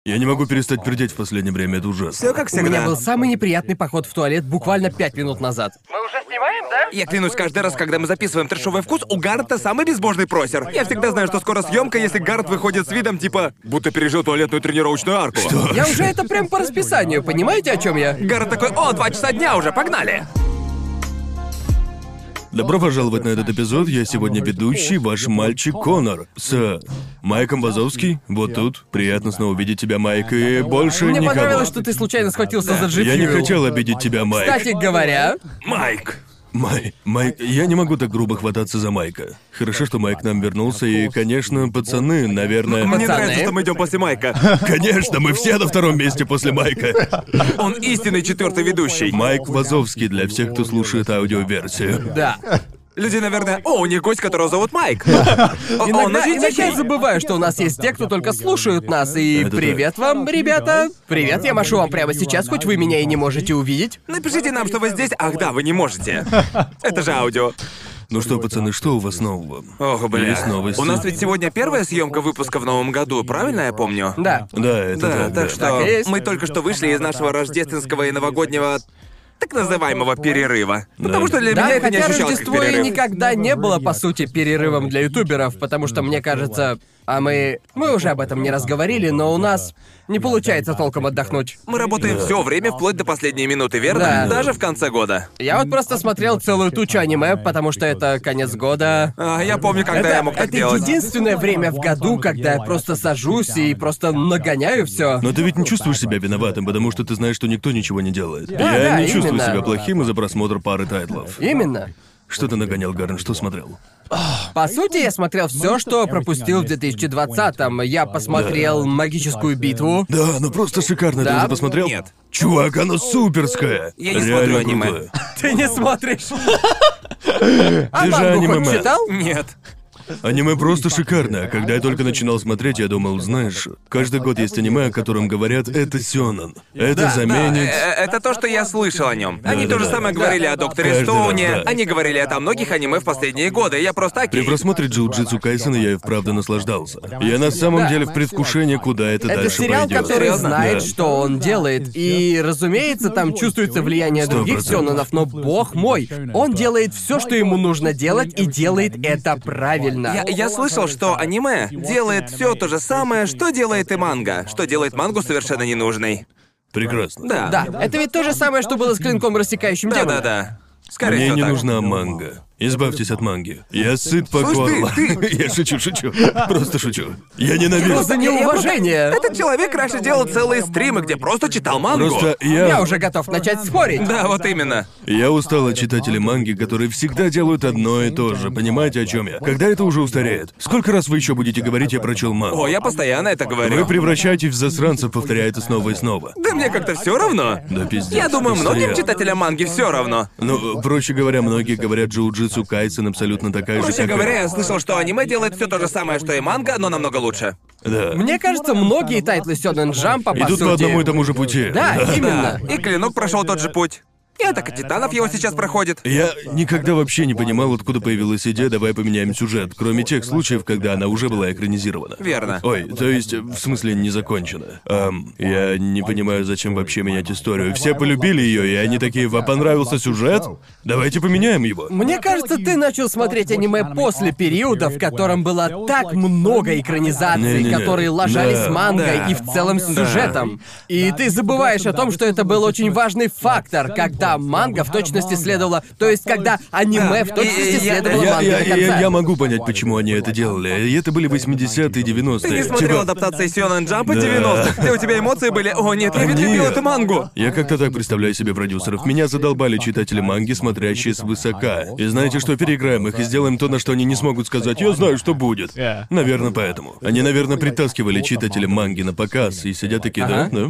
Я не могу перестать пердеть в последнее время, это ужасно. Все как У меня всегда. был самый неприятный поход в туалет буквально 5 минут назад. Мы уже снимаем, да? Я клянусь, каждый раз, когда мы записываем трешовый вкус, у Гаррета самый безбожный просер. Я всегда знаю, что скоро съемка, если Гаррет выходит с видом типа будто пережил туалетную тренировочную арку. Что? Я уже это прям по расписанию, понимаете, о чем я? Гаррет такой: о, 2 часа дня уже, погнали! Добро пожаловать на этот эпизод. Я сегодня ведущий, ваш мальчик Конор. С Майком Вазовский. Вот тут. Приятно снова видеть тебя, Майк. И больше Мне никого. понравилось, что ты случайно схватился за G Я не Fuel. хотел обидеть тебя, Майк. Кстати говоря, Майк! Майк, я не могу так грубо хвататься за Майка. Хорошо, что Майк к нам вернулся, и, конечно, пацаны, наверное... Мне Пацаны. нравится, что мы идем после Майка. Конечно, мы все на втором месте после Майка. Он истинный 4-й ведущий. Майк Вазовский для всех, кто слушает аудиоверсию. да. Люди, наверное, о, у них гость, которого зовут Майк. Он Иногда очень я тихий. забываю, что у нас есть те, кто только слушают нас, и Это привет вам, ребята. Привет, я машу вам прямо сейчас, хоть вы меня и не можете увидеть. Напишите нам, что вы здесь. Ах да, вы не можете. Это же аудио. Ну что, пацаны, что у вас нового? Ох, бля. Есть новости? У нас ведь сегодня первая съемка выпуска в новом году, правильно я помню? Да. Да, это Да, так, да. так что Так и есть. мы только что вышли из нашего рождественского и новогоднего так называемого перерыва. Потому что для Да, меня это не хотя ощущалось как Рождество и перерыв. никогда не было, по сути, перерывом для ютуберов, потому что, мне кажется, мы уже об этом не раз говорили, но у нас не получается толком отдохнуть. Мы работаем все время вплоть до последней минуты, верно? Да. Даже в конце года. Я вот просто смотрел целую тучу аниме, потому что это конец года. Я помню, когда я мог так это делать. единственное время в году, когда я просто сажусь и просто нагоняю все. Но ты ведь не чувствуешь себя виноватым, потому что ты знаешь, что никто ничего не делает. Я да, не чувствую именно. себя плохим из-за просмотра пары тайтлов. Именно. Что ты нагонял, Гарн? Что смотрел? По сути, я смотрел все, что пропустил в 2020-м. Я посмотрел «Магическую битву». Да, ну просто шикарно. Ты Да? уже посмотрел? Нет. Чувак, оно суперское. Я не Реально смотрю аниме. крутое. Ты не смотришь. А Ты же мангу аниме-мен. хоть читал? Нет. Аниме просто шикарное. Когда я только начинал смотреть, я думал, знаешь, каждый год есть аниме, о котором говорят, это сёнэн. Это заменит... Это то, что я слышал о нем. Они Да, то же да. самое говорили о Докторе Каждый Стоуне. раз, да. Они говорили о многих аниме в последние годы. Я просто При окей. просмотре Джиу-Джитсу Кайсена я и вправду наслаждался. Я на самом Да. деле в предвкушении, куда это, Это дальше сериал, пойдет. который Серьезно? знает, Да. что он делает. И, разумеется, там чувствуется влияние других 100%. сёнэнов, но бог мой, он делает все, что ему нужно делать, и делает это правильно. Я слышал, что аниме делает все то же самое, что делает и манга. Что делает мангу совершенно ненужной. Прекрасно. Да. Да, это ведь то же самое, что было с клинком, рассекающим демона. Да. Скорее Мне всего не так. нужна манга. Избавьтесь от манги. Я сыт по Слушай, горло. Я шучу. Просто шучу. Я ненавижу. Просто неуважение. Этот человек раньше делал целые стримы, где просто читал мангу. Просто Я уже готов начать спорить. Да, вот именно. Я устал от читателей манги, которые всегда делают одно и то же. Понимаете, о чем я? Когда это уже устареет? Сколько раз вы еще будете говорить, я прочел мангу? О, я постоянно это Вы говорю. превращаетесь в засранцев, повторяя это снова и снова. Да мне как-то все равно. Да пиздец. Я думаю, многим постоянно. читателям манги все равно. Ну, проще говоря, многие говорят, Джиу-Джитсу Кайсен абсолютно такая же, Проще как и- говоря, я слышал, что аниме делает все то же самое, что и манга, но намного лучше. Да. Мне кажется, многие тайтлы Сёнэн Джампа, по Идут сути... по одному и тому же пути. Да, именно. И Клинок прошел тот же путь. И Атака Титанов его сейчас проходит. Я никогда вообще не понимал, откуда появилась идея «давай поменяем сюжет», кроме тех случаев, когда она уже была экранизирована. Верно. Ой, то есть, в смысле, не закончена. Я не понимаю, зачем вообще менять историю. Все полюбили ее, и они такие: «Вам понравился сюжет? Давайте поменяем его». Мне кажется, ты начал смотреть аниме после периода, в котором было так много экранизаций, Не-не-не. которые ложались Да, мангой да, и в целом с сюжетом. И ты забываешь о том, что это был очень важный фактор, когда манга в точности следовала... То есть, когда аниме в точности следовало манге до конца. Я могу понять, почему они это делали. И это были 80-е, 90-е. Ты не смотрел Типа, адаптации Сёнэн Джампа Да. 90-х, где у тебя эмоции были: «О нет, я ведь Нет. любил эту мангу». Я как-то так представляю себе продюсеров. Меня задолбали читатели манги, смотрящие свысока. И знаете что, переиграем их и сделаем то, на что они не смогут сказать: «Я знаю, что будет». Наверное, поэтому. Они, наверное, притаскивали читателей манги на показ и сидят такие: «Да, да».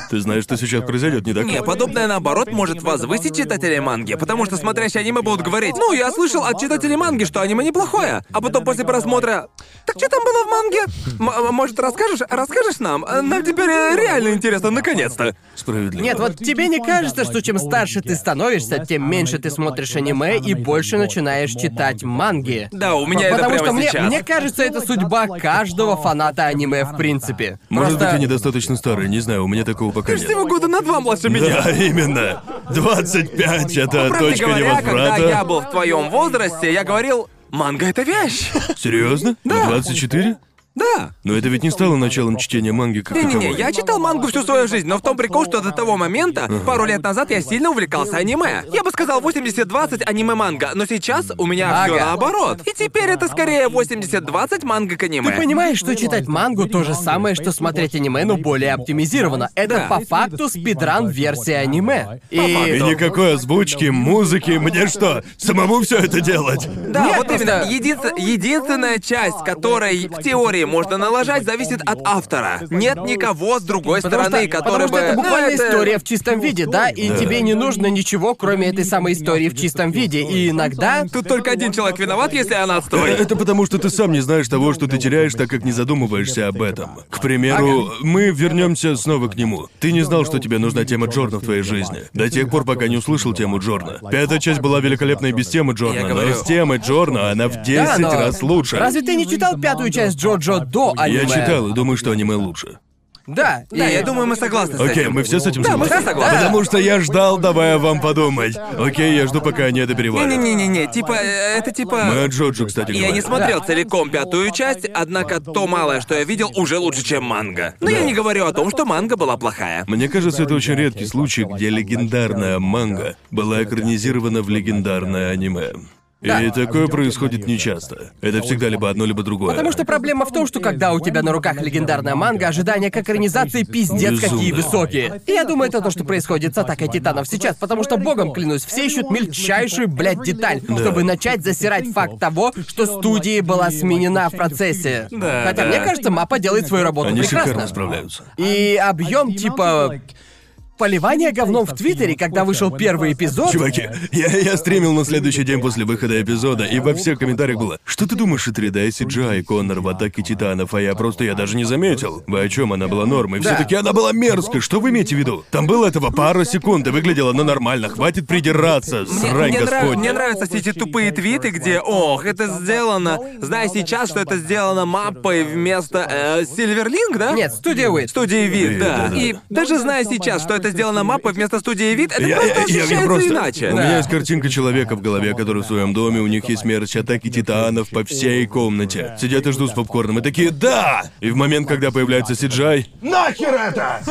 Ты знаешь, что сейчас произойдет, не так? Не, подобное наоборот может возвысить читателей манги, потому что смотрящие аниме будут говорить: ну, я слышал от читателей манги, что аниме неплохое. А потом после просмотра: так что там было в манге? Может, расскажешь нам? Нам теперь реально интересно, наконец-то. Справедливо. Нет, вот тебе не кажется, что чем старше ты становишься, тем меньше ты смотришь аниме и больше начинаешь читать манги? Да, у меня это Потому прямо что сейчас. мне кажется, это судьба каждого фаната аниме в принципе. Может Просто- быть, я недостаточно старый, не знаю, у меня такого пока нет. Всего года на 2 младше меня. Да, именно. 25 — это Правда точка говоря, когда невозврата. я был в твоем возрасте, я говорил: манга — это вещь. Серьезно? Да. 24? Да. Но это ведь не стало началом чтения манги как Не-не-не, таковой. я читал мангу всю свою жизнь, но в том прикол, что до того момента, пару лет назад, я сильно увлекался аниме. Я бы сказал 80-20 аниме-манга, но сейчас у меня все Ага. наоборот. И теперь это скорее 80-20 манга к аниме. Ты понимаешь, что читать мангу то же самое, что смотреть аниме, но более оптимизировано. Это Да. по факту спидран-версия аниме. И И... никакой озвучки, музыки, мне что, самому все это делать? Да, Нет, вот просто- именно. Единственная часть, которой в теории можно налажать, зависит от автора. Нет никого с другой стороны, который потому что бы... это Ну, буквально это- история в чистом виде, да? И Да. тебе не нужно ничего, кроме этой самой истории в чистом виде. И иногда... Тут только один человек виноват, если она отстой. Это потому, что ты сам не знаешь того, что ты теряешь, так как не задумываешься об этом. К примеру, мы вернемся снова к нему. Ты не знал, что тебе нужна тема Джорна в твоей жизни. До тех пор, пока не услышал тему Джорна. 5-я часть была великолепна и без темы Джорна, Я но говорю. с темой Джорна она в 10 Да, но раз лучше. Разве ты не читал 5-ю часть Джоджо до аниме? Я читал и думаю, что аниме лучше. Да, Да, и- я думаю, мы согласны с Окей, этим. мы все с этим Да, мы согласны? все согласны. Потому что я ждал, давая вам подумать. Окей, я жду, пока они это переварят. Не-не-не-не, типа, это типа... Мы о Джоджо, кстати, Я не говорим. смотрел целиком 5-ю часть, однако то малое, что я видел, уже лучше, чем манга. Но я не говорю о том, что манга была плохая. Мне кажется, это очень редкий случай, где легендарная манга была экранизирована в легендарное аниме. И такое происходит нечасто. Это всегда либо одно, либо другое. Потому что проблема в том, что когда у тебя на руках легендарная манга, ожидания к экранизации пиздец какие Безумно. высокие. И я думаю, это то, что происходит с Атакой Титанов сейчас, потому что, богом клянусь, все ищут мельчайшую, блядь, деталь, чтобы начать засирать факт того, что студия была сменена в процессе. Да, Хотя, да. мне кажется, Маппа делает свою работу Они прекрасно. шикарно справляются. И объем типа... Поливание говном в Твиттере, когда вышел первый эпизод... Чуваки, я стримил на следующий день после выхода эпизода, и во всех комментариях было: что ты думаешь о 3D, CGI, Коннор в Атаке Титанов? А я даже не заметил. Вы о чем? Она была нормой. Да. Все-таки она была мерзкой. Что вы имеете в виду? Там было этого пару секунд, и выглядело она нормально. Хватит придираться, срань господня. Мне нравятся все эти тупые твиты, где, ох, это сделано, зная сейчас, что это сделано маппой вместо Сильверлинг, да? Нет, студия Уит. Студии Вид, да. да. И даже зная сейчас, что это сделано маппой вместо студии Вид, это просто ощущается иначе. У меня есть картинка человека в голове, который в своем доме, у них есть мерч Атаки Титанов по всей комнате. Сидят и ждут с попкорном и такие: да! И в момент, когда появляется CGI, нахер это!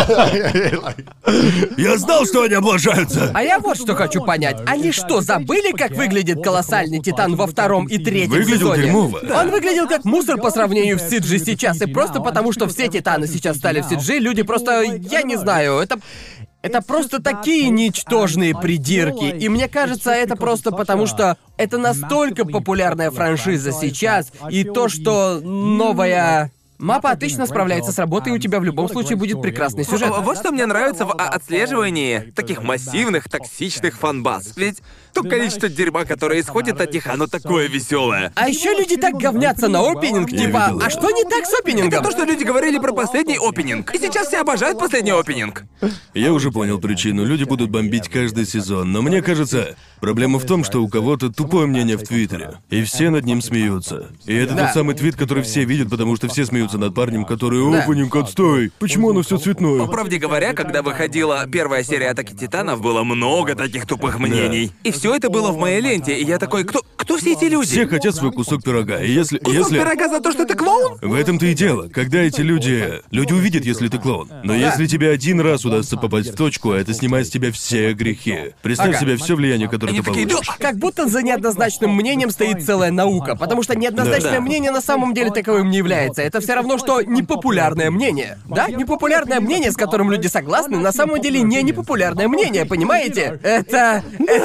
Я знал, что они облажаются! А я вот что хочу понять. Они что, забыли, как выглядит колоссальный Титан во втором и третьем Выглядел сезоне? дерьмово. Он выглядел как мусор по сравнению с CG сейчас, и просто потому, что все Титаны сейчас стали в CG, люди просто... Я не знаю, это просто такие ничтожные придирки. И мне кажется, это просто потому, что это настолько популярная франшиза сейчас, и то, что новая... Маппа отлично справляется с работой, и у тебя в любом случае будет прекрасный сюжет. Вот что мне нравится в отслеживании таких массивных, токсичных фанбаз. Ведь то количество дерьма, которое исходит от них, оно такое веселое. А еще люди так говнятся на опенинг, Я типа, видел. а что не так с Это опенингом? то, что люди говорили про последний опенинг. И сейчас все обожают последний опенинг. Я уже понял причину. Люди будут бомбить каждый сезон. Но мне кажется, проблема в том, что у кого-то тупое мнение в Твиттере. И все над ним смеются. И это Да. тот самый твит, который все видят, потому что все смеются над парнем, который: Да. опенинг, отстой! Почему оно все По цветное? правде говоря, когда выходила первая серия Атаки Титанов, было много таких тупых мнений. И все это было в моей ленте, и я такой: кто все эти люди? Все хотят свой кусок пирога. И если... Кусок пирога за то, что ты клоун? В этом-то и дело. Когда эти люди увидят, если ты клоун. Но если тебе один раз удастся попасть в точку, это снимает с тебя все грехи. Представь Ага. себе все влияние, которое Они ты такие: получишь. да. Как будто за неоднозначным мнением стоит целая наука, потому что неоднозначное Да. мнение на самом деле таковым не является. Это все равно, что непопулярное мнение. Да, непопулярное мнение, с которым люди согласны, на самом деле не непопулярное мнение, понимаете? Это просто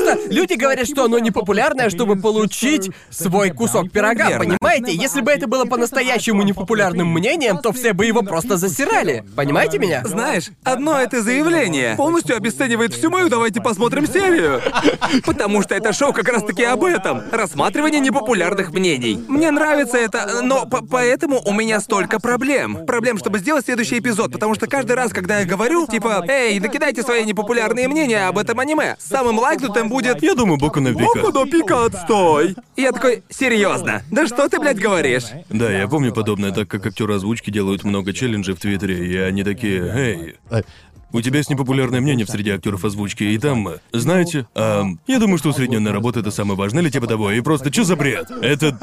Просто люди говорят, что оно непопулярное, чтобы получить свой кусок пирога, Верно. понимаете? Если бы это было по-настоящему непопулярным мнением, то все бы его просто засирали. Понимаете меня? Знаешь, одно это заявление полностью обесценивает всю мою «давайте посмотрим серию». Потому что это шоу как раз-таки об этом. Рассматривание непопулярных мнений. Мне нравится это, но поэтому у меня столько проблем. Проблем, чтобы сделать следующий эпизод, потому что каждый раз, когда я говорю, типа, «Эй, накидайте свои непопулярные мнения об этом аниме», самым лайкнутым будет Я думаю, Боку на Пика. «Боку no Пика, отстой!» И я такой, серьезно? Да что ты, блядь, говоришь? Да, я помню подобное, так как актеры озвучки делают много челленджей в Твиттере, и они такие, эй, у тебя есть непопулярное мнение в среди актеров озвучки, и там, знаете, я думаю, что усредненная работа — это самое важное, или типа того, и просто, что за бред? Это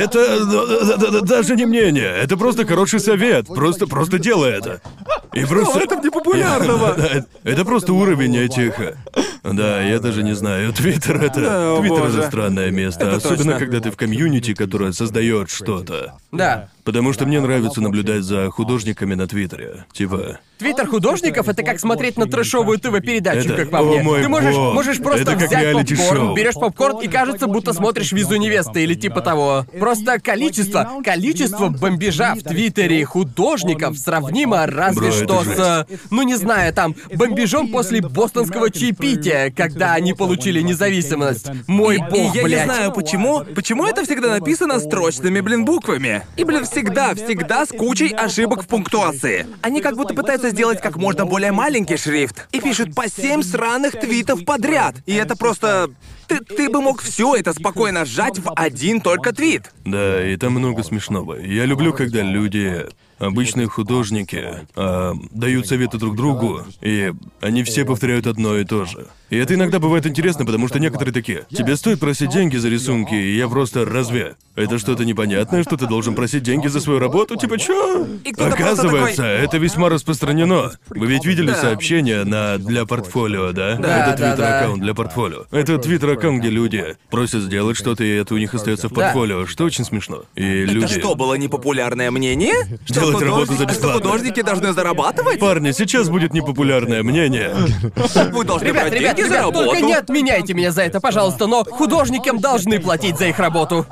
даже не мнение, это просто хороший совет, просто делай это. И просто... это непопулярного? Это просто уровень этих... Да, я даже не знаю, Твиттер это... О, Твиттер — боже. это странное место, Это особенно точно. когда ты в комьюнити, которое создает что-то. Да. Потому что мне нравится наблюдать за художниками на Твиттере. Типа... Твиттер художников — это как смотреть на трэшовую ТВ-передачу, Это- как по о мне. мой Ты бог. можешь просто Это как взять реалити-шоу. попкорн, берешь попкорн и кажется, будто смотришь «Визу невесты» или типа того. Просто количество бомбежа в Твиттере художников сравнимо разве Бро, это что жесть. с, ну не знаю, там, бомбежом после бостонского чаепития, когда они получили независимость. Мой И бог, я блядь. не знаю почему это всегда написано строчными, буквами. И, всегда с кучей ошибок в пунктуации. Они как будто пытаются сделать как можно более маленький шрифт. И пишут по 7 сраных твитов подряд. И это просто... Ты бы мог все это спокойно сжать в один только твит. Да, и там много смешного. Я люблю, когда люди, обычные художники, дают советы друг другу, и они все повторяют одно и то же. И это иногда бывает интересно, потому что некоторые такие: тебе стоит просить деньги за рисунки, и я просто разве? Это что-то непонятное, что ты должен просить деньги за свою работу? Типа, чё? И кто-то просто Оказывается, такой- это весьма распространено. Вы ведь видели Да. сообщения для портфолио, да? Да, Это да, твиттер-аккаунт для портфолио. Это твиттер-аккаунт, где люди просят сделать что-то, и это у них остается в Да. портфолио, что очень смешно. И Это люди... что, было непопулярное мнение? Делать работу за Что бесплатно. художники должны зарабатывать? Парни, сейчас будет непопулярное мнение. Вы должны Ребят, брать ребят, деньги за ребят, работу. только не отменяйте меня за это, пожалуйста, но художникам должны платить за их работу.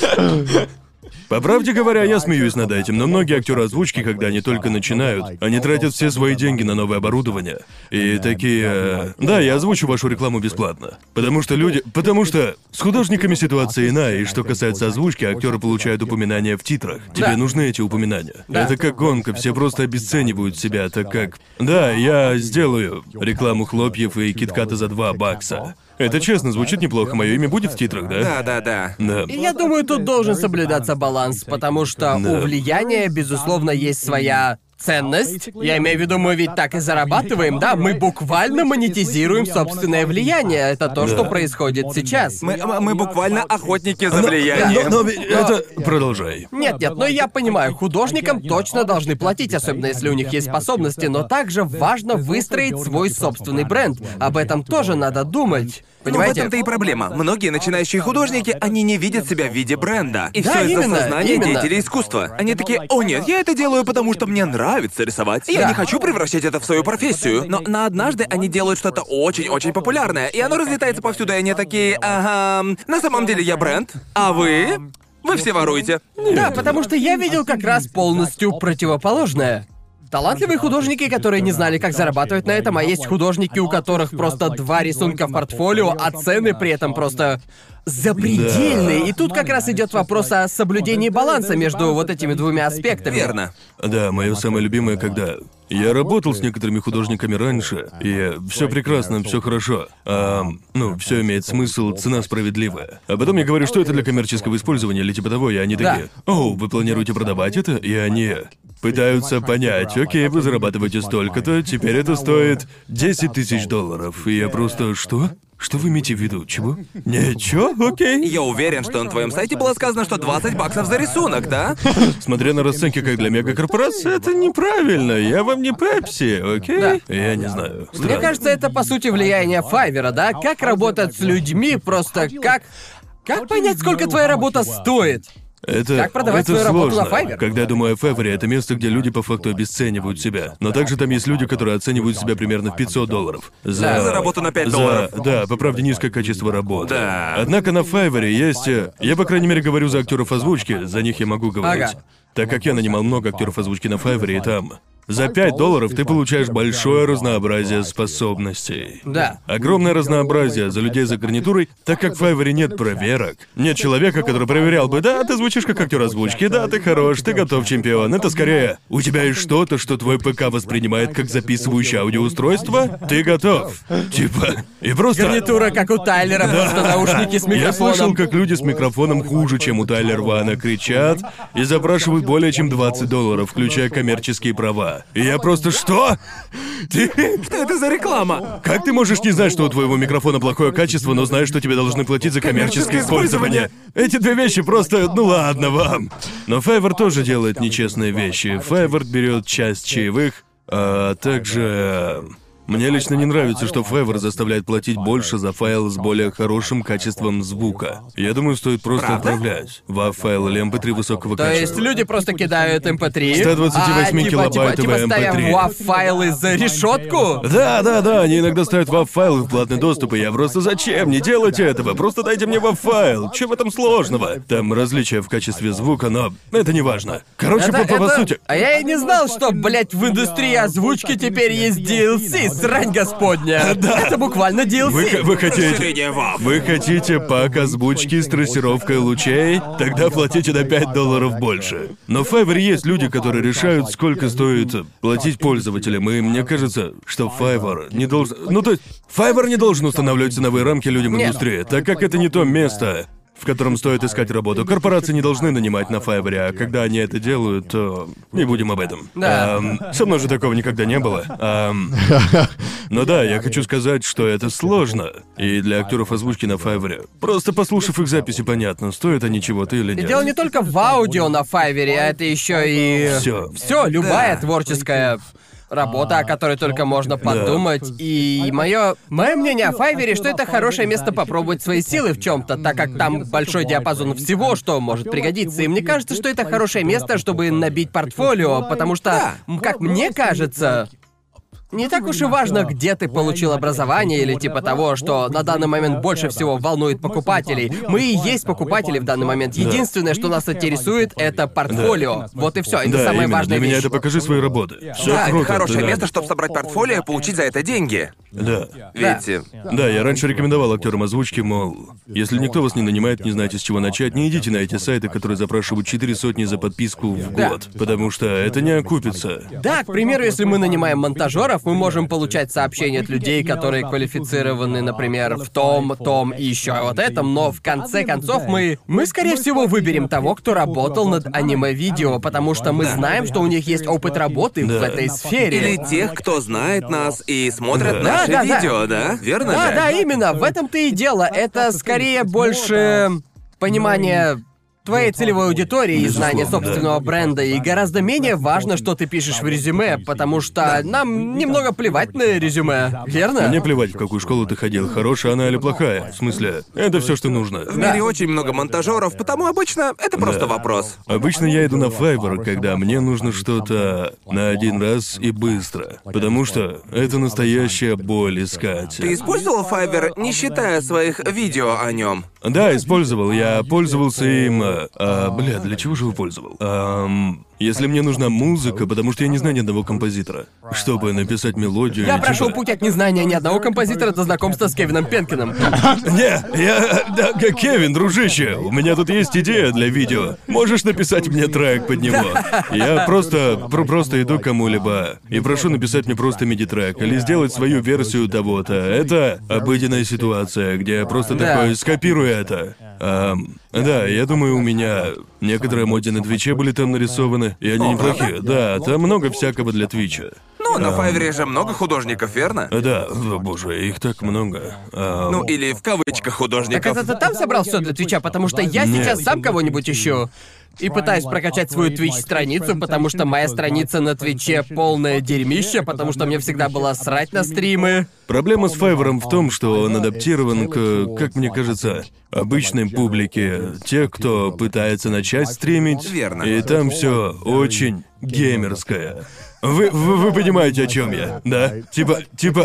По правде говоря, я смеюсь над этим, но многие актеры озвучки, когда они только начинают, они тратят все свои деньги на новое оборудование. И такие... Да, я озвучу вашу рекламу бесплатно. Потому что с художниками ситуация иная, и что касается озвучки, актеры получают упоминания в титрах. Тебе Да. нужны эти упоминания. Да. Это как гонка, все просто обесценивают себя, так как... Да, я сделаю рекламу хлопьев и китката за $2. Это честно, звучит неплохо, мое имя будет в титрах, да? Да. Да. И я думаю, тут должен соблюдаться баланс, потому что Да. у влияния, безусловно, есть своя ценность. Я имею в виду, мы ведь так и зарабатываем, да? Мы буквально монетизируем собственное влияние. Это то, что происходит сейчас. Мы буквально охотники за влиянием. Но ведь это... Продолжай. Нет, но я понимаю, художникам точно должны платить, особенно если у них есть способности, но также важно выстроить свой собственный бренд. Об этом тоже надо думать. Ну, в Понимаете? этом-то и проблема. Многие начинающие художники, они не видят себя в виде бренда. И Да, все из-за именно, сознания именно. деятелей искусства. Они такие: о нет, я это делаю, потому что мне нравится рисовать. Я Да. не хочу превращать это в свою профессию. Но на однажды они делают что-то очень-очень популярное, и оно разлетается повсюду, и они такие: ага, на самом деле я бренд, а вы? Вы все воруете. Да, потому что я видел как раз полностью противоположное. Талантливые художники, которые не знали, как зарабатывать на этом, а есть художники, у которых просто 2 рисунка в портфолио, а цены при этом просто запредельные. Да. И тут как раз идет вопрос о соблюдении баланса между вот этими двумя аспектами. Верно. Да, мое самое любимое, когда я работал с некоторыми художниками раньше, и все прекрасно, все хорошо. Все имеет смысл, цена справедливая. А потом я говорю, что это для коммерческого использования или типа того, и они Да. такие: о, вы планируете продавать это? И они пытаются понять: окей, вы зарабатываете столько-то, теперь это стоит $10 000. И я просто: что? Что вы имеете в виду? Чего? Ничего? Окей. Я уверен, что на твоем сайте было сказано, что $20 за рисунок, да? Смотря на расценки как для мегакорпорации, это неправильно. Я вам не Пепси, окей? Да. Я не знаю. Мне Странно. кажется, это по сути влияние Файвера, да? Как работать с людьми, просто как понять, сколько твоя работа стоит? Как продавать это свою работу сложно. на Fiverr? Когда я думаю о Fiverr, это место, где люди по факту обесценивают себя. Но также там есть люди, которые оценивают себя примерно в $500. За работу на $5. Да, по правде, низкое качество работы. Да. Однако на Fiverr есть... Я, по крайней мере, говорю за актеров озвучки, за них я могу говорить. Ага. Так как я нанимал много актеров озвучки на Fiverr, и там... За $5 ты получаешь большое разнообразие способностей. Да. Огромное разнообразие за людей за гарнитурой, так как в Fiverr нет проверок. Нет человека, который проверял бы, да, ты звучишь как актер озвучки, да, ты хорош, ты готов, чемпион. Это скорее, у тебя есть что-то, что твой ПК воспринимает как записывающее аудиоустройство, ты готов. Типа, и просто... Гарнитура, как у Тайлера, просто наушники с Я слышал, микрофоном. как люди с микрофоном хуже, чем у Тайлер Вана, кричат и запрашивают более чем $20, включая коммерческие права. И я просто что? Ты... Что это за реклама? Как ты можешь не знать, что у твоего микрофона плохое качество, но знаешь, что тебе должны платить за коммерческое использование? Эти две вещи просто... Ну ладно вам. Но Fiverr тоже делает нечестные вещи. Fiverr берет часть чаевых, а также... Мне лично не нравится, что Fiverr заставляет платить больше за файл с более хорошим качеством звука. Я думаю, стоит просто отправлять WAV-файл или MP3 высокого То качества. есть люди просто кидают MP3, 128 килобайтовые ставя MP3. WAV-файлы за решетку? Да, они иногда ставят WAV-файлы в платный доступ, и я просто зачем? Не делайте этого, просто дайте мне WAV-файл. Чё в этом сложного? Там различия в качестве звука, но это не важно. Короче, по сути... А я и не знал, что, блядь, в индустрии озвучки теперь есть DLC, срань господня. Да. Это буквально DLC. Вы хотите... Расширение WAV. Вы хотите пак озвучки с трассировкой лучей? Тогда платите на $5 больше. Но в Fiverr есть люди, которые решают, сколько стоит платить пользователям, и мне кажется, что Fiverr не должен... Ну то есть, Fiverr не должен устанавливать ценовые рамки людям в Нет. индустрии, так как это не то место, в котором стоит искать работу. Корпорации не должны нанимать на Fiverr, а когда они это делают, то не будем об этом. Да. Со мной же такого никогда не было. Но да, я хочу сказать, что это сложно. И для актеров озвучки на Fiverr. Просто послушав их записи, понятно, стоят они чего-то или И нет. дело не только в аудио на Fiverr, а это еще и... Всё. Все, любая творческая работа, о которой только можно подумать. И мое мнение о Fiverr, что это хорошее место попробовать свои силы в чем-то, так как там большой диапазон всего, что может пригодиться. И мне кажется, что это хорошее место, чтобы набить портфолио, потому что, как мне кажется, не так уж и важно, где ты получил образование или типа того, что на данный момент больше всего волнует покупателей. Мы и есть покупатели в данный момент. Единственное, что нас интересует, это портфолио. Вот и все. Это Да, самая именно. важная Для меня вещь. это покажи свои работы. Все Да, круто. это хорошее да. место, чтобы собрать портфолио и получить за это деньги. Да. Ведь... Да, я раньше рекомендовал актерам озвучки, мол, если никто вас не нанимает, не знаете, с чего начать, не идите на эти сайты, которые запрашивают 4 сотни за подписку в год, потому что это не окупится. Да, к примеру, если мы нанимаем монтажеров, мы можем получать сообщения от людей, которые квалифицированы, например, в том и еще вот этом, но в конце концов мы скорее всего выберем того, кто работал над аниме-видео, потому что мы знаем, что у них есть опыт работы в этой сфере. Или тех, кто знает нас и смотрят Да. наши Да. видео, да? Верно же? Да, именно, в этом-то и дело. Это скорее больше понимание твоей целевой аудитории и знание Безусловно, собственного бренда, и гораздо менее важно, что ты пишешь в резюме, потому что нам немного плевать на резюме, верно? Мне плевать, в какую школу ты ходил, хорошая она или плохая. В смысле, это все, что нужно. В мире очень много монтажеров, потому обычно это просто вопрос. Обычно я иду на Fiverr, когда мне нужно что-то на один раз и быстро. Потому что это настоящая боль искать. Ты использовал Fiverr, не считая своих видео о нем? Да, использовал. Я пользовался им. Для чего же его пользовал? Если мне нужна музыка, потому что я не знаю ни одного композитора, чтобы написать мелодию. Я типа- прошел путь от незнания ни одного композитора до знакомства с Кевином Пенкиным. Кевин, дружище, у меня тут есть идея для видео. Можешь написать мне трек под него? Я просто иду к кому-либо и прошу написать мне просто миди-трек или сделать свою версию того-то. Это обыденная ситуация, где я просто такой скопирую это. Да, я думаю, у меня некоторые моди на Твиче были там нарисованы, и они неплохие. Да, там много всякого для Твича. Ну, на Fiverr же много художников, верно? Да, о боже, их так много. Ну, или в кавычках Так художников. это ты там собрал все для Твича, потому что я Нет. сейчас сам кого-нибудь ищу. и пытаюсь прокачать свою Twitch-страницу, потому что моя страница на Твиче полное дерьмище, потому что мне всегда было срать на стримы. Проблема с Файвером в том, что он адаптирован к, как мне кажется, обычной публике. Те, кто пытается начать стримить. Верно. И там все очень геймерское. Вы понимаете, о чем я, да? Типа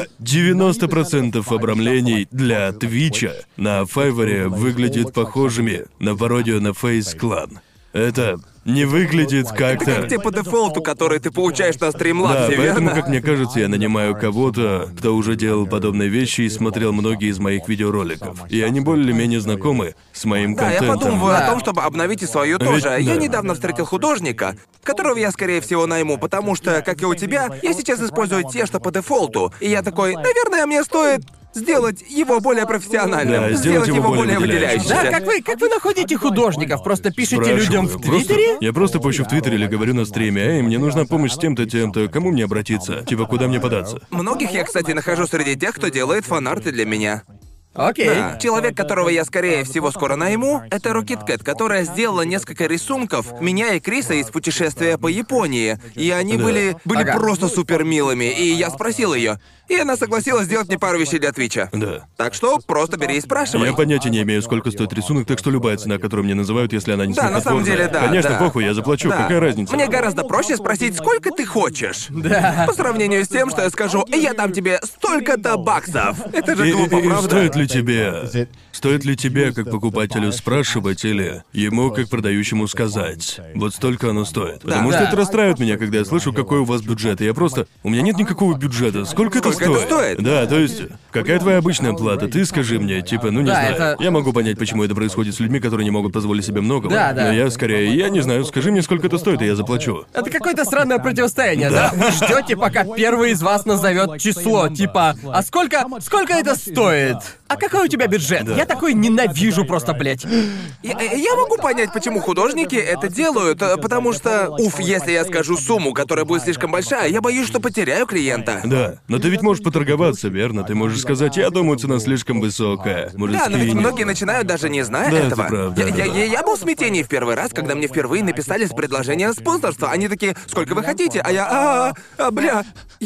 90% обрамлений для Твича на Файвере выглядят похожими на пародию на Фейс Клан. Это не выглядит как-то... Как те по дефолту, которые ты получаешь на Да, стримлабсе, поэтому, верно? как мне кажется, я нанимаю кого-то, кто уже делал подобные вещи и смотрел многие из моих видеороликов. И они более-менее знакомы с моим Да, я контентом. подумываю Да. о том, чтобы обновить и свою тоже. Ведь Я да. недавно встретил художника, которого я, скорее всего, найму, потому что, как и у тебя, я сейчас использую те, что по дефолту. И я такой, наверное, мне стоит сделать его более профессиональным. Да, сделать его более выделяющимся. Да, как вы находите художников? Просто пишите Спрашиваю. людям в Просто- Твиттере? Я просто пощу в Твиттере или говорю на стриме: «Эй, мне нужна помощь с тем-то, тем-то, кому мне обратиться? Типа, куда мне податься?» Многих я, кстати, нахожу среди тех, кто делает фанарты для меня. Окей. Да. Человек, которого я, скорее всего, скоро найму, это Rocket Cat, которая сделала несколько рисунков меня и Криса из путешествия по Японии. И они Да. были Ага. просто супер милыми. И я спросил ее. И она согласилась сделать мне пару вещей для Твича. Да. Так что просто бери и спрашивай. Я понятия не имею, сколько стоит рисунок, так что любая цена, которую мне называют, если она не Да, на самом смехотворная. деле, да. Конечно, да. похуй, я заплачу, Да. какая разница? Мне гораздо проще спросить, сколько ты хочешь. Да. По сравнению с тем, что я скажу, я дам тебе столько-то баксов. Это же глупо, И правда? стоит ли тебе, как покупателю, спрашивать или ему, как продающему, сказать? Вот столько оно стоит. Потому что Да. это расстраивает меня, когда я слышу, какой у вас бюджет. И я просто... У меня нет никакого бюджета. Сколько это Сколько это стоит? стоит? Да, то есть, какая твоя обычная плата? Ты скажи мне, типа, ну не Да, знаю. это- Я могу понять, почему это происходит с людьми, которые не могут позволить себе многого. Да, да. Но я скорее, я не знаю, скажи мне, сколько это стоит, и я заплачу. Это какое-то странное противостояние, да? Вы ждете, пока первый из вас назовет число, типа, а сколько это стоит? А какой у тебя бюджет? Я такой ненавижу просто, блять. Я могу понять, почему художники это делают, потому что, если я скажу сумму, которая будет слишком большая, я боюсь, что потеряю клиента. Да, но ты ведь можешь поторговаться, верно? Ты можешь сказать: я думаю, цена слишком высокая. Может, Да, но ведь скинь. многие начинают даже не зная Да, это этого. правда, Я был в смятении в первый раз, когда мне впервые написали с предложением спонсорства. Они такие, сколько вы хотите? А я, бля,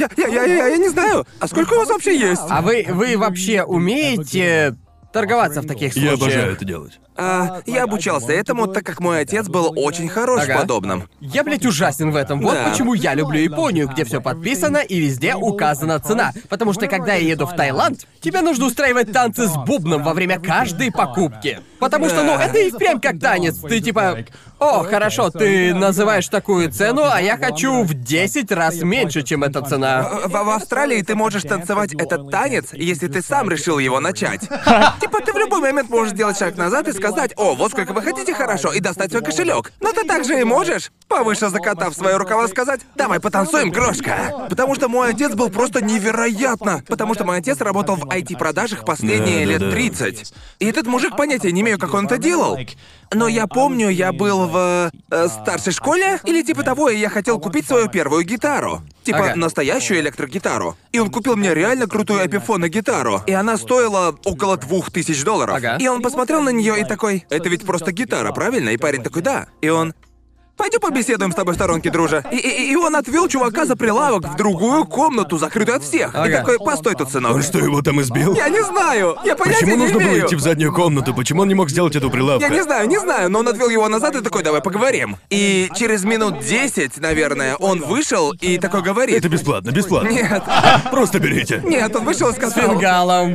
я не знаю. А сколько у вас вообще есть? А вы вообще умеете торговаться в таких Я случаях? обожаю это делать. Я обучался этому, так как мой отец был очень хорош Ага. в подобном. Я, блядь, ужасен в этом. Вот Да. почему я люблю Японию, где все подписано и везде указана цена. Потому что когда я еду в Таиланд, тебе нужно устраивать танцы с бубном во время каждой покупки. Потому что, это и впрямь как танец. Ты типа, о, хорошо, ты называешь такую цену, а я хочу в 10 раз меньше, чем эта цена. В Австралии ты можешь танцевать этот танец, если ты сам решил его начать. Типа ты в любой момент можешь сделать шаг назад и сказать: о, вот сколько вы хотите, хорошо, и достать свой кошелек. Но ты также и можешь, повыше закатав свое рукава, сказать: давай потанцуем, крошка. Потому что мой отец был просто невероятно. Потому что мой отец работал в IT-продажах последние лет Да-да-да. 30. И этот мужик, понятия не имею, как он это делал. Но я помню, я был в старшей школе или типа того, и я хотел купить свою первую гитару. Типа Ага. настоящую электрогитару. И он купил мне реально крутую Эпифоне-гитару. И она стоила около $2000. Ага. И он посмотрел на нее и такой: это ведь просто гитара, правильно? И парень такой: да. И он: пойдем побеседуем с тобой в сторонке, друже. И он отвел чувака за прилавок в другую комнату, закрытую от всех. И Ага. такой: постой тут, сынок. Он что, его там избил? Я не знаю. Я понятия Почему не нужно было имею. идти в заднюю комнату? Почему он не мог сделать эту прилавку? Я не знаю, но он отвел его назад и такой: давай поговорим. И через минут 10, наверное, он вышел и такой говорит: Это бесплатно, бесплатно. нет, Просто берите. нет, он вышел и сказал. Фингалом.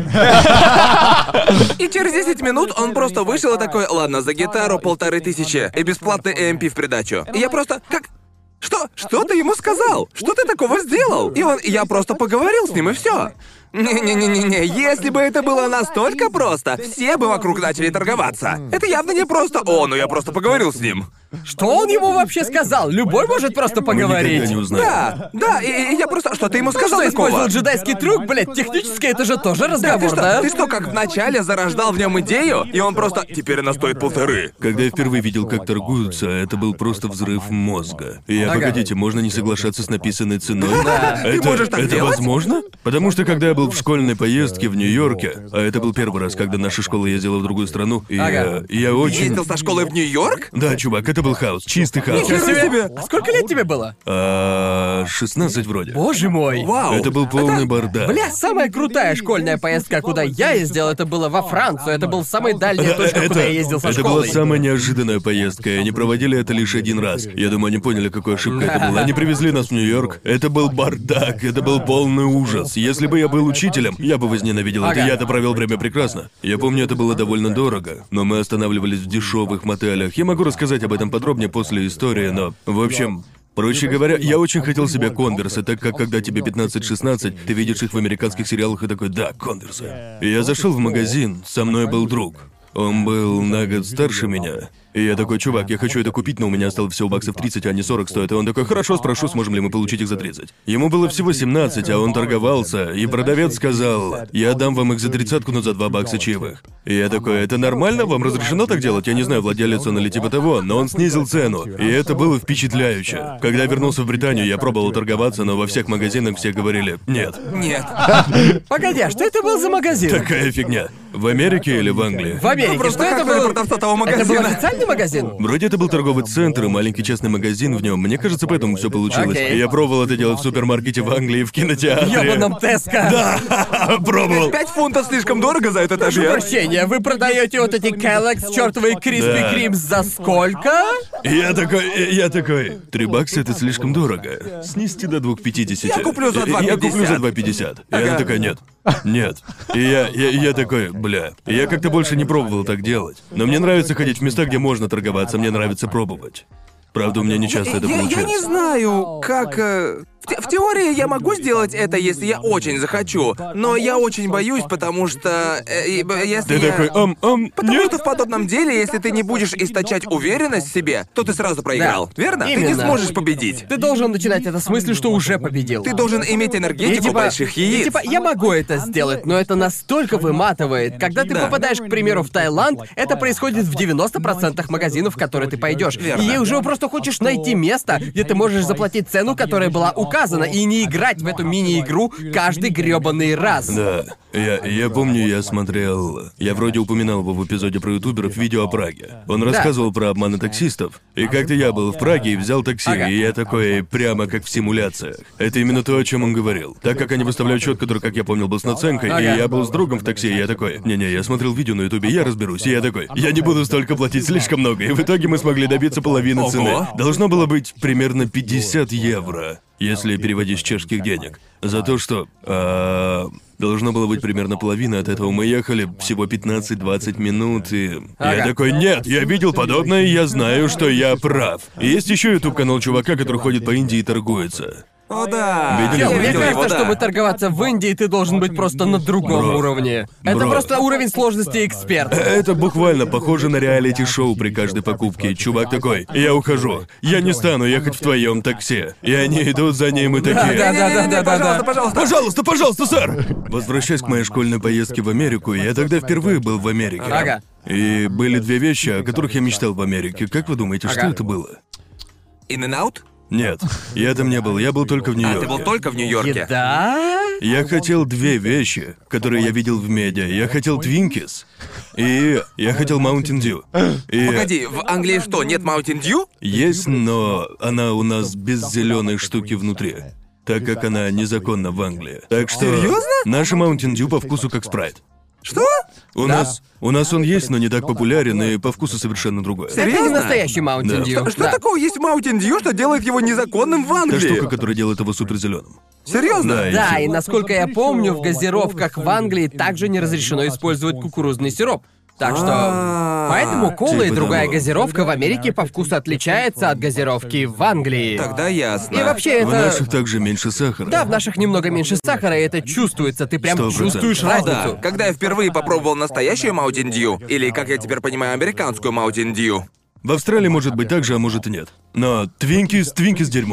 И через 10 минут он просто вышел и такой: ладно, за гитару 1500 и бесплатный EMP в придачу. И я просто: как? Что? Что ты ему сказал? Что ты такого сделал? Я просто поговорил с ним, и все. Не-не-не-не-не, если бы это было настолько просто, все бы вокруг начали торговаться. Это явно не просто но я просто поговорил с ним. Что он ему вообще сказал? Любой может просто Мы никогда поговорить. не узнаем. Да, и я просто... Что ты ему сказал Что такого? использовал джедайский трюк, блядь, технически это же тоже Да, разговор, да? ты что, как вначале зарождал в нем идею, и он просто... Теперь она стоит 1,5. Когда я впервые видел, как торгуются, это был просто взрыв мозга. Ага. Погодите, можно не соглашаться с написанной ценой? Да. Это, Ты можешь так это делать? возможно? Потому что когда я был в школьной поездке в Нью-Йорке, а это был первый раз, когда наша школа ездила в другую страну, и я очень... Ездил со школы в Нью-Йорк? Да, чувак, это был хаос, чистый хаос. Ничего себе! А сколько лет тебе было? 16 вроде. Боже мой! Вау. Это был полный бардак. Бля, самая крутая школьная поездка, куда я ездил, это было во Францию. Это был самая дальняя точка, куда я ездил со Это была школой. самая неожиданная поездка, и они проводили это лишь один раз. Я думаю, они поняли, какой ошибкой это было. Они привезли нас в Нью-Йорк. Это был бардак, это был полный ужас. Если бы я был учителем, я бы возненавидел это. Ага. Я-то провел время прекрасно. Я помню, это было довольно дорого, но мы останавливались в дешевых мотелях. Я могу рассказать об этом подробнее после истории, но... В общем... Проще говоря, я очень хотел себе конверсы, так как когда тебе 15-16, ты видишь их в американских сериалах и такой, да, конверсы. И я зашел в магазин, со мной был друг. Он был на год старше меня. И я такой, чувак, я хочу это купить, но у меня осталось всего баксов 30, а не 40 стоит. И он такой, хорошо, спрошу, сможем ли мы получить их за 30. Ему было всего 17, а он торговался, и продавец сказал, я дам вам их за 30, но за 2 бакса чаевых. И я такой, это нормально? Вам разрешено так делать? Я не знаю, владелец он или типа того, но он снизил цену. И это было впечатляюще. Когда я вернулся в Британию, я пробовал торговаться, но во всех магазинах все говорили, нет. Нет. Погоди, а что это был за магазин? Такая фигня. В Америке или в Англии? В Америке. Просто Что это хакнули было? продавца того Это был магазина. официальный магазин? Вроде это был торговый центр и маленький частный магазин в нем. Мне кажется, поэтому все получилось. Окей. Я пробовал это делать в супермаркете в Англии, в кинотеатре. Ёбаном Теско. Пробовал. 5 фунтов слишком дорого за этот Прошу обед. прощения, вы продаете вот эти Kellogg's чертовые Криспи Да. Кримс за сколько? Я такой, 3 бакса это слишком дорого. Снести до 2,50. Я куплю за Я 2,50. куплю за 2,50. И она такая, нет. Нет. И я такой, бля. И я как-то больше не пробовал так делать. Но мне нравится ходить в места, где можно торговаться, мне нравится пробовать. Правда, у меня не часто это Я не получается. знаю, как... В теории я могу сделать это, если я очень захочу, но я очень боюсь, потому что... если Ты я... такой, Потому нет. что в подобном деле, если ты не будешь источать уверенность в себе, то ты сразу проиграл, Да. верно? Ты не Именно. сможешь победить. Ты должен начинать это с мысли, что уже победил. Ты должен иметь энергетику больших яиц. я могу это сделать, но это настолько выматывает. Когда ты Да. попадаешь, к примеру, в Таиланд, это происходит в 90% магазинов, в которые ты пойдешь. Верно. И уже просто хочешь найти место, где ты можешь заплатить цену, которая была указана, и не играть в эту мини-игру каждый грёбаный раз. Да, я помню, я смотрел... Я вроде упоминал его в эпизоде про ютуберов видео о Праге. Он рассказывал про обманы таксистов. И как-то я был в Праге и взял такси, Ага. и я такой, прямо как в симуляциях. Это именно то, о чем он говорил. Так как они выставляют счет, который, как я помнил, был с наценкой, Ага. и я был с другом в такси, и я такой, не-не, я смотрел видео на ютубе, я разберусь. И я такой, я не буду столько платить, слишком много. И в итоге мы смогли добиться половины Ого. цены. Должно было быть примерно 50 евро. Если переводить с чешских денег. За то, что... должно было быть примерно половина от этого. Мы ехали всего 15-20 минут, и... Я Ага. такой, нет, я видел подобное, и я знаю, что я прав. И есть еще ютуб-канал чувака, который ходит по Индии и торгуется. О, да. Видели Я его? Мне видел кажется, его, да. чтобы торговаться в Индии, ты должен быть просто на другом Бро. уровне. Это Бро. просто уровень сложности эксперта. Это буквально похоже на реалити-шоу при каждой покупке. Чувак такой, я ухожу. Я не стану ехать в твоем такси. И они идут за ним и такие... Да. Не-не-не, пожалуйста, пожалуйста. Пожалуйста, пожалуйста, сэр! Возвращаясь к моей школьной поездке в Америку, я тогда впервые был в Америке. Ага. И были 2 вещи, о которых я мечтал в Америке. Как вы думаете, что Ага. это было? In-N-Out? Нет, я там не был, я был только в А, Нью-Йорке. ты был только в Нью-Йорке? Да? Я хотел 2 вещи, которые я видел в медиа. Я хотел Твинкис, и я хотел Mountain Dew. И Погоди, в Англии что, нет Mountain Dew? есть, но она у нас без зеленой штуки внутри. Так как она незаконна в Англии. Так что... Серьезно? Наша Mountain Dew по вкусу как спрайт. Что? У нас он есть, но не так популярен, и по вкусу совершенно другой. Это не Серьезно? настоящий Mountain Да. Dew. Что Да. такого есть в Mountain Dew, что делает его незаконным в Та Англии? штука, которая делает его суперзеленым. Серьезно? Да, Да, всё. и насколько я помню, в газировках в Англии также не разрешено использовать кукурузный сироп. Так что... Поэтому кола и Типа другая того. газировка в Америке по вкусу отличается от газировки в Англии. Тогда ясно. И вообще В это... наших также меньше сахара. Да, в наших немного меньше сахара, и это чувствуется, ты прям 100%. чувствуешь Ну да, разницу. когда я впервые попробовал настоящую Mountain Dew, или, как я теперь понимаю, американскую Mountain Dew, В Австралии может быть так же, а может и нет. Но Твинкис дерьмо.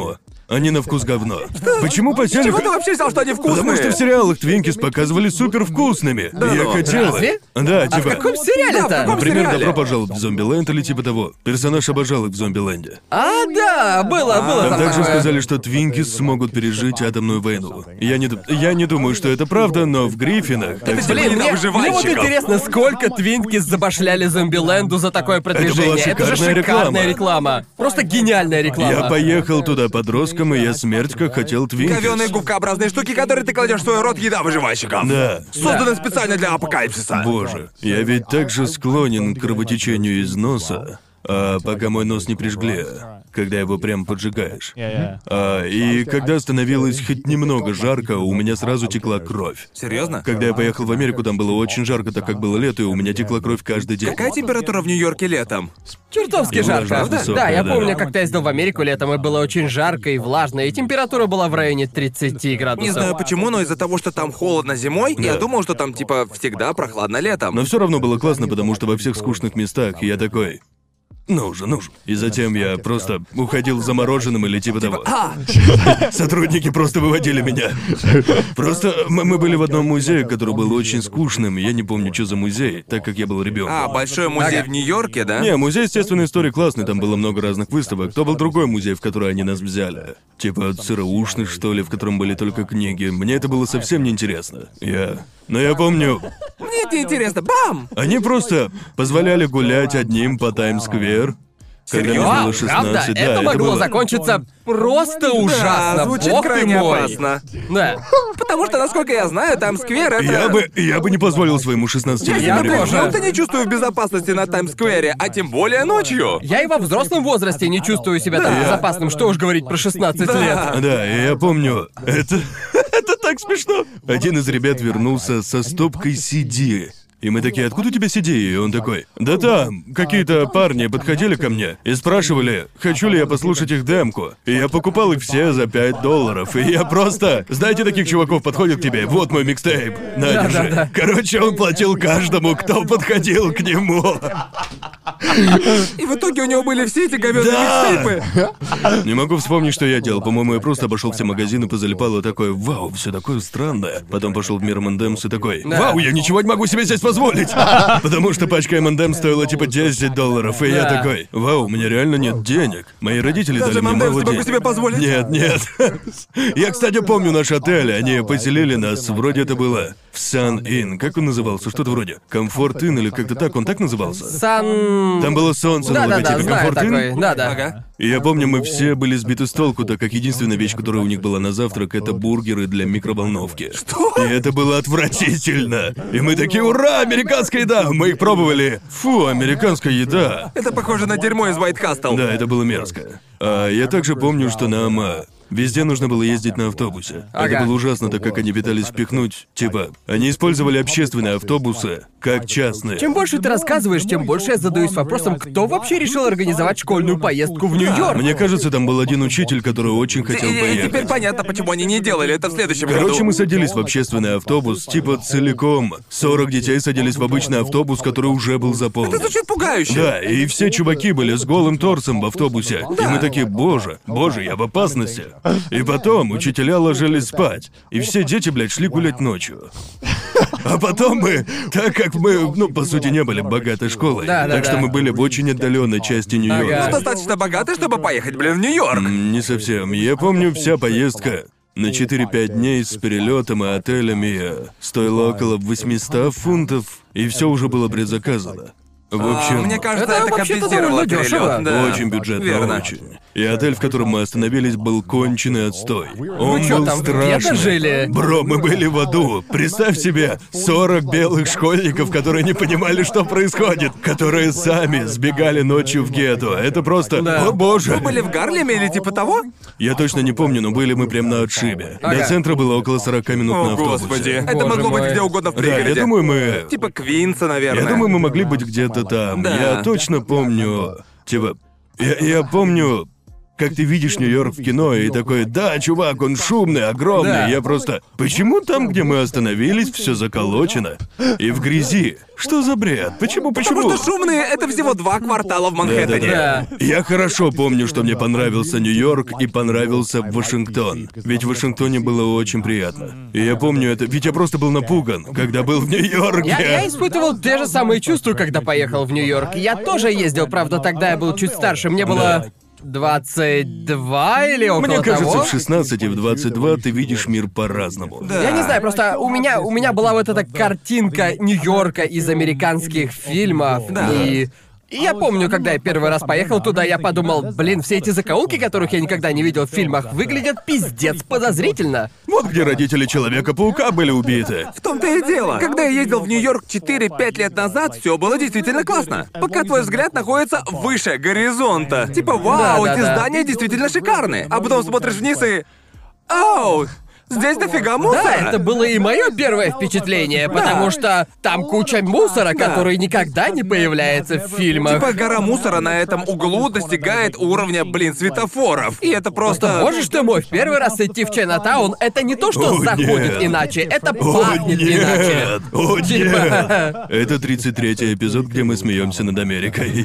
Они на вкус говно. Почему по Чего телеку... ты вообще взял, что они вкусные? Потому что в сериалах Твинкис показывали супер вкусными. Да Я ну. хотел. Разве? Да, А в типа. каком сериале-то? Да, в каком Например, сериале? «Добро пожаловать в Зомбиленд» или типа того. Персонаж обожал их в Зомбиленде. А, да, было Там там также такое. сказали, что Твинкис смогут пережить атомную войну. Я не думаю, что это правда, но в Гриффинах... так сказать, Блин, на мне вот выживальщиков. интересно, сколько Твинкис забашляли Зомбиленду за такое продвижение. Это же шикарная шикарная реклама. реклама. Просто гениальная реклама. Я поехал туда подростком, и я смерть как хотел Твинкис. Говёные губкообразные штуки, которые ты кладешь в свой рот, еда выживальщиков. Да. Созданы специально для апокалипсиса. Боже, я ведь также склонен к кровотечению из носа, пока мой нос не прижгли, когда его прям поджигаешь. И когда становилось хоть немного жарко, у меня сразу текла кровь. Серьезно? Когда я поехал в Америку, там было очень жарко, так как было лето, и у меня текла кровь каждый день. Какая температура в Нью-Йорке летом? Чертовски И жарко. влажность высокая, Да, я да. помню, как-то ездил в Америку летом, и было очень жарко и влажно, и температура была в районе 30 градусов. Не знаю почему, но из-за того, что там холодно зимой, я думал, что там типа всегда прохладно летом. Но все равно было классно, потому что во всех скучных местах я такой... Ну же. И затем я просто уходил замороженным или типа того. Сотрудники просто выводили меня. Просто мы были в одном музее, который был очень скучным. Я не помню, что за музей, так как я был ребенком. Большой музей Ага. в Нью-Йорке, да? Не, музей естественной истории классный, там было много разных выставок. То был другой музей, в который они нас взяли. Типа сыроушный, что ли, в котором были только книги. Мне это было совсем неинтересно. Но я помню, Мне это интересно. Бам! они просто позволяли гулять одним по Таймс-сквер. Когда мне Вау, было 16, правда? да, это могло было... закончиться просто ужасно. Да, звучит Бог ты крайне мой. опасно. Да. Потому что, насколько я знаю, Таймс-сквер это... Я бы не позволил своему 16-летнему Я ребенку. тоже. Я не чувствую в безопасности на Таймс-сквере, а тем более ночью. Я и во взрослом возрасте не чувствую себя так безопасным, что уж говорить про 16 лет. Да, и я помню, это так смешно. Один из ребят вернулся со стопкой CD. И мы такие, откуда у тебя CD? И он такой, да там, какие-то парни подходили ко мне и спрашивали, хочу ли я послушать их демку. И я покупал их все за $5. И я просто... Знаете, таких чуваков подходят к тебе? Вот мой микстейп. На, держи. Да. Короче, он платил каждому, кто подходил к нему. И в итоге у него были все эти говёные Да! микстейпы. Не могу вспомнить, что я делал. По-моему, я просто обошел все магазины, позалипал и такой, вау, все такое странное. Потом пошел в мир M&M's и такой, вау, я ничего не могу себе здесь позволить. Потому что пачка M&M's стоила типа $10. И я Да. такой, вау, у меня реально нет денег. Мои родители Даже дали мне M&M's мало не могу денег. себе позволить. Нет. Я, кстати, помню наш отель. Они поселили нас, вроде это было в Sun Inn. Как он назывался? Что-то вроде Комфорт Inn или как-то так. Он так назывался? Там было солнце на Да-да-да, логотипе. знаю Комфорт Inn? такой. Да-да. Ага. И я помню, мы все были сбиты с толку, так как единственная вещь, которая у них была на завтрак, это бургеры для микроволновки. Что? И это было отвратительно. И мы такие, ура, американская еда! Мы их пробовали. Фу, американская еда. Это похоже на дерьмо из White Castle. Да, это было мерзко. Я также помню, что нам везде нужно было ездить на автобусе. Ага. Это было ужасно, так как они пытались впихнуть, типа, они использовали общественные автобусы как частные. Чем больше ты рассказываешь, тем больше я задаюсь вопросом, кто вообще решил организовать школьную поездку в Нью-Йорк? Мне кажется, там был один учитель, который очень хотел И теперь поехать. понятно, почему они не делали это в следующем году. Короче, мы садились в общественный автобус, типа целиком. 40 детей садились в обычный автобус, который уже был заполнен. Это звучит пугающе. Да, и все чуваки были с голым торсом в автобусе. И мы такие, боже, я в опасности. И потом учителя ложились спать. И все дети, блядь, шли гулять ночью. А потом мы, так как мы, по сути, не были богатой школой, Да, так что мы были в очень отдаленной части Нью-Йорка. Ага. Достаточно богаты, чтобы поехать, в Нью-Йорк. Не совсем. Я помню, вся поездка на 4-5 дней с перелетом и отелями стоила около 800 фунтов, и все уже было предзаказано. В общем, Мне кажется, это это вообще-то компенсировало довольно дёшево. перелет. Да. очень бюджетно, Верно. очень. И отель, в котором мы остановились, был конченый отстой. Он чё, был там в страшный. гетто жили? Бро, мы были в аду. Представь себе, 40 белых школьников, которые не понимали, что происходит, которые сами сбегали ночью в гетто. Это просто... Да. О боже! Вы были в Гарлеме или типа того? Я точно не помню, но были мы прям на отшибе. До Ага. центра было около 40 минут на О, автобусе. господи. Это Боже могло быть мой. где угодно в Да, пригороде. я думаю, мы... Типа Квинса, наверное. Я думаю, мы могли быть где-то там. Да. Я точно помню... Типа... Я помню... как ты видишь Нью-Йорк в кино и такой, да, чувак, он шумный, огромный. Да. Я просто, почему там, где мы остановились, все заколочено и в грязи? Что за бред? Почему? Потому что шумные — это всего 2 квартала в Манхэттене. Да. Я хорошо помню, что мне понравился Нью-Йорк и понравился Вашингтон. Ведь в Вашингтоне было очень приятно. И я помню это, ведь я просто был напуган, когда был в Нью-Йорке. Я испытывал те же самые чувства, когда поехал в Нью-Йорк. Я тоже ездил, правда, тогда я был чуть старше. Мне было 22 или около Мне кажется, того. в 16 и в 22 ты видишь мир по-разному. Да. Я не знаю, просто у меня была вот эта картинка Нью-Йорка из американских фильмов. Да. И я помню, когда я первый раз поехал туда, я подумал, блин, все эти закоулки, которых я никогда не видел в фильмах, выглядят пиздец подозрительно. Вот где родители Человека-паука были убиты. В том-то и дело. Когда я ездил в Нью-Йорк 4-5 лет назад, все было действительно классно. Пока твой взгляд находится выше горизонта. Типа, вау, Да, эти да. здания действительно шикарные. А потом смотришь вниз и... Ау! Здесь дофига мусора. Да, это было и мое первое впечатление, потому что там куча мусора, который никогда не появляется в фильмах. Типа гора мусора на этом углу достигает уровня, светофоров. И это просто... Боже ты мой, в первый раз идти в Чайнатаун, это не то, что О, заходит нет. иначе, это О, пахнет иначе. нет! О, Типа- нет! Это 33-й эпизод, где мы смеемся над Америкой.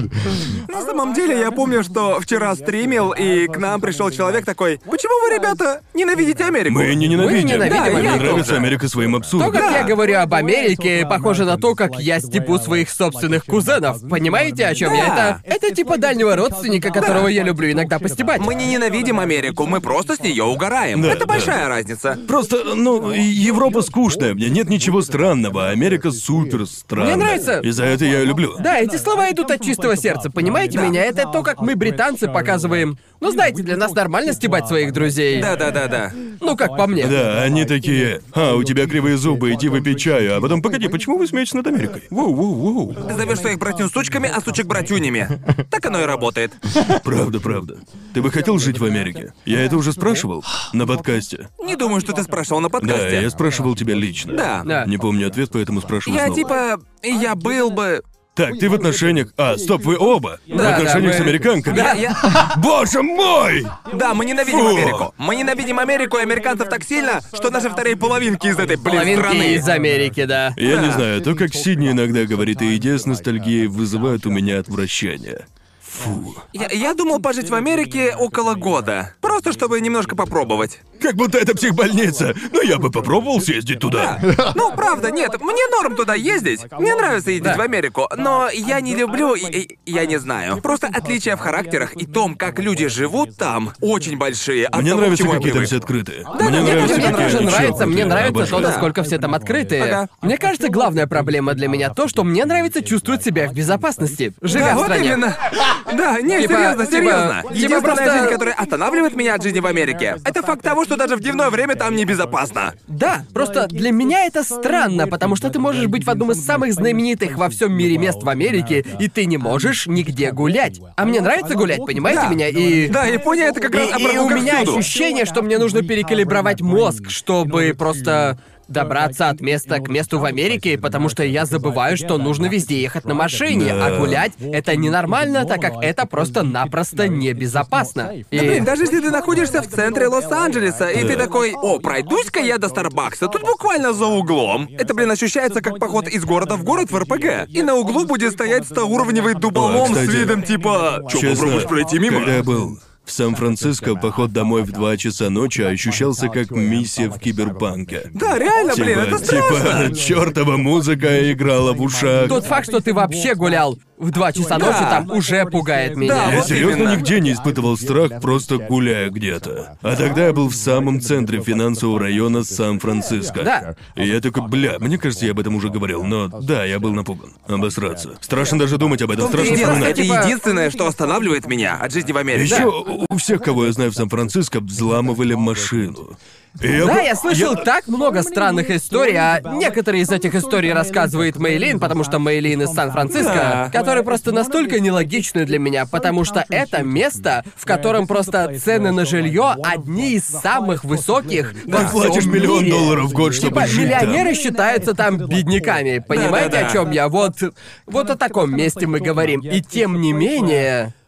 На самом деле, я помню, что вчера стримил, и к нам пришел человек такой: почему вы, ребята, ненавидите Америку? Мы не ненавидим. ненавидим Да, Мне я нравится тоже. Америка своим То, абсурдом. как я говорю об Америке, похоже на то, как я стебу своих собственных кузенов. Понимаете, о чем я? Это типа дальнего родственника, которого я люблю иногда постебать. Мы не ненавидим Америку, мы просто с нее угораем. Да, Это да. большая разница. Просто, Европа скучная, мне нет ничего странного, а Америка супер странная. Мне нравится. И за это я ее люблю. Да, эти слова идут от чистого сердца, понимаете меня? Это то, как мы, британцы, показываем... Ну, знаете, для нас нормально стебать своих друзей. Да. Ну, как по мне. Да, они такие, у тебя кривые зубы, иди выпей чаю, а потом, погоди, почему вы смеетесь над Америкой? Воу. Ты зовешь своих братюн сучками, а сучек братюнями. Так оно и работает. Правда. Ты бы хотел жить в Америке? Я это уже спрашивал на подкасте. Не думаю, что ты спрашивал на Да, подкасте. я спрашивал тебя лично. Да. Да. Не помню ответ, поэтому спрашиваю Я снова. типа... Я был бы... Так, ты в отношениях... стоп, вы оба в Да, отношениях мы- с американками? Я... Боже мой! Да, мы ненавидим Фу. Америку. Мы ненавидим Америку и американцев так сильно, что даже вторые половинки из этой, Половинки страны. из Америки, да. Я Да. не знаю, то, как Сидни иногда говорит о еде с ностальгией, вызывает у меня отвращение. Фу. Я думал пожить в Америке около года. Просто чтобы немножко попробовать. Как будто это психбольница. Но я бы попробовал съездить туда. Ну, правда, нет, мне норм туда ездить. Мне нравится ездить Да. в Америку, но я не люблю, я не знаю. Просто отличия в характерах и том, как люди живут там, очень большие. От Мне того, к нравится, чему я какие там привык. все открытые. да, Мне мне нравится, тоже какие они нравится, мне чокнутые. нравится то, Обожаю. насколько все там открытые. Ага. Мне кажется, главная проблема для меня то, что мне нравится чувствовать себя в безопасности, живя Да, в вот стране. именно. Да, не, Типа- серьезно, типа- серьезно. типа Единственная просто- жизнь, которая останавливает меня от жизни в Америке, это факт того, что даже в дневное время там небезопасно. Да, просто для меня это странно, потому что ты можешь быть в одном из самых знаменитых во всем мире мест в Америке, и ты не можешь нигде гулять. А мне нравится гулять, понимаете Да. меня? И... Да, Япония это как раз о И у прогулках меня всюду. ощущение, что мне нужно перекалибровать мозг, чтобы просто добраться от места к месту в Америке, потому что я забываю, что нужно везде ехать на машине, Да. а гулять — это ненормально, так как это просто-напросто небезопасно. И... Блин, даже если ты находишься в центре Лос-Анджелеса, и ты такой: о, пройдусь-ка я до Старбакса, тут буквально за углом. Это, ощущается как поход из города в город в РПГ. И на углу будет стоять 100-уровневый дуболом кстати, с видом типа: чё, Честно, попробуешь пройти мимо? когда я был в Сан-Франциско, поход домой в 2 часа ночи ощущался как миссия в киберпанке. Да, реально, блин, это страшно. чёртова музыка играла в ушах. Тот факт, что ты вообще гулял в 2 часа ночи, Да. там уже пугает меня. Да, Я вот серьезно именно. нигде не испытывал страх, просто гуляя где-то. А тогда я был в самом центре финансового района Сан-Франциско. Да. И я такой, мне кажется, я об этом уже говорил, но да, я был напуган. Обосраться. Страшно даже думать об этом, В том-то и страшно дело, вспоминать. это Типа- единственное, что останавливает меня от жизни в Америке. Еще у всех, кого я знаю в Сан-Франциско, взламывали машину. И Да, бы- я слышал так много странных историй, а некоторые из этих историй рассказывает Мэйлин, потому что Мэйлин из Сан-Франциско, Да. которые просто настолько нелогичны для меня, потому что это место, в котором просто цены на жилье одни из самых высоких во Мы всем платим $1 000 000 мире. в год, чтобы Типа, жить там. миллионеры считаются там бедняками, понимаете, Да-да-да. о чем я? Вот о таком месте мы говорим. И тем не менее...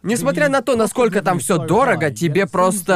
несмотря на то, насколько там все дорого, тебе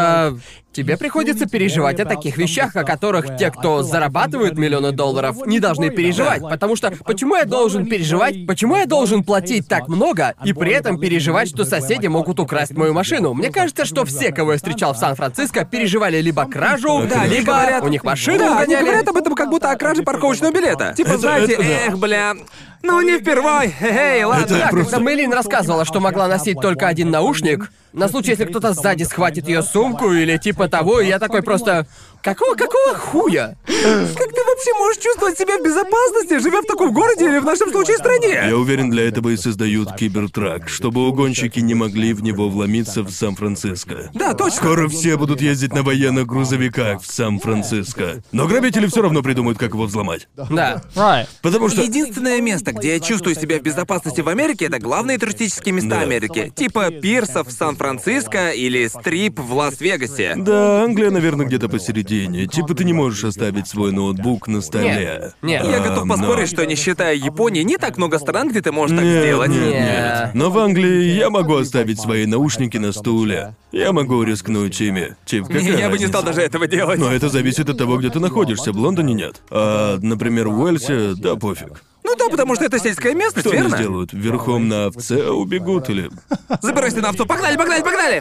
приходится переживать о таких вещах, о которых те, кто зарабатывают миллионы долларов, не должны переживать. Потому что почему я должен переживать, почему я должен платить так много и при этом переживать, что соседи могут украсть мою машину? Мне кажется, что все, кого я встречал в Сан-Франциско, переживали либо кражу, либо у них машину Да, они угоняли. говорят об этом как будто о краже парковочного билета. Типа, знаете, бля, ну не впервой, эй, ладно. Да, просто- когда Мэйлин рассказывала, что могла носить только один наушник, на случай, если кто-то сзади схватит ее сумку или типа того, и я такой просто... Какого хуя? Как ты вообще можешь чувствовать себя в безопасности, живя в таком городе или в нашем случае стране? Я уверен, для этого и создают кибертрак, чтобы угонщики не могли в него вломиться в Сан-Франциско. Да, точно. Скоро все будут ездить на военных грузовиках в Сан-Франциско. Но грабители все равно придумают, как его взломать. Да. Потому что... Единственное место, где я чувствую себя в безопасности в Америке, это главные туристические места Да. Америки. Типа пирсов в Сан-Франциско или стрип в Лас-Вегасе. Да, Англия, наверное, где-то посередине. Типа ты не можешь оставить свой ноутбук на столе. Нет. Я готов но- поспорить, что не считая Японии, не так много стран, где ты можешь так Нет, сделать. нет, Нет. нет. Но в Англии я могу оставить свои наушники на стуле. Я могу рискнуть ими. Типа, какая Я бы не разница? стал даже этого делать. Но это зависит от того, где ты находишься. В Лондоне нет. А, например, в Уэльсе, да пофиг. Ну да, потому что это сельская местность, Что они верно? сделают? Верхом на овце убегут или... Забирайся на овцу, погнали, погнали, погнали!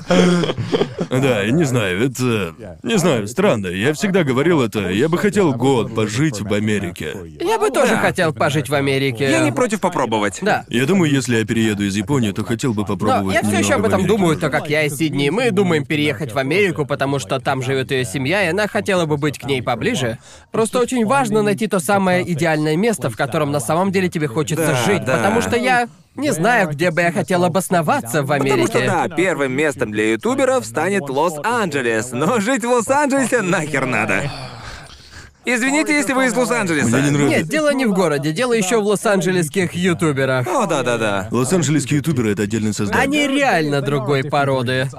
Да, я не знаю, это... Не знаю, странно. Я всегда говорил это. Я бы хотел год пожить в Америке. Я бы тоже Да. хотел пожить в Америке. Я не против попробовать. Да. Я думаю, если я перееду из Японии, то хотел бы Но попробовать я все еще об немного в этом Америке. думаю, так как я из Сидней. Мы думаем переехать в Америку, потому что там живет ее семья, и она хотела бы быть к ней поближе. Просто очень важно найти то самое идеальное место, в котором на самом деле тебе хочется Да, жить. да. Потому что я не знаю, где бы я хотел обосноваться в Америке. Потому что, да, первым местом для ютуберов станет Лос-Анджелес, но жить в Лос-Анджелесе нахер надо. Извините, если вы из Лос-Анджелеса. Мне не нравится. Нет, дело не в городе, дело еще в лос-анджелесских ютуберах. О, да-да-да. Лос-Анджелесские ютуберы — это отдельное создание. Они реально другой породы.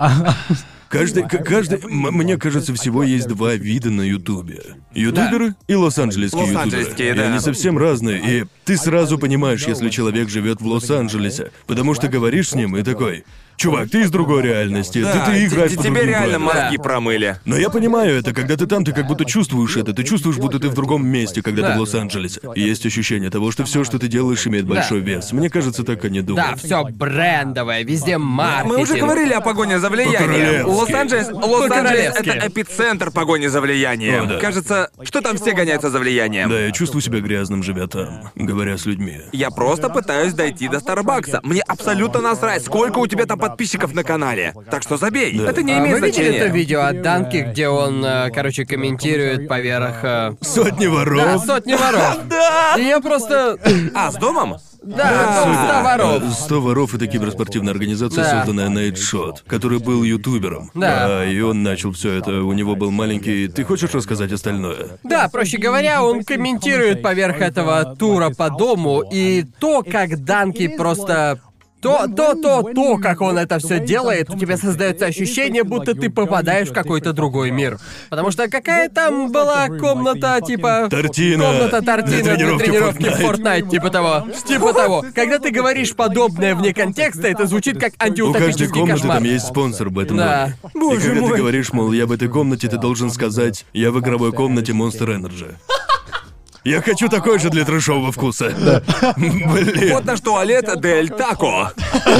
Мне кажется, всего есть два вида на Ютубе. Ютуберы и лос-анджелесские ютуберы. Лос-анджелесские, И да. они совсем разные, и ты сразу понимаешь, если человек живет в Лос-Анджелесе. Потому что говоришь с ним и такой: чувак, ты из другой реальности, Да, ты играешь по тебе другим реально правилам». мозги промыли. Но я понимаю это, когда ты там, ты как будто чувствуешь это. Ты чувствуешь, будто ты в другом месте, когда ты Да. в Лос-Анджелесе. И есть ощущение того, что все, что ты делаешь, имеет большой вес. Мне кажется, так они Да, думают. все брендовое, везде маркетинг. Мы уже говорили о погоне за влиянием. По-королевски. Лос-Анджелес По-королевски. это эпицентр погони за влиянием. О, да. Кажется, что там все гоняются за влиянием. Да, я чувствую себя грязным, живя там, говоря с людьми. Я просто пытаюсь дойти до Старбакса. Мне абсолютно насрать, сколько у тебя там подписчиков на канале. Так что забей. Да. Это не А имеет вы видели значения. это видео от Данки, где он, комментирует поверх... Сотни воров. Да, сотни воров. И я просто... А, с домом? Да, дом 100 воров. 100 воров — это киберспортивная организация, Да. созданная Найтшот, который был ютубером. Да. И он начал все это. У него был маленький. Ты хочешь рассказать остальное? Да, проще говоря, он комментирует поверх этого тура по дому, и то, как Данки просто... То, как он это все делает, у тебя создается ощущение, будто ты попадаешь в какой-то другой мир. Потому что какая там была комната, типа... Тортина. Комната Тортина Для тренировки в Fortnite, типа того. Типа того. Когда ты говоришь подобное вне контекста, это звучит как У каждой антиутопический комнаты кошмар. там есть спонсор в этом Да. доме. И когда ты говоришь, мол, я в этой комнате, ты должен сказать: я в игровой комнате Monster Energy. Я хочу такой же для трэшового вкуса. Блин. Вот наш туалет Дель Тако.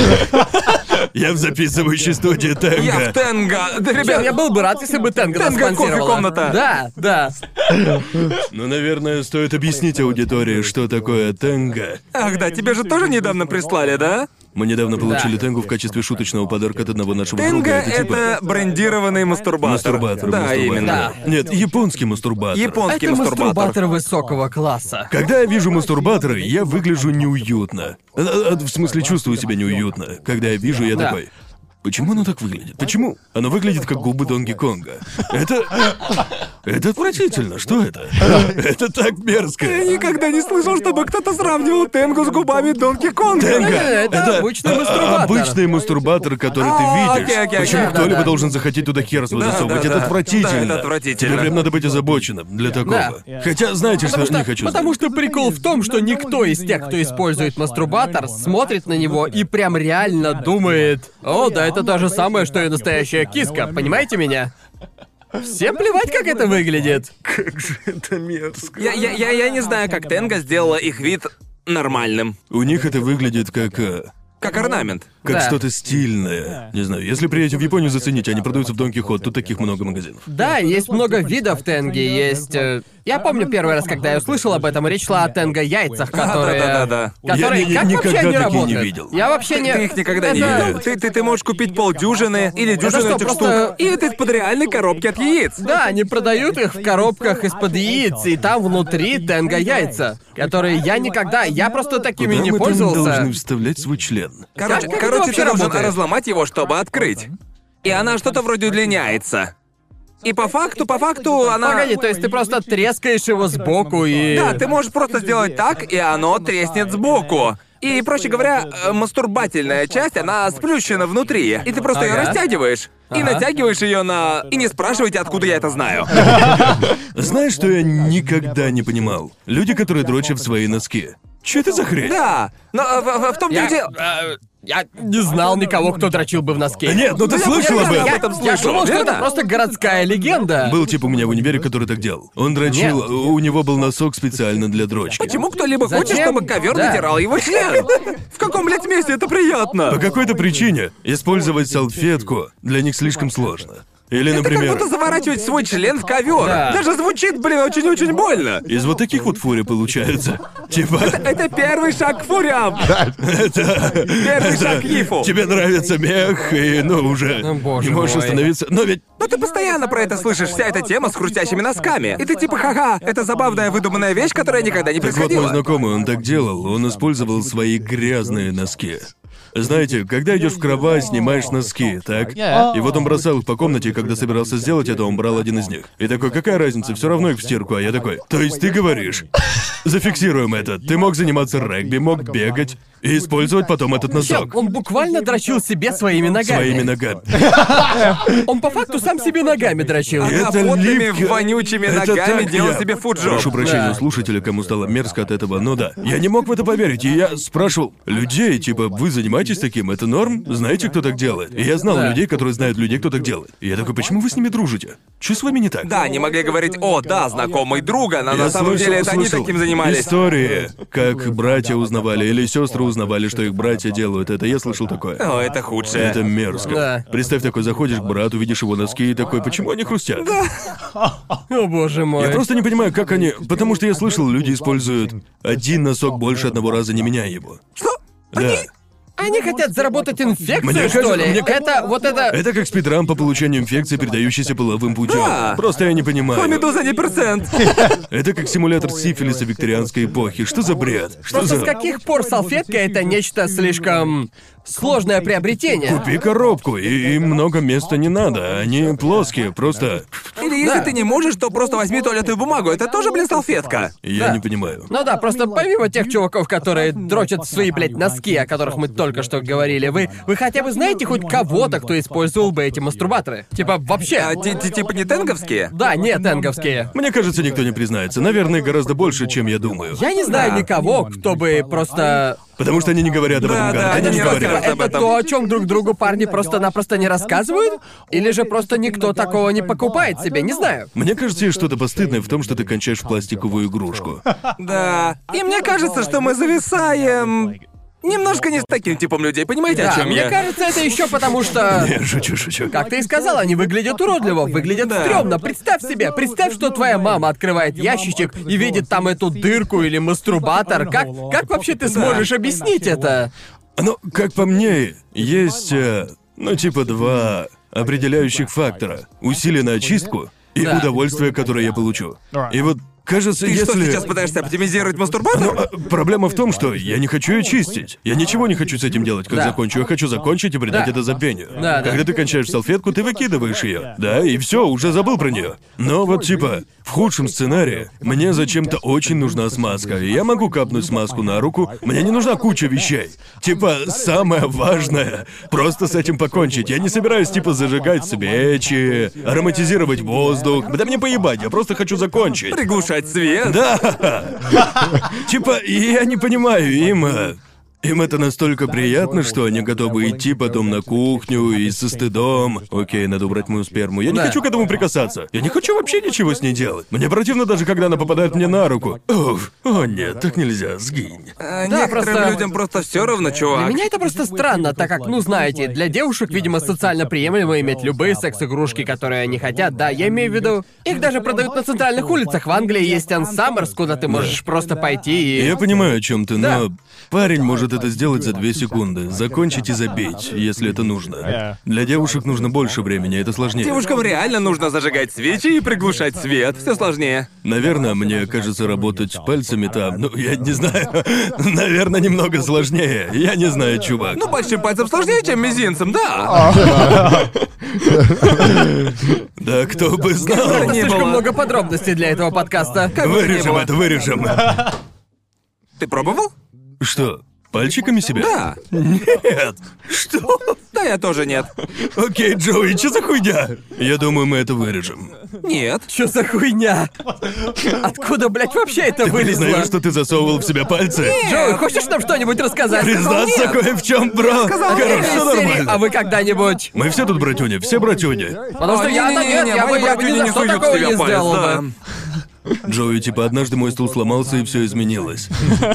Я в записывающей студии Я в Тенга. Тенга. Да, Блин, ребят, я был бы рад, если бы Тенга нас Тенга спонсировала. кофе-комната. Да, да. Ну, наверное, стоит объяснить аудитории, что такое Тенга. ах да, тебе же тоже недавно прислали, да? Мы недавно получили Да. Тенгу в качестве шуточного подарка от одного нашего Тенга друга. Это типа это брендированный мастурбатор. мастурбатор. Да, мастурбатор. именно. Нет, японский мастурбатор. Японский Это мастурбатор. мастурбатор высокого класса. Когда я вижу мастурбаторы, я выгляжу неуютно. В смысле, чувствую себя неуютно. Когда я вижу, я Да. такой: Почему оно так выглядит? Почему? Оно выглядит как губы Донки Конга. Это отвратительно. Что это? Это так мерзко. Я никогда не слышал, чтобы кто-то сравнивал Тенгу с губами Донки Конга. Тенга. Это обычный мастурбатор. Обычный мастурбатор, который ты видишь. окей, Почему да, кто-либо да. должен захотеть туда хер свой Да, засовывать? да, Это да. отвратительно. Да, это отвратительно. Тебе прям надо быть озабоченным для такого. Хотя, знаете что, не хочу Потому знать. что прикол в том, что никто из тех, кто использует мастурбатор, смотрит на него и прям реально думает: «О, да это то же самое, что и настоящая киска», понимаете меня? Всем плевать, как это выглядит. Как же это мерзко. Я не знаю, как Тенга сделала их вид нормальным. У них это выглядит Как орнамент. как Да. что-то стильное. Не знаю, если приедете в Японию, зацените, они продаются в Дон Кихот, тут таких много магазинов. Да, есть много видов тенги, есть... Я помню первый раз, когда я услышал об этом, речь шла о тенго-яйцах, которые... да-да-да-да. Которые... Я как вообще никогда они такие не работают? видел. Я вообще не... Ты их никогда не Это- видел. Ты можешь купить полдюжины или дюжину что, этих просто- штук. И это из-под реальной коробки от яиц. Да, они продают их в коробках из-под яиц, и там внутри тенго-яйца, которые я никогда... Я просто такими Куда не мы там пользовался. должны вставлять свой член? Как это Короче, вообще ты должен работает? разломать его, чтобы открыть. И она что-то вроде удлиняется. И по факту, она... Погоди, то есть ты просто трескаешь его сбоку и... Да, ты можешь просто сделать так, и оно треснет сбоку. И, проще говоря, мастурбательная часть, она сплющена внутри. И ты просто ее Ага. растягиваешь. И натягиваешь ее на... И не спрашивайте, откуда я это знаю. Знаешь, что я никогда не понимал? Люди, которые дрочат в свои носки. Че это за хрень? Да, но в том-то и дело... Я не знал никого, кто дрочил бы в носке. Нет, ну ты Я слышал об я этом? об этом Я слышал, думал, что это верно? просто городская легенда. Был типа у меня в универе, который так делал. Он дрочил, Нет. у него был носок специально для дрочки. Почему кто-либо хочет, Зачем? чтобы ковер Да. натирал его член? В каком, блядь, месте это приятно? По какой-то причине использовать салфетку для них слишком сложно. Или, Это как например, будто заворачивать свой член в ковер. Да. Даже звучит, блин, очень-очень больно. из вот таких вот фури получается. Типа, Это первый шаг к фурям. Первый шаг к Ифу. тебе нравится мех, и ну уже О, боже не можешь мой. остановиться. Но ведь Но ты постоянно про это слышишь, вся эта тема с хрустящими носками. И ты типа, ха-ха, это забавная выдуманная вещь, которая никогда не так вот мой происходила. знакомый, он так делал, он использовал свои грязные носки. Знаете, когда идешь в кровать, снимаешь носки, так? И вот он бросал их по комнате, и когда собирался сделать это, он брал один из них. И такой, какая разница, все равно их в стирку, а я такой, то есть ты говоришь, зафиксируем это, ты мог заниматься регби, мог бегать и использовать потом этот носок. Он буквально дрочил себе своими ногами. Своими ногами. Он по факту сам себе ногами дрочил. И это потными, липко. вонючими Это ногами так делал я- себе фуджоп. Прошу прощения Да. у слушателя, кому стало мерзко от этого, но да. Я не мог в это поверить, и я спрашивал людей, типа, вы занимаетесь таким, это норм? Знаете, кто так делает? И я знал Да. людей, которые знают людей, кто так делает. И я такой, почему вы с ними дружите? Что с вами не так? Да, они могли говорить, о, да, знакомый друга, но Я на самом слышал- деле это они слышал таким занимались. Истории, как братья узнавали или сестры узнавали, что их братья делают это. Я слышал такое. О, это худшее. Это мерзко. Да. Представь, такой заходишь к брату, видишь его носки и такой, почему они хрустят? О боже мой. Я просто не понимаю, как они... Потому что я слышал, люди используют один носок больше одного раза, не меняя его. Что? Да. Они хотят заработать инфекцию, Мне что кажется, ли? мне- Это вот это... Это как спидран по получению инфекции, передающейся половым путем. Да. Просто я не понимаю. О, медуза не процент. Это как симулятор сифилиса викторианской эпохи. Что за бред? Что Просто за... с каких пор салфетка — это нечто слишком сложное приобретение? Купи коробку, и им много места не надо. Они плоские, просто... Или если Да. ты не можешь, то просто возьми туалетную бумагу. Это тоже, блин, салфетка. Я Да. не понимаю. Ну да, просто помимо тех чуваков, которые дрочат в свои, блядь, носки, о которых мы только что говорили, вы хотя бы знаете хоть кого-то, кто использовал бы эти мастурбаторы? Типа, вообще. А типа не тенговские? Да, не тенговские. Мне кажется, никто не признается. Наверное, гораздо больше, чем я думаю. Я не знаю Да. никого, кто бы просто... Потому что они не говорят об этом Да, да, городе. они не не говорят. рассказывают. об Это этом. то, о чем друг другу парни просто-напросто не рассказывают? Или же просто никто такого не покупает себе, не знаю. Мне кажется, есть что-то постыдное в том, что ты кончаешь в пластиковую игрушку. Да. И мне кажется, что мы зависаем немножко не с таким типом людей. Понимаете, Да, о чем мне я? кажется, это еще потому что... Я шучу. Как ты и сказал, они выглядят уродливо, выглядят Да. стрёмно. Представь себе, представь, что твоя мама открывает ящичек и видит там эту дырку или мастурбатор. Как вообще ты сможешь объяснить это? Ну, как по мне, есть, типа два определяющих фактора. Усилие на очистку и Да. удовольствие, которое я получу. И вот Кажется, Ты если... что, сейчас пытаешься оптимизировать мастурбатор? Проблема в том, что я не хочу ее чистить. Я ничего не хочу с этим делать, как Да. закончу. Я хочу закончить и придать Да. это забвению. Да, да. Когда ты кончаешь салфетку, ты выкидываешь ее. Да, и все, уже забыл про нее. Но вот типа, в худшем сценарии, мне зачем-то очень нужна смазка. И я могу капнуть смазку на руку. Мне не нужна куча вещей. Типа, самое важное — просто с этим покончить. Я не собираюсь, типа, зажигать свечи, ароматизировать воздух. Да мне поебать, я просто хочу закончить. Приглушать свет? Да! Типа, я не понимаю, им это настолько приятно, что они готовы идти потом на кухню и со стыдом. Окей, надо убрать мою сперму. Я не Да. хочу к этому прикасаться. Я не хочу вообще ничего с ней делать. Мне противно даже, когда она попадает мне на руку. Уф. О нет, так нельзя, сгинь. Некоторым просто- людям просто все равно, Для чувак. меня это просто странно, так как, ну знаете, для девушек, видимо, социально приемлемо иметь любые секс-игрушки, которые они хотят, да, я имею в виду, их даже продают на центральных улицах. В Англии есть Ann Summers, куда ты можешь просто пойти и... Я понимаю, о чем ты, Да. но парень может это сделать за 2 секунды. Закончить и забить, если это нужно. Для девушек нужно больше времени, это сложнее. Девушкам реально нужно зажигать свечи и приглушать свет. Все сложнее. Наверное, мне кажется, работать пальцами там, ну, я не знаю. Наверное, немного сложнее. Я не знаю, чувак. Ну, большим пальцем сложнее, чем мизинцем, да. Да кто бы знал. Это не слишком было. много подробностей для этого подкаста. Как бы то ни Вырежем было. это, вырежем. Ты пробовал? Что, пальчиками себя? Да. Нет. Что? Да, я тоже нет. Окей, Джоуи, что за хуйня? Я думаю, мы это вырежем. Нет. Чё за хуйня? Откуда, блядь, вообще это вылезло? Признаешь, что ты засовывал в себя пальцы? Джоуи, хочешь нам что-нибудь рассказать? Признаться Нет. кое в чем, бро. Короче, Из все серии, нормально. а вы когда-нибудь? Мы все тут братюни, все братюни. Потому что я-то нет, я бы ни за что такого не сделал бы. Джоуи, типа, однажды мой стул сломался и все изменилось.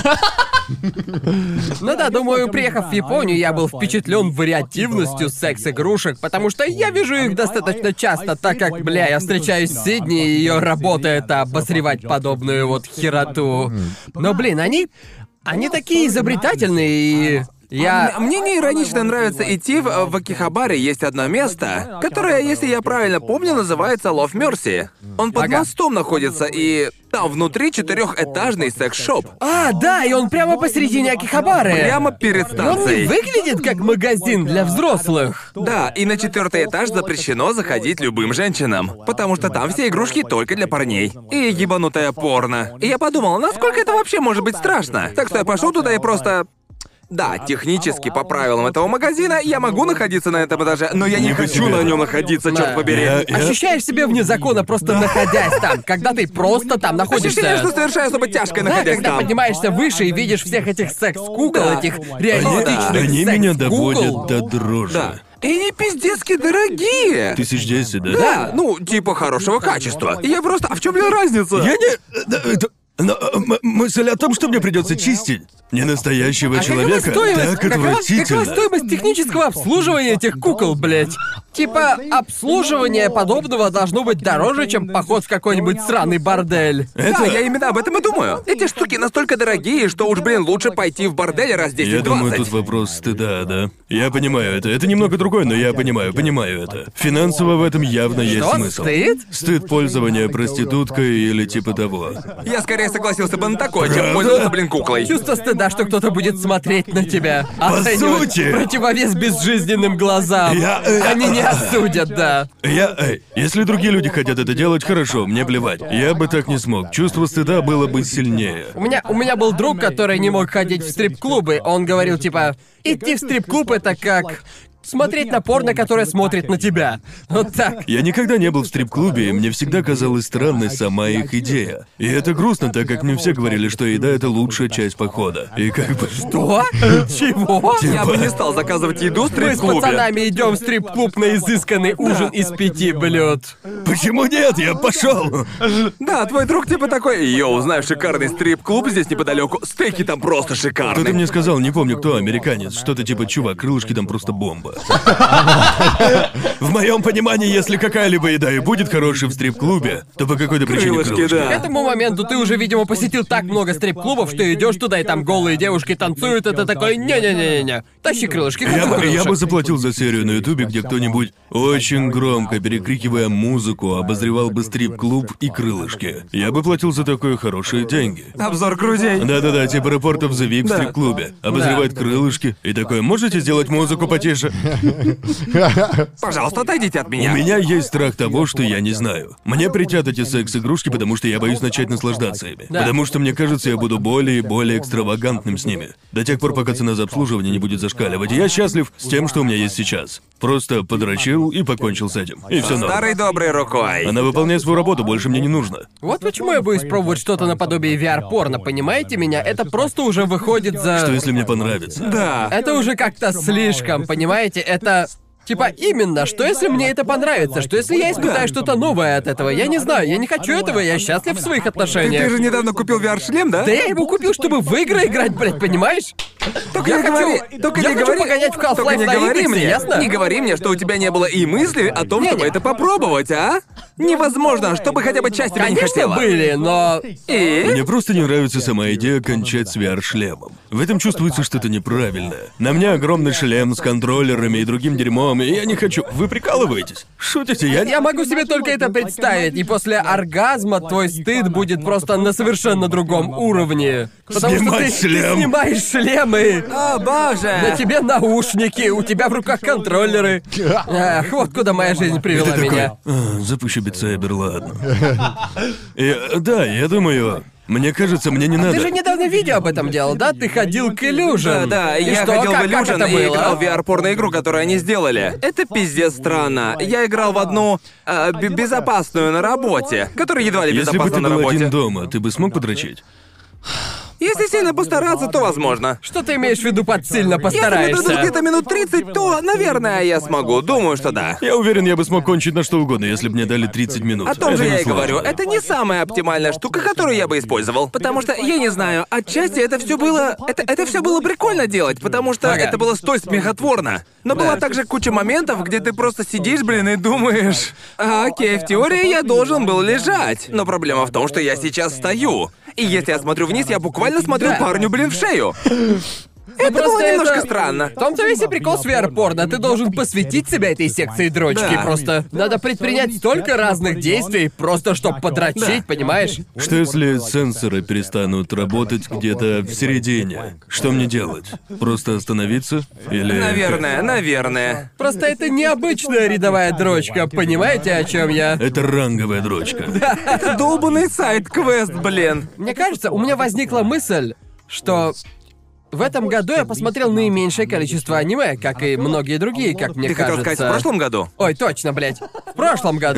Ну да, думаю, приехав в Японию, я был впечатлен вариативностью секс-игрушек, потому что я вижу их достаточно часто, так как, бля, я встречаюсь с Сидни, и ее работа — это обозревать подобную вот хероту. Но, блин, они такие изобретательные, и... Мне не иронично нравится идти в Акихабаре. Есть одно место, которое, если я правильно помню, называется Love Mercy. Он под Ага. мостом находится, и там внутри 4-этажный секс-шоп. А, да, и он прямо посередине Акихабары. Прямо перед И он станцией. выглядит как магазин для взрослых. Да, и на 4-й этаж запрещено заходить любым женщинам, потому что там все игрушки только для парней. И ебанутая порно. И я подумал, насколько это вообще может быть страшно. Так что я пошел туда и просто... Да, технически, по правилам этого магазина, я могу находиться на этом этаже, но я не Не по хочу себе. на нем находиться, Да. черт побери. Я- Ощущаешь себя вне закона, просто находясь там, когда ты просто там находишься. Ощущение, что совершаю особо тяжкое, Да, находясь когда там. поднимаешься выше и видишь всех этих секс-кукол, Да. этих реалистичных Они меня секс-кукол. доводят до дрожи. Да. И они пиздецки дорогие. 1010, да? Да, ну, типа хорошего качества. Я просто... А в чем, разница? Я не... Но мысль о том, что мне придется чистить не настоящего человека, так какова отвратительно. стоимость технического обслуживания этих кукол, блядь? Типа, обслуживание подобного должно быть дороже, чем поход в какой-нибудь сраный бордель. Да, я именно об этом и думаю. Эти штуки настолько дорогие, что уж, блин, лучше пойти в бордель раз 10-20. Я думаю, тут вопрос стыда, да? Я понимаю это. Это немного другое, но я понимаю это. Финансово в этом явно есть Что, смысл. стыд? Стыд пользования проституткой или типа того. Я скорее согласился бы на такое, чем пользоваться, блин, куклой. Чувство стыда, что кто-то будет смотреть на тебя. Оценивать сути. противовес безжизненным глазам. Они не осудят, да. Если другие люди хотят это делать, хорошо, мне плевать. Я бы так не смог. Чувство стыда было бы сильнее. У меня был друг, который не мог ходить в стрип-клубы. Он говорил, типа, идти в стрип-клуб — это как смотреть на порно, которое смотрит на тебя. Вот так. Я никогда не был в стрип-клубе, и мне всегда казалась странной сама их идея. И это грустно, так как мне все говорили, что еда — это лучшая часть похода. И как бы... Что? Чего? Я бы не стал заказывать еду в Мы с стрип-клубе. пацанами идем в стрип-клуб на изысканный ужин из 5 блюд. Почему нет? Я пошел. Да, твой друг типа такой, йоу, знаешь, шикарный стрип-клуб здесь неподалеку. Стейки там просто Кто-то шикарные. мне сказал, не помню кто, американец, что-то типа, чувак, крылышки там просто бомба. этого. В моем понимании, если какая-либо еда и будет хорошей в стрип-клубе, то по какой-то причине крылышки. Да. К этому моменту ты уже, видимо, посетил так много стрип-клубов, что идешь туда, и там голые девушки танцуют, это такой не-не-не-не. Тащи крылышки, хочу Я бы крылышек. заплатил за серию на Ютубе, где кто-нибудь очень громко, перекрикивая музыку, обозревал бы стрип-клуб и крылышки. Я бы платил за такое хорошие деньги. Обзор грудей. Да-да-да, типа Report of the Week в стрип-клубе. Обозревать крылышки и такое, можете сделать музыку потише? Пожалуйста, отойдите от меня. У меня есть страх того, что я не знаю. Мне притят эти секс-игрушки, потому что я боюсь начать наслаждаться ими. Да. Потому что мне кажется, я буду более и более экстравагантным с ними. До тех пор, пока цена за обслуживание не будет зашкаливать. И я счастлив с тем, что у меня есть сейчас. Просто подрочил и покончил с этим. И все норм. Старой доброй рукой. Она выполняет свою работу, больше мне не нужно. Вот почему я боюсь пробовать что-то наподобие VR-порно, понимаете меня? Это просто уже выходит за... Что если мне понравится? Да. Это уже как-то слишком, понимаете? Это... Типа, именно, что если мне это понравится? Что если я испытаю что-то новое от этого? Я не знаю, я не хочу этого, я счастлив в своих отношениях. Ты же недавно купил VR-шлем, да? Да я его купил, чтобы в игры играть, блядь, понимаешь? Только я не говори, хочу... только я не хочу говори, погонять в только Half-Life не на говори Xbox, мне, ясно? не говори мне, что у тебя не было и мысли о том, чтобы Не-не. это попробовать, а? Невозможно, чтобы хотя бы часть тебя не Конечно, хотела. были, но... И? Мне просто не нравится сама идея кончать с VR-шлемом. В этом чувствуется что-то неправильное. На мне огромный шлем с контроллерами и другим дерьмом, и я не хочу... Вы прикалываетесь? Шутите? Я могу себе только это представить, и после оргазма твой стыд будет просто на совершенно другом уровне. Потому что Снимать ты шлем. снимаешь шлемы, О, боже! на тебе наушники, у тебя в руках контроллеры. Ах, вот куда моя жизнь привела Ты такой, меня. запущу битсайбер, ладно. Да, я думаю... Мне кажется, мне не Ты надо... же недавно видео об этом делал, да? Ты ходил к Illusion. Да, И я что, ходил в как Illusion это и было? играл в VR-порно игру, которую они сделали. Это пиздец странно. Я играл в одну безопасную на работе, которая едва ли Если бы безопасна ты на был работе. один дома, ты бы смог подрочить? Если сильно постараться, то возможно. Что ты имеешь в виду под сильно Если мне дадут постараешься? где-то минут 30, то, наверное, я смогу. Думаю, что да. Я уверен, я бы смог кончить на что угодно, если бы мне дали 30 минут. О том же Это я и несложно. говорю. Это не самая оптимальная штука, которую я бы использовал. Потому что, я не знаю, отчасти это все было... Это все было прикольно делать, потому что Ага. это было столь смехотворно. Но была также куча моментов, где ты просто сидишь, блин, и думаешь... Окей, в теории я должен был лежать. Но проблема в том, что я сейчас стою. И если я смотрю вниз, я буквально смотрю Да. парню, блин, в шею. Это было Просто немножко это- странно. В том-то весь и прикол с VR-порно. Ты должен посвятить себя этой секции дрочки. Да. Просто надо предпринять столько разных действий, просто чтобы подрочить, понимаешь? Что если сенсоры перестанут работать где-то в середине? Что мне делать? Просто остановиться? Или... Наверное. Просто это необычная рядовая дрочка, понимаете, о чем я? Это ранговая дрочка. Это долбанный сайт-квест, блин. Мне кажется, у меня возникла мысль, что в этом году я посмотрел наименьшее количество аниме, как и многие другие, как мне Ты хотел кажется. сказать, в прошлом году? Ой, точно, блядь. В прошлом году.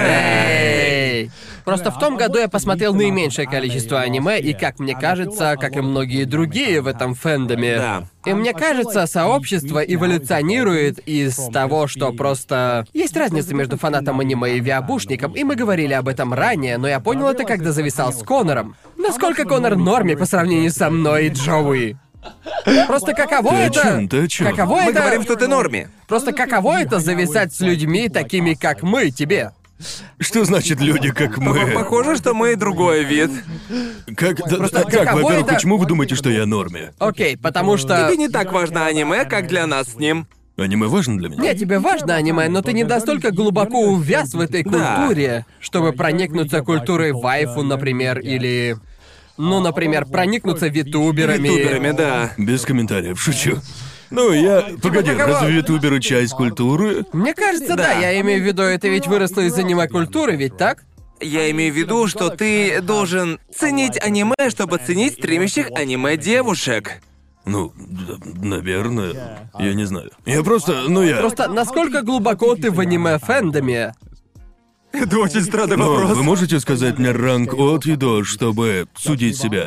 Эй. Просто в том году я посмотрел наименьшее количество аниме, и, как мне кажется, как и многие другие в этом фэндоме. Да. И мне кажется, сообщество эволюционирует из того, что просто... Есть разница между фанатом аниме и виабушником, и мы говорили об этом ранее, но я понял это, когда зависал с Конором. Насколько Конор норме по сравнению со мной и Джоуи. Просто каково Ты о это... чём? Ты о чём? Каково Мы это... говорим, что ты норме. Просто каково это зависать с людьми, такими как мы, тебе? Что значит люди, как мы? Похоже, что мы другой вид. Как... Так, каково во-первых, это- почему вы думаете, что я норме? Окей, потому что... Тебе не так важно аниме, как для нас с ним. Аниме важно для меня? Не, тебе важно аниме, но ты не настолько глубоко увяз в этой Да. культуре, чтобы проникнуться культурой вайфу, например, или... Ну, например, проникнуться витуберами. Ютуберами, да. Без комментариев, шучу. Ну, я... Погоди, каково? разве ютуберы часть культуры? Мне кажется, да, я имею в виду, это ведь выросло из аниме-культуры, ведь так? Я имею в виду, что ты должен ценить аниме, чтобы ценить стримящих аниме-девушек. Ну, наверное. Я не знаю. Я просто... Просто насколько глубоко ты в аниме-фэндоме? Это очень странный Но вопрос. вы можете сказать мне ранг от и до, чтобы судить себя?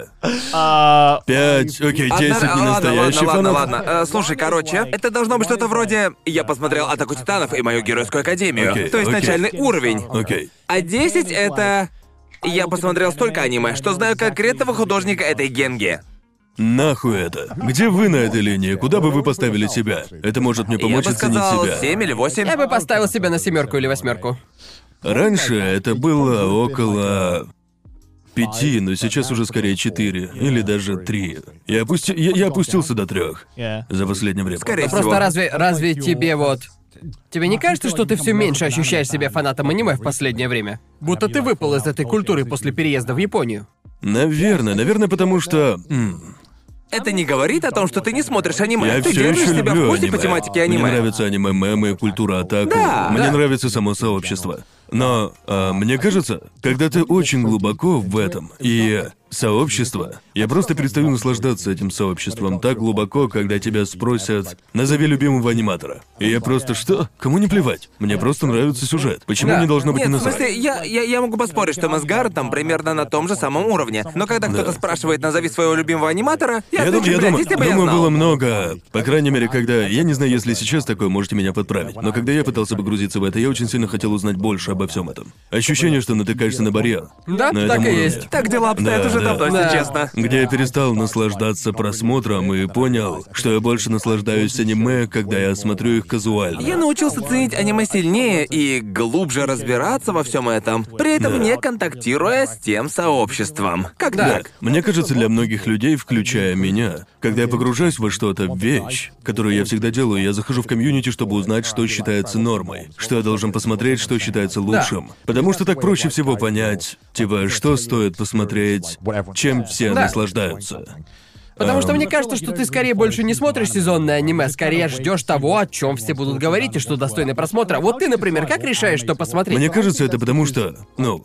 5, окей, 10 не настоящий фанат. Ладно. Слушай, короче, это должно быть что-то вроде... Я посмотрел «Атаку Титанов» и мою Геройскую Академию. Окей, То есть окей. начальный уровень. Окей. А 10 это... Я посмотрел столько аниме, что знаю конкретного художника этой генги. Нахуй это? Где вы на этой линии? Куда бы вы поставили себя? Это может мне Я помочь бы оценить сказал себя. 7 или 8. Я бы поставил себя на 7 или 8. Раньше это было около 5, но сейчас уже скорее 4 или даже 3. Я опустился до 3 за последнее время. Скорее всего. Просто разве тебе вот... Тебе не кажется, что ты все меньше ощущаешь себя фанатом аниме в последнее время? Будто ты выпал из этой культуры после переезда в Японию. Наверное, потому что... Это не говорит о том, что ты не смотришь аниме. Я Ты все держишь еще себя в люблю курсе аниме. по тематике Мне аниме. нравятся аниме, мемы, культура атаку. Да, Мне да. нравится само сообщество. Но мне кажется, когда ты очень глубоко в этом, и сообщество, я просто перестаю наслаждаться этим сообществом так глубоко, когда тебя спросят «назови любимого аниматора». И я просто «что? Кому не плевать? Мне просто нравится сюжет. Почему Да. мне должно быть Нет, не в насрать?» смысле, я могу поспорить, что мы с Гарретом примерно на том же самом уровне. Но когда кто-то спрашивает «назови своего любимого аниматора», я Я отвечу, блядь, если бы я думаю, знал. было много. По крайней мере, когда... Я не знаю, если сейчас такое, можете меня подправить. Но когда я пытался погрузиться в это, я очень сильно хотел узнать больше обо всем этом. Ощущение, что натыкаешься на барьер. Да, на так этом и уровне. есть. Так дела обстоят Да, уже да. давно, Да. если честно. Где я перестал наслаждаться просмотром и понял, что я больше наслаждаюсь аниме, когда я смотрю их казуально. Я научился ценить аниме сильнее и глубже разбираться во всем этом, при этом Да. не контактируя с тем сообществом. Как Да. так? Мне кажется, для многих людей, включая меня, когда я погружаюсь во что-то, вещь, которую я всегда делаю, я захожу в комьюнити, чтобы узнать, что считается нормой, что я должен посмотреть, что считается лучшим. Потому что так проще всего понять, типа, что стоит посмотреть, чем все Да. наслаждаются. Потому что мне кажется, что ты скорее больше не смотришь сезонное аниме, скорее ждешь того, о чем все будут говорить и что достойно просмотра. Вот ты, например, как решаешь, что посмотреть? Мне кажется, это потому что,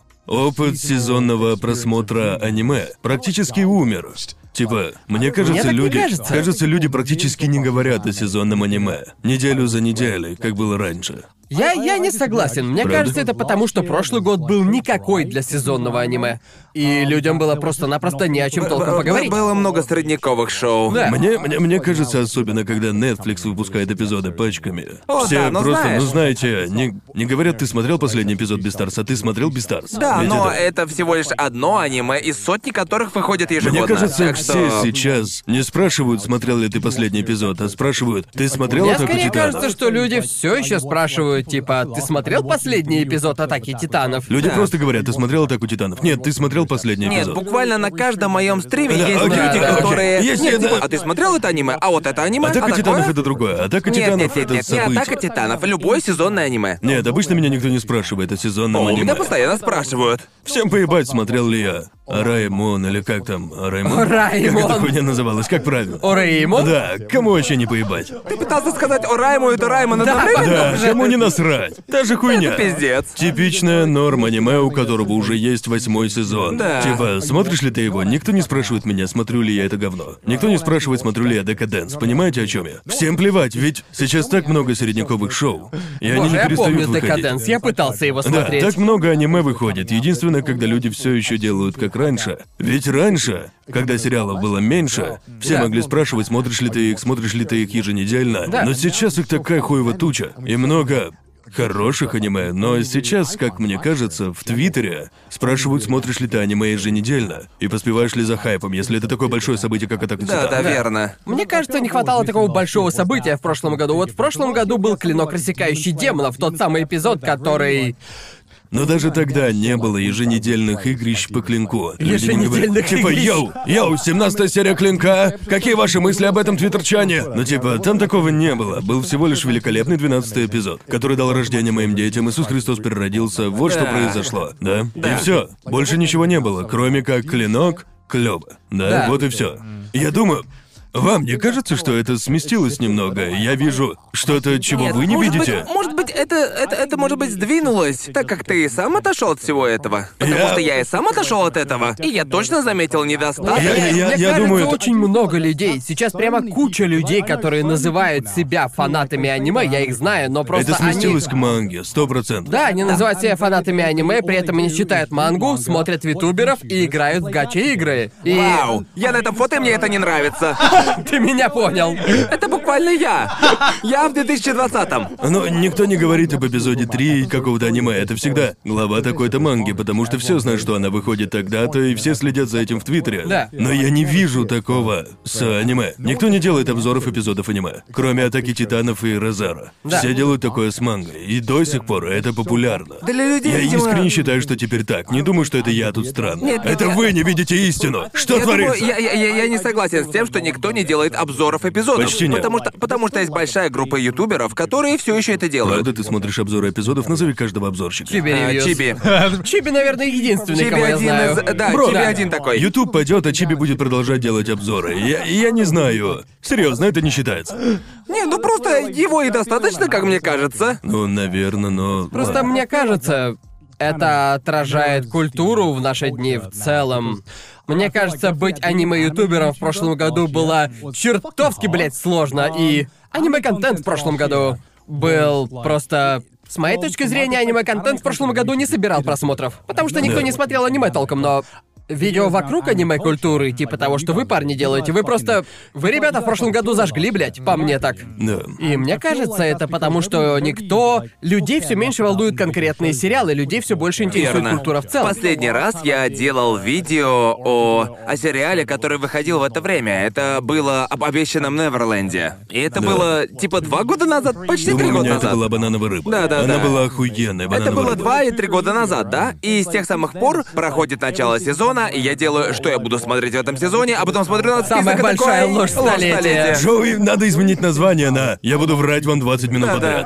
опыт сезонного просмотра аниме практически умер. Типа, мне кажется, так не люди... кажется. люди практически не говорят о сезонном аниме. Неделю за неделей, как было раньше. Я не согласен. Мне Правда? кажется, это потому, что прошлый год был никакой для сезонного аниме. И людям было просто-напросто не о чем толком поговорить. Было много средневековых шоу. Да. Мне кажется, особенно когда Netflix выпускает эпизоды пачками. О, Все да, но просто, знаешь- знаете, не говорят, ты смотрел последний эпизод Бестарс, а ты смотрел Бестарс. Да, Ведь но это всего лишь одно аниме из сотни которых выходит ежегодно. Мне кажется, Так все что... сейчас не спрашивают, смотрел ли ты последний эпизод, а спрашивают, ты смотрел Мне «Атаку скорее Титанов?» кажется, что люди все еще спрашивают, типа, ты смотрел последний эпизод «Атаки Титанов»? Люди Да. просто говорят, ты смотрел «Атаку Титанов»? Нет, ты смотрел последний Нет, эпизод. буквально на каждом моем стриме Да, есть окей, люди, да, которые... окей. Есть, Нет, да. типа, а ты смотрел это аниме? А вот это аниме? «Атака а такое?» Титанов» — это другое. «Атака Нет, Титанов» нет, — нет, это нет, не событие. «Атака Титанов», любое сезонное аниме. Нет, обычно меня никто не спрашивает о сезонном О, аниме. меня постоянно спрашивают. Всем поебать, смотрел ли я Раймон или как там, Раймон? Раймон. Как эта хуйня называлась, как правильно? Ораимон? Да, кому вообще не поебать? Ты пытался сказать о Райму и Дораймон одновременно? Да, кому не насрать? Та же хуйня. Пиздец. Типичная норма аниме, у которого уже есть 8-й сезон. Да. Типа, смотришь ли ты его? Никто не спрашивает меня, смотрю ли я это говно. Никто не спрашивает, смотрю ли я Декаденс. Понимаете, о чем я? Всем плевать, ведь сейчас так много середняковых шоу. И они Боже, не я перестают помню выходить. Декаденс, я пытался его Да, смотреть. так много аниме выходит. Единственное, когда люди все еще делают как раньше. Ведь раньше, когда сериалов было меньше, все Да. могли спрашивать, смотришь ли ты их еженедельно. Да. Но сейчас их такая хуева туча. И много хороших аниме, но сейчас, как мне кажется, в Твиттере спрашивают, смотришь ли ты аниме еженедельно и поспеваешь ли за хайпом, если это такое большое событие, как «Атака Да, Титанов». да, верно. Мне кажется, не хватало такого большого события в прошлом году. Вот в прошлом году был «Клинок, рассекающий демонов», тот самый эпизод, который... Но даже тогда не было еженедельных игрищ по Клинку. Люди не говорят, Еженедельных типа, игрищ. йоу, 17-я серия Клинка, какие ваши мысли об этом твиттерчане? Ну типа, там такого не было. Был всего лишь великолепный 12-й эпизод, который дал рождение моим детям, Иисус Христос переродился, вот что Да. произошло, да? И все. Больше ничего не было, кроме как Клинок, клёво. Да, Да. вот и все. Я думаю, вам не кажется, что это сместилось немного? Я вижу что-то, чего Нет, вы не может видите. Быть, может быть, это может быть сдвинулось, так как ты и сам отошел от всего этого. Потому Я- что я и сам отошел от этого, и я точно заметил недостаток. Я Мне кажется, думаю, это- очень много людей. Сейчас прямо куча людей, которые называют себя фанатами аниме, я их знаю, но просто Это сместилось они... к манге, 100%. Да, они называют себя фанатами аниме, при этом они читают мангу, смотрят витуберов и играют в гача-игры. И... Вау! Я на этом фото, и мне это не нравится. Ты меня понял. Это буквально буквально я. Я в 2020-м. Но никто не говорит об эпизоде 3 какого-то аниме. Это всегда глава такой-то манги, потому что все знают, что она выходит тогда-то, и все следят за этим в Твиттере. Да. Но я не вижу такого с аниме. Никто не делает обзоров эпизодов аниме, кроме «Атаки Титанов» и «Розара». Да. Все делают такое с мангой, и до сих пор это популярно. Для людей, Я видимо... искренне считаю, что теперь так. Не думаю, что это я тут странный. Нет, это я- вы не видите истину. Что Я думаю, творится? я не согласен с тем, что никто не делает обзоров эпизодов. Почти нет. Потому что есть большая группа ютуберов, которые все еще это делают. Правда, ты смотришь обзоры эпизодов, назови каждого обзорщика. Чиби ревьюс. Чиби. Чиби, наверное, единственный, Чиби кого я один знаю. из... Да, Бро, Чиби да. один такой. Ютуб пойдет, а Чиби будет продолжать делать обзоры. Я не знаю. Серьезно, это не считается. Не, ну просто его и достаточно, как мне кажется. Ну, наверное, но... Просто ладно. мне кажется, это отражает культуру в наши дни в целом. Мне кажется, быть аниме-ютубером в прошлом году было чертовски, блядь, сложно, и аниме-контент в прошлом году был просто... С моей точки зрения, аниме-контент в прошлом году не собирал просмотров, потому что никто Да. не смотрел аниме толком, но... Видео вокруг аниме-культуры, типа того, что вы, парни, делаете, вы просто... Вы, ребята, в прошлом году зажгли, блядь, по мне так. Да. И мне кажется, это потому, что никто... Людей все меньше волнуют конкретные сериалы, людей все больше интересует Верно. культура в целом. Последний раз я делал видео о сериале, который выходил в это время. Это было об обещанном Неверленде. И это Да. было типа 2 года назад, почти 3 Думаю, у года меня это назад. была банановая рыба. Да. Она была охуенная, банановая Это было рыба. 2 или 3 года назад, да? И с тех самых пор проходит начало сезона, и я делаю, что я буду смотреть в этом сезоне, а потом смотрю на список Самая и большая такой, ложь столетия. Джоуи, надо изменить название на «Я буду врать вам 20 минут подряд».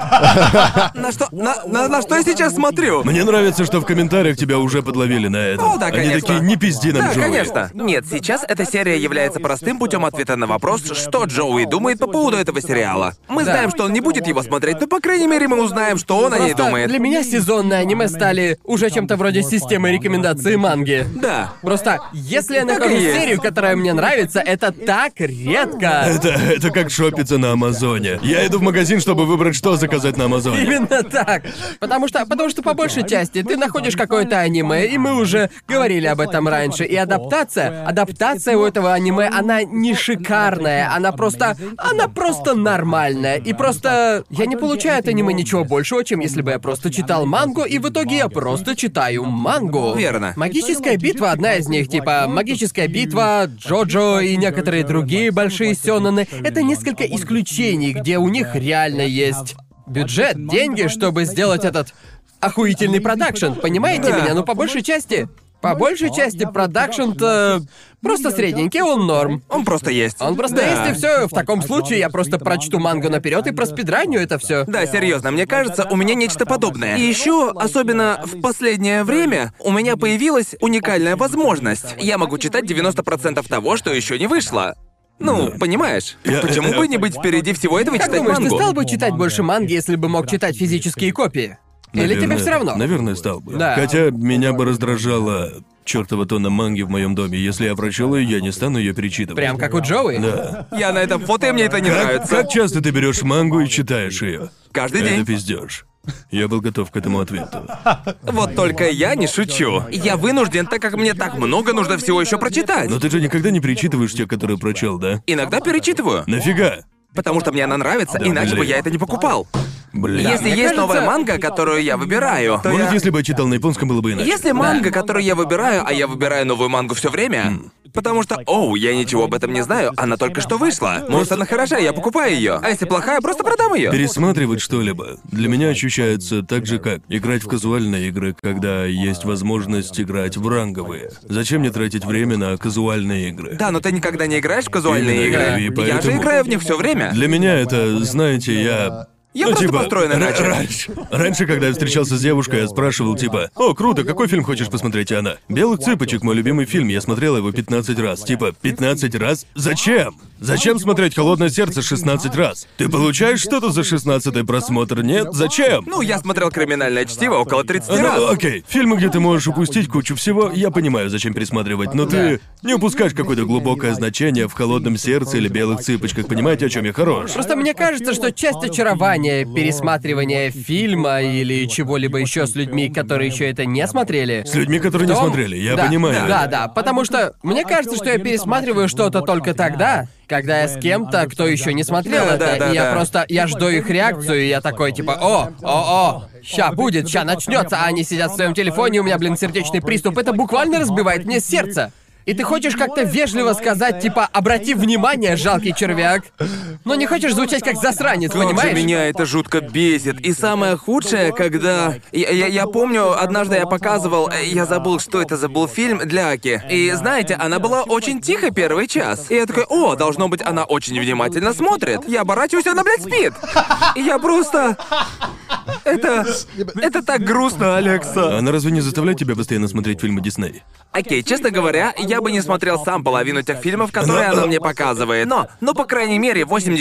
На что? На что я сейчас смотрю? Мне нравится, что в комментариях тебя уже подловили на это. О, да, Они конечно. такие, не пизди нам, Да, Джоуи. конечно. Нет, сейчас эта серия является простым путем ответа на вопрос, что Джоуи думает по поводу этого сериала. Мы Да. знаем, что он не будет его смотреть, но, по крайней мере, мы узнаем, что он о ней Просто думает. для меня сезонные аниме стали уже чем-то вроде системы рекомендаций манги. Да. Просто, если я Так и нахожу есть. серию, которая мне нравится, это так редко. Это как шопиться на Амазоне. Я иду в магазин, чтобы выбрать, что заказать на Амазоне. Именно так. Потому что по большей части ты находишь какое-то аниме, и мы уже говорили об этом раньше. И адаптация у этого аниме, она не шикарная, она просто нормальная. И просто я не получаю от аниме ничего большего, чем если бы я просто читал мангу, и в итоге я просто читаю мангу. Верно. Магическая битва одна из них, типа Магическая битва, Джоджо и некоторые другие большие сёнэны. Это несколько исключений, где у них реально есть бюджет, деньги, чтобы сделать этот охуительный продакшн. Понимаете Да. меня? Ну, по большей части продакшн-то просто средненький, он норм. Он просто есть. Он просто Да. есть, и все. В таком случае я просто прочту мангу наперед и проспидраню это все. Да, серьезно, мне кажется, у меня нечто подобное. И еще, особенно в последнее время, у меня появилась уникальная возможность. Я могу читать 90% того, что еще не вышло. Ну, понимаешь? Почему бы не быть впереди всего этого и Как читать думаешь, ты мангу? стал бы читать больше манги, если бы мог читать физические копии? Или тебе все равно? Наверное, стал бы. Да. Хотя меня бы раздражала чертова тонна манги в моем доме. Если я прочел ее, я не стану ее перечитывать. Прям как у Джоуи? Да. Я на этом фото, и мне это не нравится. Как часто ты берешь мангу и читаешь ее? Каждый Это день. пиздёж. Я был готов к этому ответу. Вот только я не шучу. Я вынужден, так как мне так много нужно всего еще прочитать. Но ты же никогда не перечитываешь те, которые прочел, да? Иногда перечитываю, Нафига? потому что мне она нравится, иначе бы блин. я это не покупал. Блин. Если мне есть кажется- новая манга, которую я выбираю, то Может, я... если бы я читал на японском, было бы иначе. Если манга, которую я выбираю, а я выбираю новую мангу все время, потому что, я ничего об этом не знаю, она только что вышла. Может, она хороша, я покупаю ее. А если плохая, просто продам ее. Пересматривать что-либо для меня ощущается так же, как играть в казуальные игры, когда есть возможность играть в ранговые. Зачем мне тратить время на казуальные игры? Да, но ты никогда не играешь в казуальные Именно, игры. и Я же поэтому- играю в них все время. Для меня это, знаете, я... Я просто построен иначе. Раньше, когда я встречался с девушкой, я спрашивал, типа, «О, круто, какой фильм хочешь посмотреть?» И она, «Белых цыпочек, мой любимый фильм, я смотрел его 15 раз». Типа, 15 раз? Зачем? Зачем смотреть «Холодное сердце» 16 раз? Ты получаешь что-то за 16-й просмотр? Нет? Зачем? Ну, я смотрел «Криминальное чтиво» около 30 Ну, раз. окей, фильмы, где ты можешь упустить кучу всего, я понимаю, зачем пересматривать, но ты не упускаешь какое-то глубокое значение в «Холодном сердце» или «Белых цыпочках», понимаете, о чем я хорош? Просто мне кажется, что часть очарования пересматривания фильма или чего-либо еще с людьми, которые еще это не смотрели. С людьми, которые не в том- смотрели, я Да, понимаю. Да, потому что мне кажется, что я пересматриваю что-то только тогда, когда я с кем-то, кто еще не смотрел это, и я жду их реакцию, и я такой, типа, ща будет, ща начнется, а они сидят в своем телефоне, у меня, сердечный приступ, это буквально разбивает мне сердце. И ты хочешь как-то вежливо сказать, типа, обрати внимание, жалкий червяк, но не хочешь звучать как засранец, понимаешь? Как же меня это жутко бесит. И самое худшее, когда... Я помню, однажды я показывал... Я забыл, что это был фильм для Аки. И знаете, она была очень тихо первый час. И я такой, должно быть, она очень внимательно смотрит. Я оборачиваюсь, она, спит. И я просто... Это так грустно, Алекса. Она разве не заставляет тебя постоянно смотреть фильмы Дисней? Окей, честно говоря, я бы не смотрел сам половину тех фильмов, которые она мне показывает. Но, по крайней мере,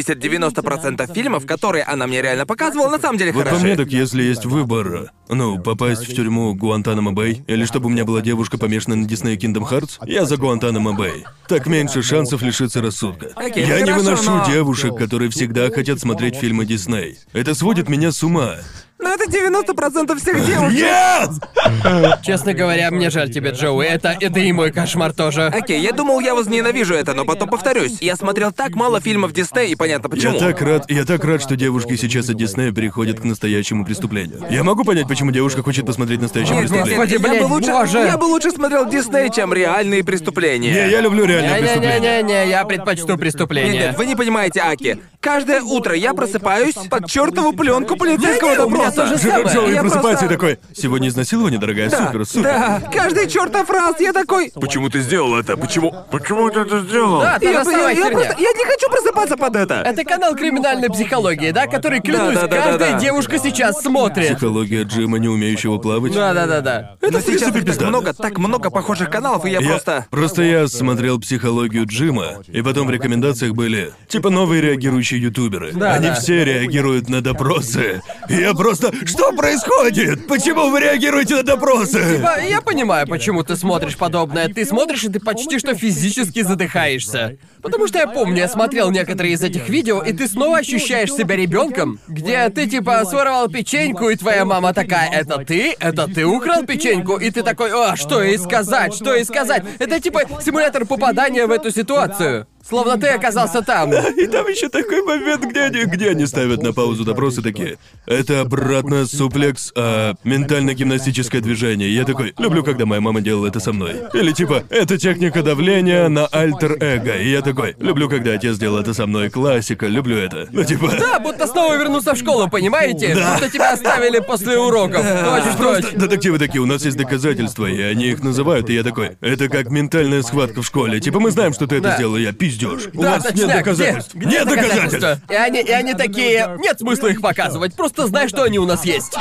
80-90% фильмов, которые она мне реально показывала, на самом деле Вот хороши. по мне, так если есть выбор, попасть в тюрьму Гуантанамо-Бэй, или чтобы у меня была девушка, помешанная на Дисней Kingdom Hearts, я за Гуантанамо-Бэй. Так меньше шансов лишиться рассудка. Окей, я не хорошо, выношу но... девушек, которые всегда хотят смотреть фильмы Дисней. Это сводит меня с ума. Но это 90% всех девушек. Нет! Честно говоря, мне жаль тебя, Джоуи, это и мой кошмар тоже. Окей, я думал, я возненавижу это, но потом повторюсь. Я смотрел так мало фильмов Дисней, и понятно почему. Я так рад, что девушки сейчас от Диснея переходят к настоящему преступлению. Я могу понять, почему девушка хочет посмотреть настоящее преступление. Господи, блядь, боже. Я бы лучше смотрел Дисней, чем реальные преступления. Не, я люблю реальные преступления. Не-не-не, я предпочту преступление. Нет, вы не понимаете, Аки. Каждое утро я просыпаюсь под чертову пленку полицейского у меня то допроса. же самое. Джоуи Я просыпается просто- и такой, сегодня изнасилование, дорогая, супер. Да, каждый чертов раз я такой... Почему ты сделал это? Почему ты это сделал? Да, та же самая херня. Я не хочу просыпаться под это. Это канал криминальной психологии, да, который, клянусь, Да. каждая девушка сейчас смотрит. Психология Джима, не умеющего плавать. Да. Но в принципе, сейчас пиздато. так много похожих каналов, и я просто... Я смотрел психологию Джима, и потом в рекомендациях были, типа, новые реагирующие ютуберы. Да, Они да. все реагируют на допросы. И я просто... Что происходит? Почему вы реагируете на допросы? Я понимаю, почему ты смотришь подобное. Ты смотришь, и ты почти что физически задыхаешься. Потому что я помню, я смотрел некоторые из этих видео, и ты снова ощущаешь себя ребенком, где ты типа своровал печеньку, и твоя мама такая, это ты украл печеньку? И ты такой, что ей сказать? Это типа симулятор попадания в эту ситуацию. Словно ты оказался там. И там еще такой момент, где они ставят на паузу допросы такие. Это обратно суплекс, ментально-гимнастическое движение. Я такой, люблю, когда моя мама делала это со мной. Или типа, это техника давления на альтер-эго. И я такой, люблю, когда отец делал это со мной. Классика, люблю это. Ну типа... Да, будто снова вернуться в школу, понимаете? Да. Будто тебя оставили после уроков. Точь. Детективы такие, у нас есть доказательства, и они их называют, и я такой, это как ментальная схватка в школе. Типа, мы знаем, что ты это Да. сделал, и я пиздёж. У Да, вас нет точняк, доказательств. где Нет доказательств. И они такие, нет смысла их показывать, просто знай, что они у нас есть.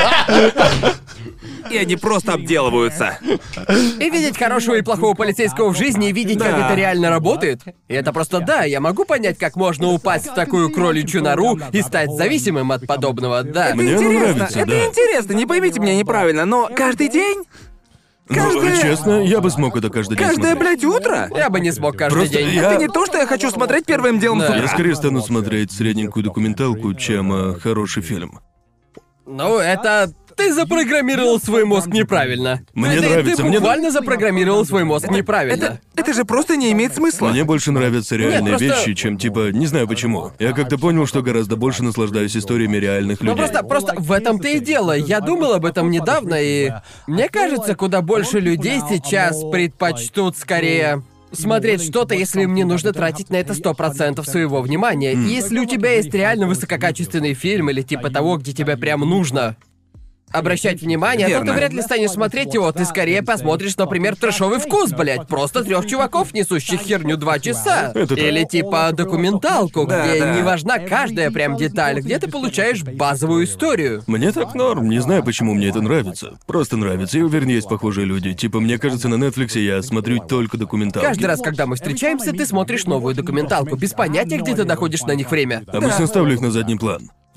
И они просто обделываются. И видеть хорошего и плохого полицейского в жизни, и видеть, как это реально работает. И это просто да, я могу понять, как можно упасть в такую кроличью нору и стать зависимым от подобного, да. Мне оно Интересно, нравится, это да. интересно, не поймите меня неправильно, но каждый день? Ну, Каждое- честно, я бы смог это каждый день Каждое, смотреть. блядь, утро? Я бы не смог каждый Просто день. я- Это не то, что я хочу смотреть первым делом с Да. Я утра. скорее стану смотреть средненькую документалку, чем хороший фильм. Ну, это... Ты запрограммировал свой мозг неправильно. Мне Ты нравится, мне буквально запрограммировал свой мозг неправильно. Это же просто не имеет смысла. Мне больше нравятся реальные просто- вещи, чем типа, не знаю почему. Я как-то понял, что гораздо больше наслаждаюсь историями реальных Ну людей. просто в этом-то и дело. Я думал об этом недавно, и мне кажется, куда больше людей сейчас предпочтут скорее смотреть что-то, если им не нужно тратить на это 100% своего внимания. И если у тебя есть реально высококачественный фильм или типа того, где тебе прям нужно обращать внимание, то Верно. ты вряд ли станешь смотреть его, ты скорее посмотришь, например, «Трэшовый вкус», блядь, просто 3 чуваков, несущих херню 2 часа. Это так. Или типа документалку, Да, где да. не важна каждая прям деталь, где ты получаешь базовую историю. Мне так норм, не знаю, почему мне это нравится. Просто нравится, и уверен, есть похожие люди. Типа, мне кажется, на Netflix я смотрю только документалки. Каждый раз, когда мы встречаемся, ты смотришь новую документалку, без понятия, где ты находишь на них время. Обычно ставлю их на задний план.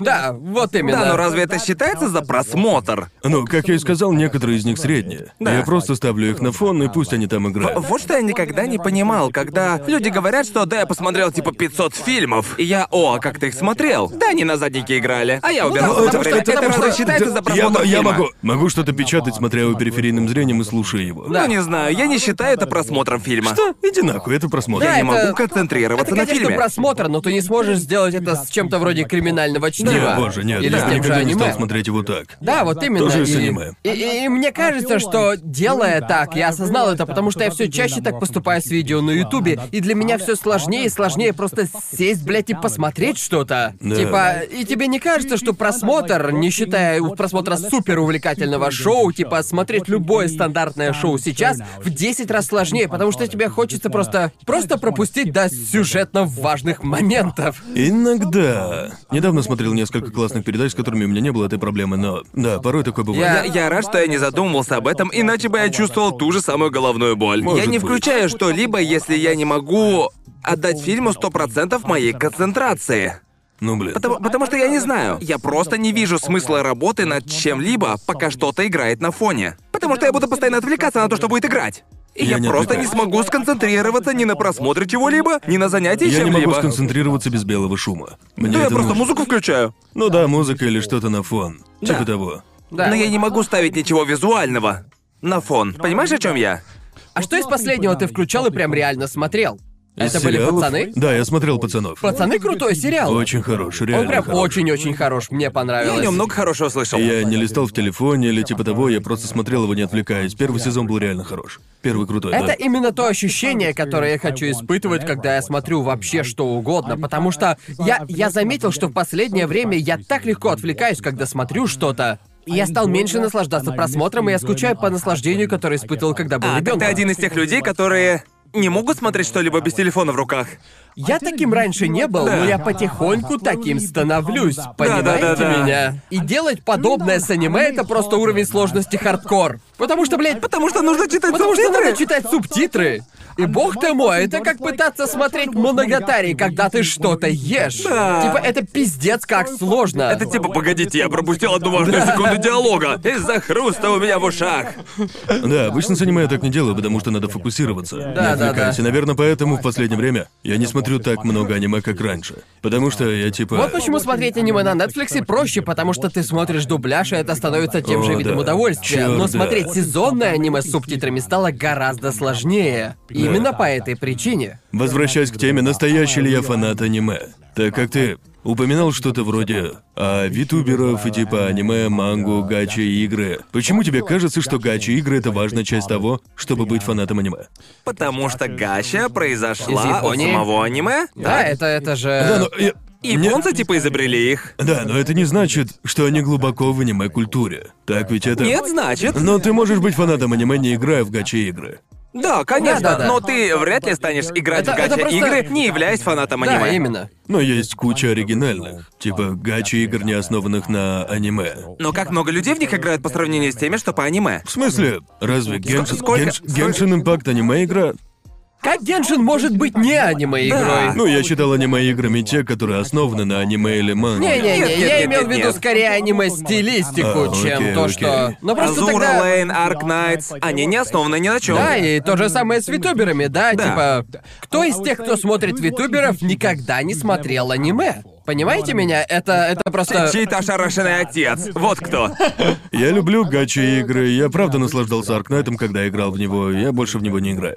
Да, вот именно. Да, но разве это считается за просмотр? Ну, как я и сказал, некоторые из них средние. Да. Я просто ставлю их на фон, и пусть они там играют. Вот что я никогда не понимал, когда люди говорят, что да, я посмотрел типа 500 фильмов, и я, а как ты их смотрел? Да, они на заднике играли, а я убирал. да, потому что это потому разве что- считается за просмотр Я фильма? могу что-то печатать, смотря его периферийным зрением и слушая его. Ну, не знаю, я не считаю это просмотром фильма. Что? Иди нахуй, это просмотр. Да, Я не это- могу концентрироваться Это, на конечно, фильме. просмотр, но ты не сможешь сделать это с чем-то вроде криминального чтива. Нет, боже, нет, Или я с тем же никогда не стал аниме. смотреть его так. Да, вот именно. Тоже с и, аниме. и мне кажется, что делая так, я осознал это, потому что я все чаще так поступаю с видео на Ютубе, и для меня все сложнее и сложнее просто сесть, блядь, и посмотреть что-то. Да. Типа, и тебе не кажется, что просмотр, не считая просмотра супер увлекательного шоу, типа смотреть любое стандартное шоу сейчас в 10 раз сложнее, потому что тебе хочется просто пропустить до сюжетно важных моментов. Иногда. Недавно смотрел несколько классных передач, с которыми у меня не было этой проблемы, но да, порой такое бывает. Я рад, что я не задумывался об этом, иначе бы я чувствовал ту же самую головную боль. Может я не быть. включаю что-либо, если я не могу отдать фильму 100% моей концентрации. Ну, блин. Потому что я не знаю. Я просто не вижу смысла работы над чем-либо, пока что-то играет на фоне. Потому что я буду постоянно отвлекаться на то, что будет играть. И Я я не просто не отвлекаюсь. смогу сконцентрироваться ни на просмотре чего-либо, ни на занятии Я не чем-либо. могу сконцентрироваться без белого шума. Мне Да, я это просто нужно. музыку включаю. Ну да, музыка или что-то на фон. Да. Типа того. Да. Но я не могу ставить ничего визуального на фон. Понимаешь, о чем я? А что из последнего ты включал и прям реально смотрел? Из Это были сериалов? «Пацаны»? Да, я смотрел «Пацанов». «Пацаны» крутой сериал. Очень хороший, Он реально прям хороший. очень-очень хорош, мне Я о понравилось. нем много хорошего слышал. Я не листал в телефоне или типа того, я просто смотрел его, не отвлекаясь. Первый сезон был реально хорош. Первый крутой, Это да. именно то ощущение, которое я хочу испытывать, когда я смотрю вообще что угодно, потому что я заметил, что в последнее время я так легко отвлекаюсь, когда смотрю что-то. И я стал меньше наслаждаться просмотром, и я скучаю по наслаждению, которое испытывал, когда был Так ты ребенком. один из тех людей, которые не могут смотреть что-либо без телефона в руках. Я таким раньше не был, но я потихоньку таким становлюсь. Понимаете Да-да-да-да. меня? И делать подобное с аниме — это просто уровень сложности хардкор. Потому что, блядь, Потому что нужно читать Потому что субтитры. надо читать субтитры. И бог ты мой, это как пытаться смотреть моногатари, когда ты что-то ешь. Да. Типа, это пиздец как сложно. Это типа, погодите, я пропустил одну важную секунду диалога из-за хруста у меня в ушах. Да, обычно с аниме я так не делаю, потому что надо фокусироваться. Да, не да, отвлекаясь. да. И, наверное, поэтому в последнее время я не смотрю так много аниме, как раньше. Потому что я типа... Вот почему смотреть аниме на Netflix проще, потому что ты смотришь дубляж, и это становится тем О, же видом да. удовольствия. Чёрт, Но да. смотреть сезонное аниме с субтитрами стало гораздо сложнее. Именно по этой причине. Возвращаясь к теме, настоящий ли я фанат аниме? Так как ты упоминал что-то вроде витуберов и типа аниме, мангу, гачи игры. Почему тебе кажется, что гачи игры это важная часть того, чтобы быть фанатом аниме? Потому что гача Из произошла от Японии? самого аниме. Да, это же... Да, но я... Японцы типа изобрели их. Да, но это не значит, что они глубоко в аниме-культуре. Так ведь это... Нет, значит. Но ты можешь быть фанатом аниме, не играя в гачи-игры. Да, конечно, Да-да-да. но ты вряд ли станешь играть Это в гача просто- игры, не являясь фанатом Да, аниме. именно. Но есть куча оригинальных, типа гачи-игр, не основанных на аниме. Но как много людей в них играют по сравнению с теми, что по аниме? В смысле, разве Сколько- Genshin Impact аниме-игра? Как Геншин может быть не аниме-игрой? Ну, я считал аниме-играми те, которые основаны на аниме или манге. Не-не-не, Нет, я нет, имел в нет, виду нет. скорее аниме-стилистику, чем окей, то, окей. что... Ну просто Азура, тогда... Лейн, Арк Найтс, они не основаны ни на чем. Да, и то же самое с витуберами, да? Да. Типа, кто из тех, кто смотрит витуберов, никогда не смотрел аниме? Понимаете меня? Это просто... Чей-то ошарашенный отец. Вот кто. Я люблю гачи-игры, я правда наслаждался Аркнайтом, когда играл в него, я больше в него не играю.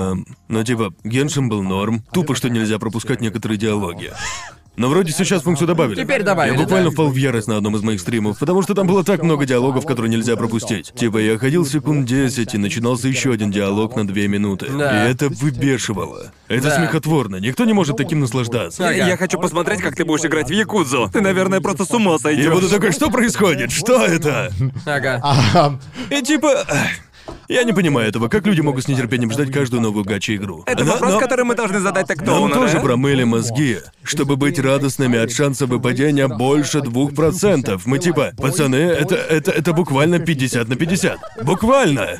Но типа, Геншин был норм, тупо, что нельзя пропускать некоторые диалоги. Но вроде сейчас функцию добавили. Теперь добавили, Я буквально да. впал в ярость на одном из моих стримов, потому что там было так много диалогов, которые нельзя пропустить. Типа, я ходил секунд 10, и начинался еще один диалог на 2 минуты. Да. И это выбешивало. Это Да. смехотворно, никто не может таким наслаждаться. Ага. Я хочу посмотреть, как ты будешь играть в Якудзу. Ты, наверное, просто с ума Я сойдешь. буду такой, что происходит? Что это? Ага. И типа... Я не понимаю этого, как люди могут с нетерпением ждать каждую новую гачи-игру. Это Но- вопрос, но- который мы должны задать Нам Тактоуну, тоже да? промыли мозги. чтобы быть радостными от шанса выпадения больше 2%. Мы типа, пацаны, это буквально 50 на 50. Буквально.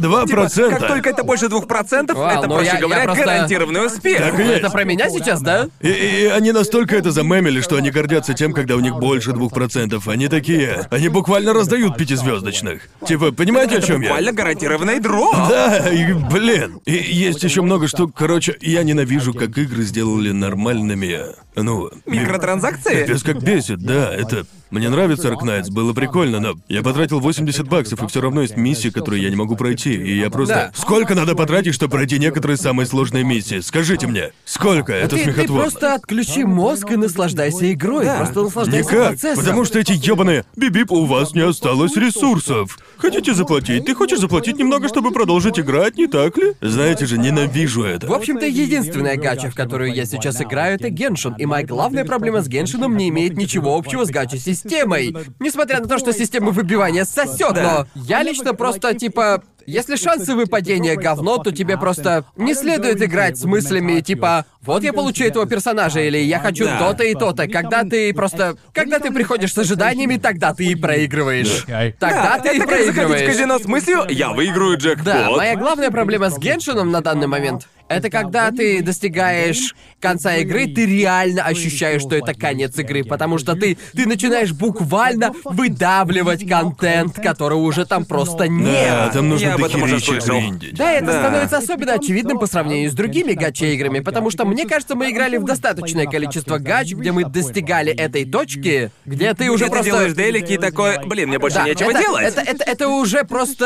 2%. Как только это больше 2%, Вау, это, ну проще я говоря, просто- гарантированный успех. Так и есть. Это про меня сейчас, да? И они настолько это замемили, что они гордятся тем, когда у них больше 2%. Они такие. Они буквально раздают пятизвездочных. Типа, понимаете, о чем я? Буквально гарантированный дро. Да, и, блин. И есть еще много штук. Короче, я ненавижу, как игры сделали нормальными. Ну, Микротранзакции? Капец как бесит, да, это... Мне нравится Ark Knights, было прикольно, но я потратил $80, и все равно есть миссии, которые я не могу пройти, и я просто... Да. Сколько надо потратить, чтобы пройти некоторые самые сложные миссии? Скажите мне, сколько? Это Ты смехотворно. просто отключи мозг и наслаждайся игрой. Просто наслаждайся Никак, процессом. потому что эти ёбаные «Бип-бип, у вас не осталось ресурсов. Хотите заплатить? Ты хочешь заплатить немного, чтобы продолжить играть, не так ли?» Знаете же, ненавижу это. В общем-то, единственная гача, в которую я сейчас играю, это Геншин. И моя главная проблема с Геншином не имеет ничего общего с гача-системой. Несмотря на то, что система выбивания сосет, но я лично просто типа. Если шансы выпадения говно, то тебе просто не следует играть с мыслями типа «Вот я получу этого персонажа» или «Я хочу то-то и то-то». Когда ты приходишь с ожиданиями, тогда ты и проигрываешь. Тогда ты и Это как заходить в проигрываешь. казино с мыслью «Я выиграю джекпот». Да, моя главная проблема с Геншином на данный момент — это когда ты достигаешь конца игры, ты реально ощущаешь, что это конец игры, потому что ты начинаешь буквально выдавливать контент, которого уже там просто нет. Да, там нужно Я об этом уже дохерища слышал. гриндить. Да, это Да. становится особенно очевидным по сравнению с другими гача-играми, потому что, мне кажется, мы играли в достаточное количество гач, где мы достигали этой точки, где ты уже Где ты просто... делаешь делики и такой «Блин, мне больше Да, нечего это, делать». Это уже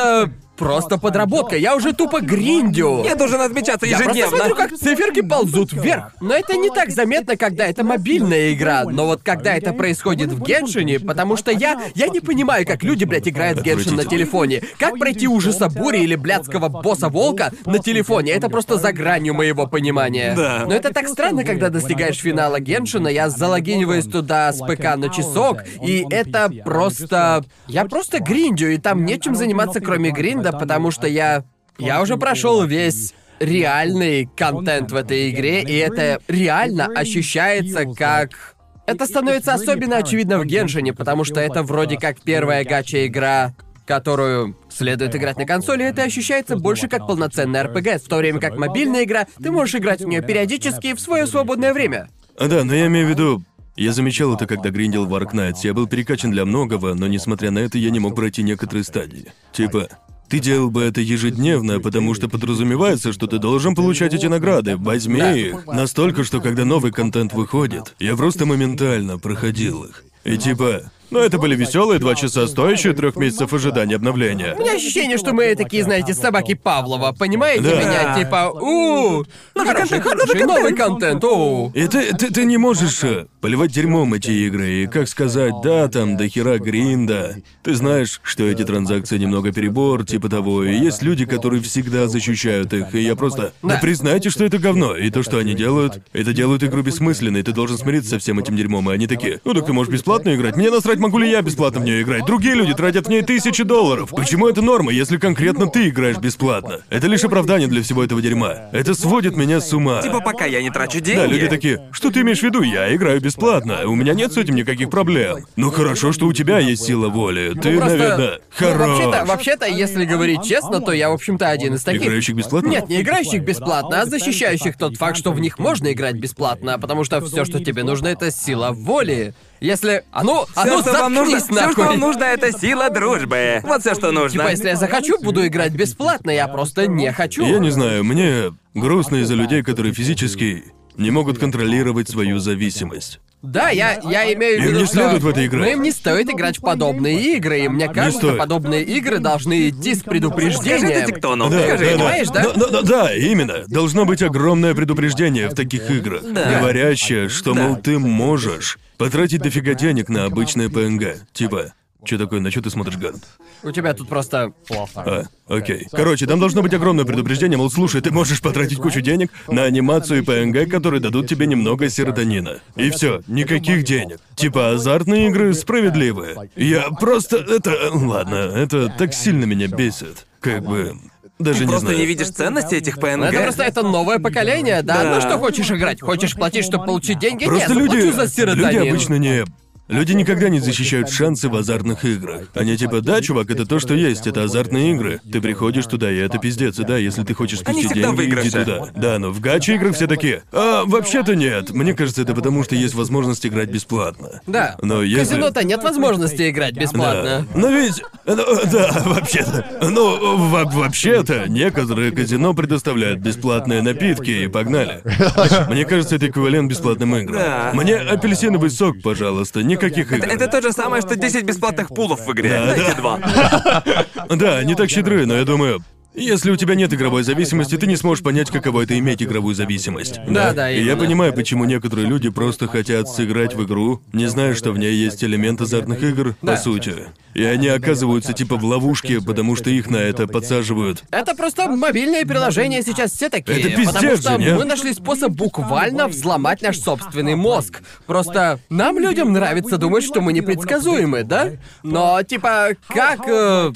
просто подработка. Я уже тупо гриндю. Я должен отмечаться Я просто ежедневно. смотрю, как циферки ползут вверх. Но это не так заметно, когда это мобильная игра. Но вот когда это происходит в Геншине, потому что я не понимаю, как люди, блядь, играют в Геншин на телефоне. Как пройти ужаса бури или блядского босса волка на телефоне? Это просто за гранью моего понимания. Да. Но это так странно, когда достигаешь финала Геншина, я залогиниваюсь туда с ПК на часок, и это просто... Я просто гриндю, и там нечем заниматься, кроме гринда, потому что я уже прошел весь реальный контент в этой игре, и это реально ощущается как... Это становится особенно очевидно в Геншине, потому что это вроде как первая гача-игра, которую следует играть на консоли, это ощущается больше как полноценный РПГ, в то время как мобильная игра, ты можешь играть в нее периодически в свое свободное время. Да, но я имею в виду... Я замечал это, когда гриндил в Ark Knights. Я был перекачан для многого, но несмотря на это, я не мог пройти некоторые стадии. Типа, ты делал бы это ежедневно, потому что подразумевается, что ты должен получать эти награды. Возьми их. Настолько, что когда новый контент выходит, я просто моментально проходил их. И типа... Ну, это были веселые 2 часа, стоящие 3 месяцев ожидания обновления. У меня ощущение, что мы такие, знаете, собаки Павлова, понимаете Да. меня? Типа, хороший новый контент, И ты не можешь поливать дерьмом эти игры, и как сказать, да, там до хера гринда. Ты знаешь, что эти транзакции немного перебор, типа того, и есть люди, которые всегда защищают их, и я просто... Да признайте, что это говно, и то, что они делают, это делают игру бессмысленной, ты должен смириться со всем этим дерьмом, и они такие, ну так ты можешь бесплатно играть, мне насрать, могу ли я бесплатно в нее играть, другие люди тратят в ней $1000. Почему это норма, если конкретно ты играешь бесплатно? Это лишь оправдание для всего этого дерьма. Это сводит меня с ума. Типа пока я не трачу деньги. Да, люди такие, что ты имеешь в виду? Я играю бесплатно, у меня нет с этим никаких проблем. Ну хорошо, что у тебя есть сила воли. Ты, наверное, хорош. Вообще-то, если говорить честно, то я, в общем-то, один из таких. Играющих бесплатно? Нет, не играющих бесплатно, а защищающих тот факт, что в них можно играть бесплатно, потому что все, что тебе нужно, это сила воли. Если... А ну Всё, что вам нужно, заткнись всё, что нахуй! вам нужно, это сила дружбы. Вот все, что нужно. Типа, если я захочу, буду играть бесплатно, я просто не хочу. Я не знаю, мне грустно из-за людей, которые физически не могут контролировать свою зависимость. Да, я имею в Им виду, не что... следует в это играть. Но им не стоит играть в подобные игры, и мне кажется, стоит. подобные игры должны идти с предупреждением. Скажите Тиктону. Да, Скажи да, ему. понимаешь, да? Да, именно. Должно быть огромное предупреждение в таких играх, говорящее, что, мол, ты можешь потратить дофига денег на обычное ПНГ. Типа, что такое, на что ты смотришь, Гарн? У тебя тут просто... Окей. Короче, там должно быть огромное предупреждение, мол, слушай, ты можешь потратить кучу денег на анимацию и ПНГ, которые дадут тебе немного серотонина. И все, никаких денег. Типа, азартные игры справедливые. Я просто... Ладно, это так сильно меня бесит. Как бы... Даже Ты не просто знаю. не видишь ценности этих ПНГ. Это просто это новое поколение, да? Да. Ну что хочешь играть? Хочешь платить, чтобы получить деньги? Просто Нет, заплачу за люди сиротанин. обычно не... Люди никогда не защищают шансы в азартных играх. Они типа, да, чувак, это то, что есть, это азартные игры. Ты приходишь туда, и это пиздец, и да, если ты хочешь Они спустить всегда деньги, иди выигрыши. туда. Да, но в гача-играх все такие, вообще-то нет. Мне кажется, это потому, что есть возможность играть бесплатно. Да. Но В если... казино-то нет возможности играть бесплатно. Да. Но ведь... Да, вообще-то. Вообще-то, некоторые казино предоставляют бесплатные напитки, и погнали. Мне кажется, это эквивалент бесплатным играм. Да. Мне апельсиновый сок, пожалуйста, никаких игр. Это то же самое, что 10 бесплатных пулов в игре. Да, Дайте да. 2. Да, они так щедры, но я думаю... Если у тебя нет игровой зависимости, ты не сможешь понять, каково это иметь игровую зависимость. Да, И я именно. понимаю, почему некоторые люди просто хотят сыграть в игру, не зная, что в ней есть элемент азартных игр, Да. по сути. И они оказываются типа в ловушке, потому что их на это подсаживают. Это просто мобильные приложения сейчас все такие. Это пиздец потому что же, не? мы нашли способ буквально взломать наш собственный мозг. Просто нам, людям, нравится думать, что мы непредсказуемы, да? Но, типа, как...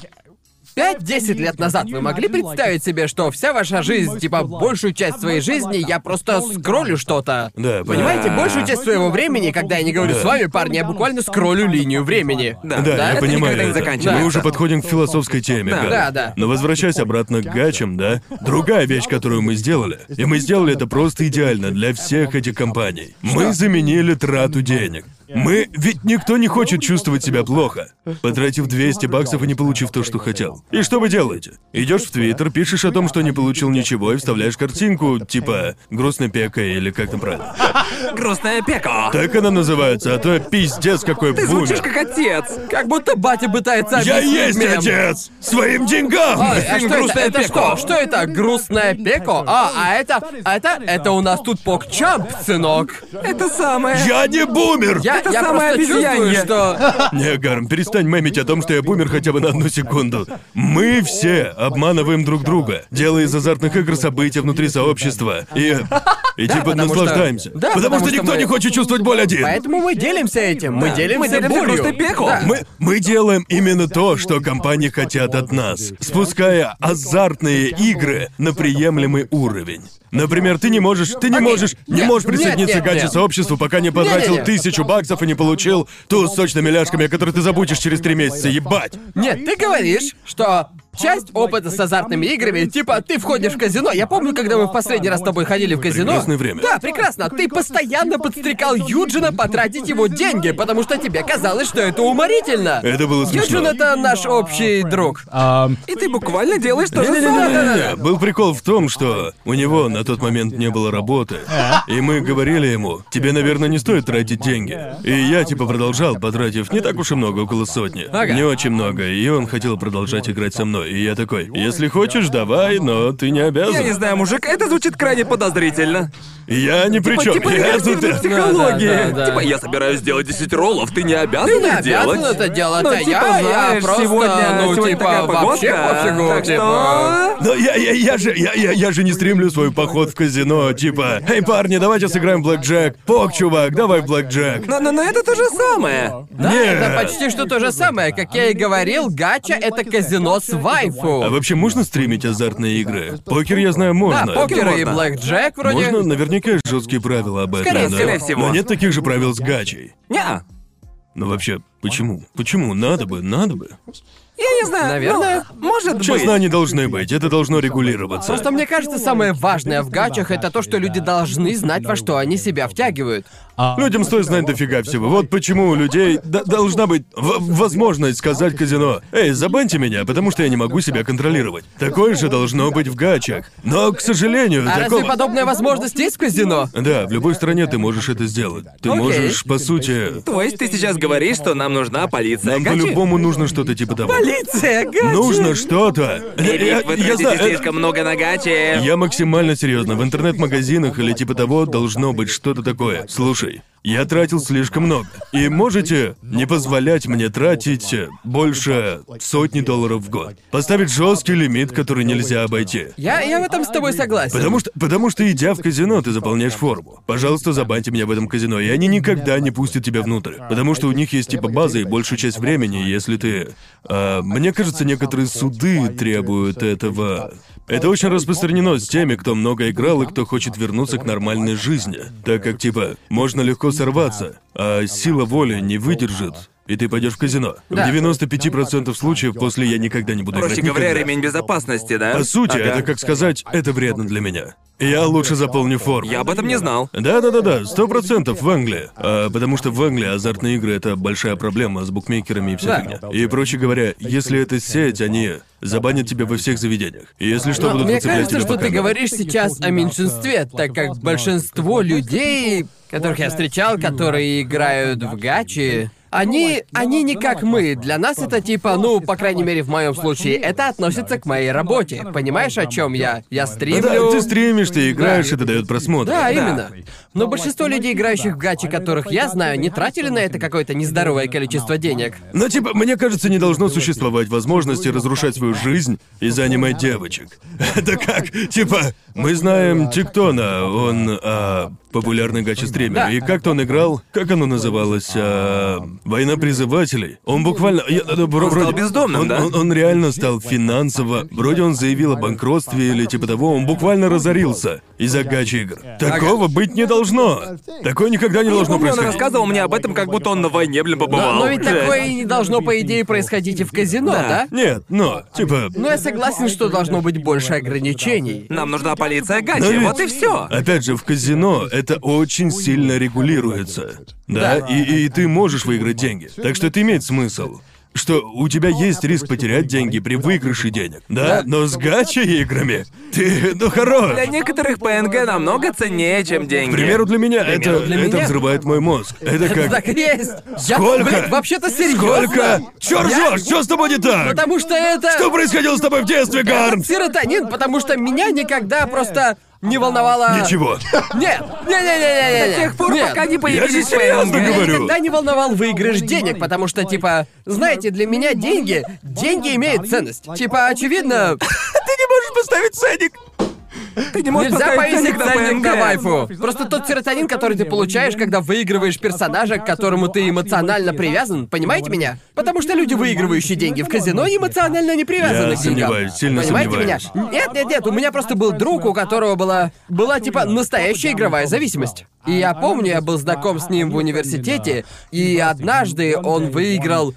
5-10 лет назад вы могли представить себе, что вся ваша жизнь, типа, большую часть своей жизни я просто скроллю что-то? Да, Понимаете, большую часть своего времени, когда я не говорю Да. с вами, парни, я буквально скроллю линию времени. Да, Да, я это понимаю. никогда не это. заканчивается. Мы уже подходим к философской теме, Да. Гар. Да. Но возвращаясь обратно к гачам, да? Другая вещь, которую мы сделали. И мы сделали это просто идеально для всех этих компаний. Мы заменили трату денег. Ведь никто не хочет чувствовать себя плохо, потратив 200 баксов и не получив то, что хотел. И что вы делаете? Идешь в Твиттер, пишешь о том, что не получил ничего, и вставляешь картинку, типа «грустная пека» или как там правильно. Грустная пека. Так она называется, а то пиздец какой Ты звучишь бумер. как отец. Как будто батя пытается Я объяснить есть мем. отец! Своим деньгам! Ой, а что это? грустная Это пеко. что? Что это? Грустная пеко? Это у нас тут покчамп, сынок. Это самое. Я не бумер! Я Это просто самое чувствую, обезьянье. что... Не, Гарм, перестань мемить о том, что я бумер хотя бы на одну секунду. Мы все обманываем друг друга, делая из азартных игр события внутри сообщества. И типа потому что- наслаждаемся. да, потому потому что что никто мы- не хочет чувствовать боль один. Поэтому мы делимся этим. Мы делимся мы делимся болью. грустной пеко. Да. Мы делаем именно то, что компании хотят от нас, спуская азартные игры на приемлемый уровень. Например, ты не можешь Нет, присоединиться нет, к гаче-сообществу, пока не потратил Не-не-не. 1000 баксов и не получил ту с сочными ляжками, о которой ты забудешь через 3 месяца, ебать. Нет, ты говоришь, что часть опыта с азартными играми, типа, ты входишь в казино. Я помню, когда мы в последний раз с тобой ходили в казино. Прекрасное время. Да, прекрасно. Ты постоянно подстрекал Юджина потратить его деньги, потому что тебе казалось, что это уморительно. Это было смешно. Юджин — это наш общий друг. И ты буквально делаешь то же самое. Не-не-не-не-не. Был прикол в том, что у него на тот момент не было работы. И мы говорили ему, тебе, наверное, не стоит тратить деньги. И я типа продолжал, потратив не так уж и много, около 100. Ага. Не очень много. И он хотел продолжать играть со мной. И я такой, если хочешь, давай, но ты не обязан. Я не знаю, мужик, это звучит крайне подозрительно. Я ни при чем. Типа Я тут... негативной психологии. Да. Типа, я собираюсь сделать 10 роллов, ты не обязан Ты не их делать. обязан это делать, Ну, а типа, я знаешь, просто, сегодня типа, такая вообще погодка, пофигу, так типа. что... Но я же не стримлю свой поход в казино, типа, «Эй, парни, давайте сыграем в блэкджек». «Пок, чувак, давай в блэкджек». Но это то же самое. Да, Нет. это почти что то же самое. Как я и говорил, гача — это казино с вайфу. А вообще можно стримить азартные игры? Покер, я знаю, можно. Да, покер и можно. блэкджек вроде. Можно, наверняка есть жесткие правила об этом. Скорее всего. Но нет таких же правил с гачей. Неа. Ну вообще, почему? Почему? Надо бы. Я не знаю. Наверное. ну, может Честно, быть. они должны быть, это должно регулироваться. Просто мне кажется, самое важное в гачах — это то, что люди должны знать, во что они себя втягивают. Людям стоит знать дофига всего. Вот почему у людей должна быть возможность сказать казино: «Эй, забаньте меня, потому что я не могу себя контролировать». Такое же должно быть в гачах. Но, к сожалению, А такого... разве подобная возможность есть в казино? Да, в любой стране ты можешь это сделать. Ты Окей. можешь, по сути... То есть ты сейчас говоришь, что нам нужна полиция Нам гачи? по-любому нужно что-то типа того. Полиция, гачи! Нужно что-то. Эрик, вы Я тратите знаю, слишком много на гачи. Я максимально серьезно. В интернет-магазинах или типа того должно быть что-то такое. Слушай, я тратил слишком много. И можете не позволять мне тратить больше $100 в год. Поставить жесткий лимит, который нельзя обойти. Я в этом с тобой согласен. Потому что, идя в казино, ты заполняешь форму. Пожалуйста, забаньте меня в этом казино, и они никогда не пустят тебя внутрь. Потому что у них есть типа база, и большую часть времени, если ты... мне кажется, некоторые суды требуют этого. Это очень распространено с теми, кто много играл и кто хочет вернуться к нормальной жизни. Так как, типа, можно легко сорваться, а сила воли не выдержит, и ты пойдешь в казино. Да. В 95% случаев после я никогда не буду играть. Проще говоря, никогда. ремень безопасности, да? По сути, Ага. это как сказать, это вредно для меня. Я лучше заполню форму. Я об этом не знал. Да, 100% в Англии. Потому что в Англии азартные игры — это большая проблема с букмекерами и вся Да. фигня. И, проще говоря, если это сеть, они забанят тебя во всех заведениях. И если что, Но будут мне выцеплять кажется, тебя что по ты камерам. говоришь сейчас о меньшинстве, так как большинство людей, которых я встречал, которые играют в гачи, они не как мы. Для нас это типа, ну, по крайней мере, в моем случае, это относится к моей работе. Понимаешь, о чем я? Я стримлю. Да, ты стримишь, ты играешь, это дает просмотр. Да, именно. Но большинство людей, играющих в гачи, которых я знаю, не тратили на это какое-то нездоровое количество денег. Но типа, мне кажется, не должно существовать возможности разрушать свою жизнь из-за аниме-девочек. Это как? Типа, мы знаем Тиктона, он популярный гачи-стример. Да. И как-то он играл, как оно называлось? Война призывателей. Он буквально... Он стал бездомным, да? Он реально стал финансово... Вроде он заявил о банкротстве или типа того, он буквально разорился из-за гачи-игр. Такого быть не должно. Такое никогда не должно Помню, он происходить. рассказывал мне об этом, как будто он на войне, побывал. Но ведь Жесть. такое не должно, по идее, происходить и в казино, да? Нет, но, типа... Но я согласен, что должно быть больше ограничений. Нам нужна полиция Но гачи, ведь- вот и все. Опять же, в казино это очень сильно регулируется. Да, Да. и ты можешь выиграть деньги. Так что это имеет смысл. Что у тебя есть риск потерять деньги при выигрыше денег. Да, но с гачи-играми ты, хорош. Для некоторых ПНГ намного ценнее, чем деньги. К примеру, для меня это для меня- взрывает мой мозг. Это Это как... так и есть. Сколько? Я, вообще-то серьезно. Сколько? Чё ржёшь? Что с тобой не так? Потому что это... Что происходило с тобой в детстве, Гарн? Серотонин, потому что меня никогда просто не волновало... Ничего. Нет, не-не-не-не-не. До тех пор, Нет. пока не Я же появились серьезно ПНГ. говорю. Меня никогда не волновал выигрыш денег, потому что, типа, знаете, для меня деньги имеют ценность. Типа, очевидно, Ты не можешь поставить ценник. Ты не можешь нельзя поставить повесить ценник на ценник на ПНГ. вайфу. Просто тот серотонин, который ты получаешь, когда выигрываешь персонажа, к которому ты эмоционально привязан, понимаете меня? Потому что люди, выигрывающие деньги в казино, эмоционально не привязаны Я к деньгам. сомневаюсь, сильно Понимаете сомневаюсь. меня? Нет, у меня просто был друг, у которого была типа настоящая игровая зависимость. И я помню, я был знаком с ним в университете, и однажды он выиграл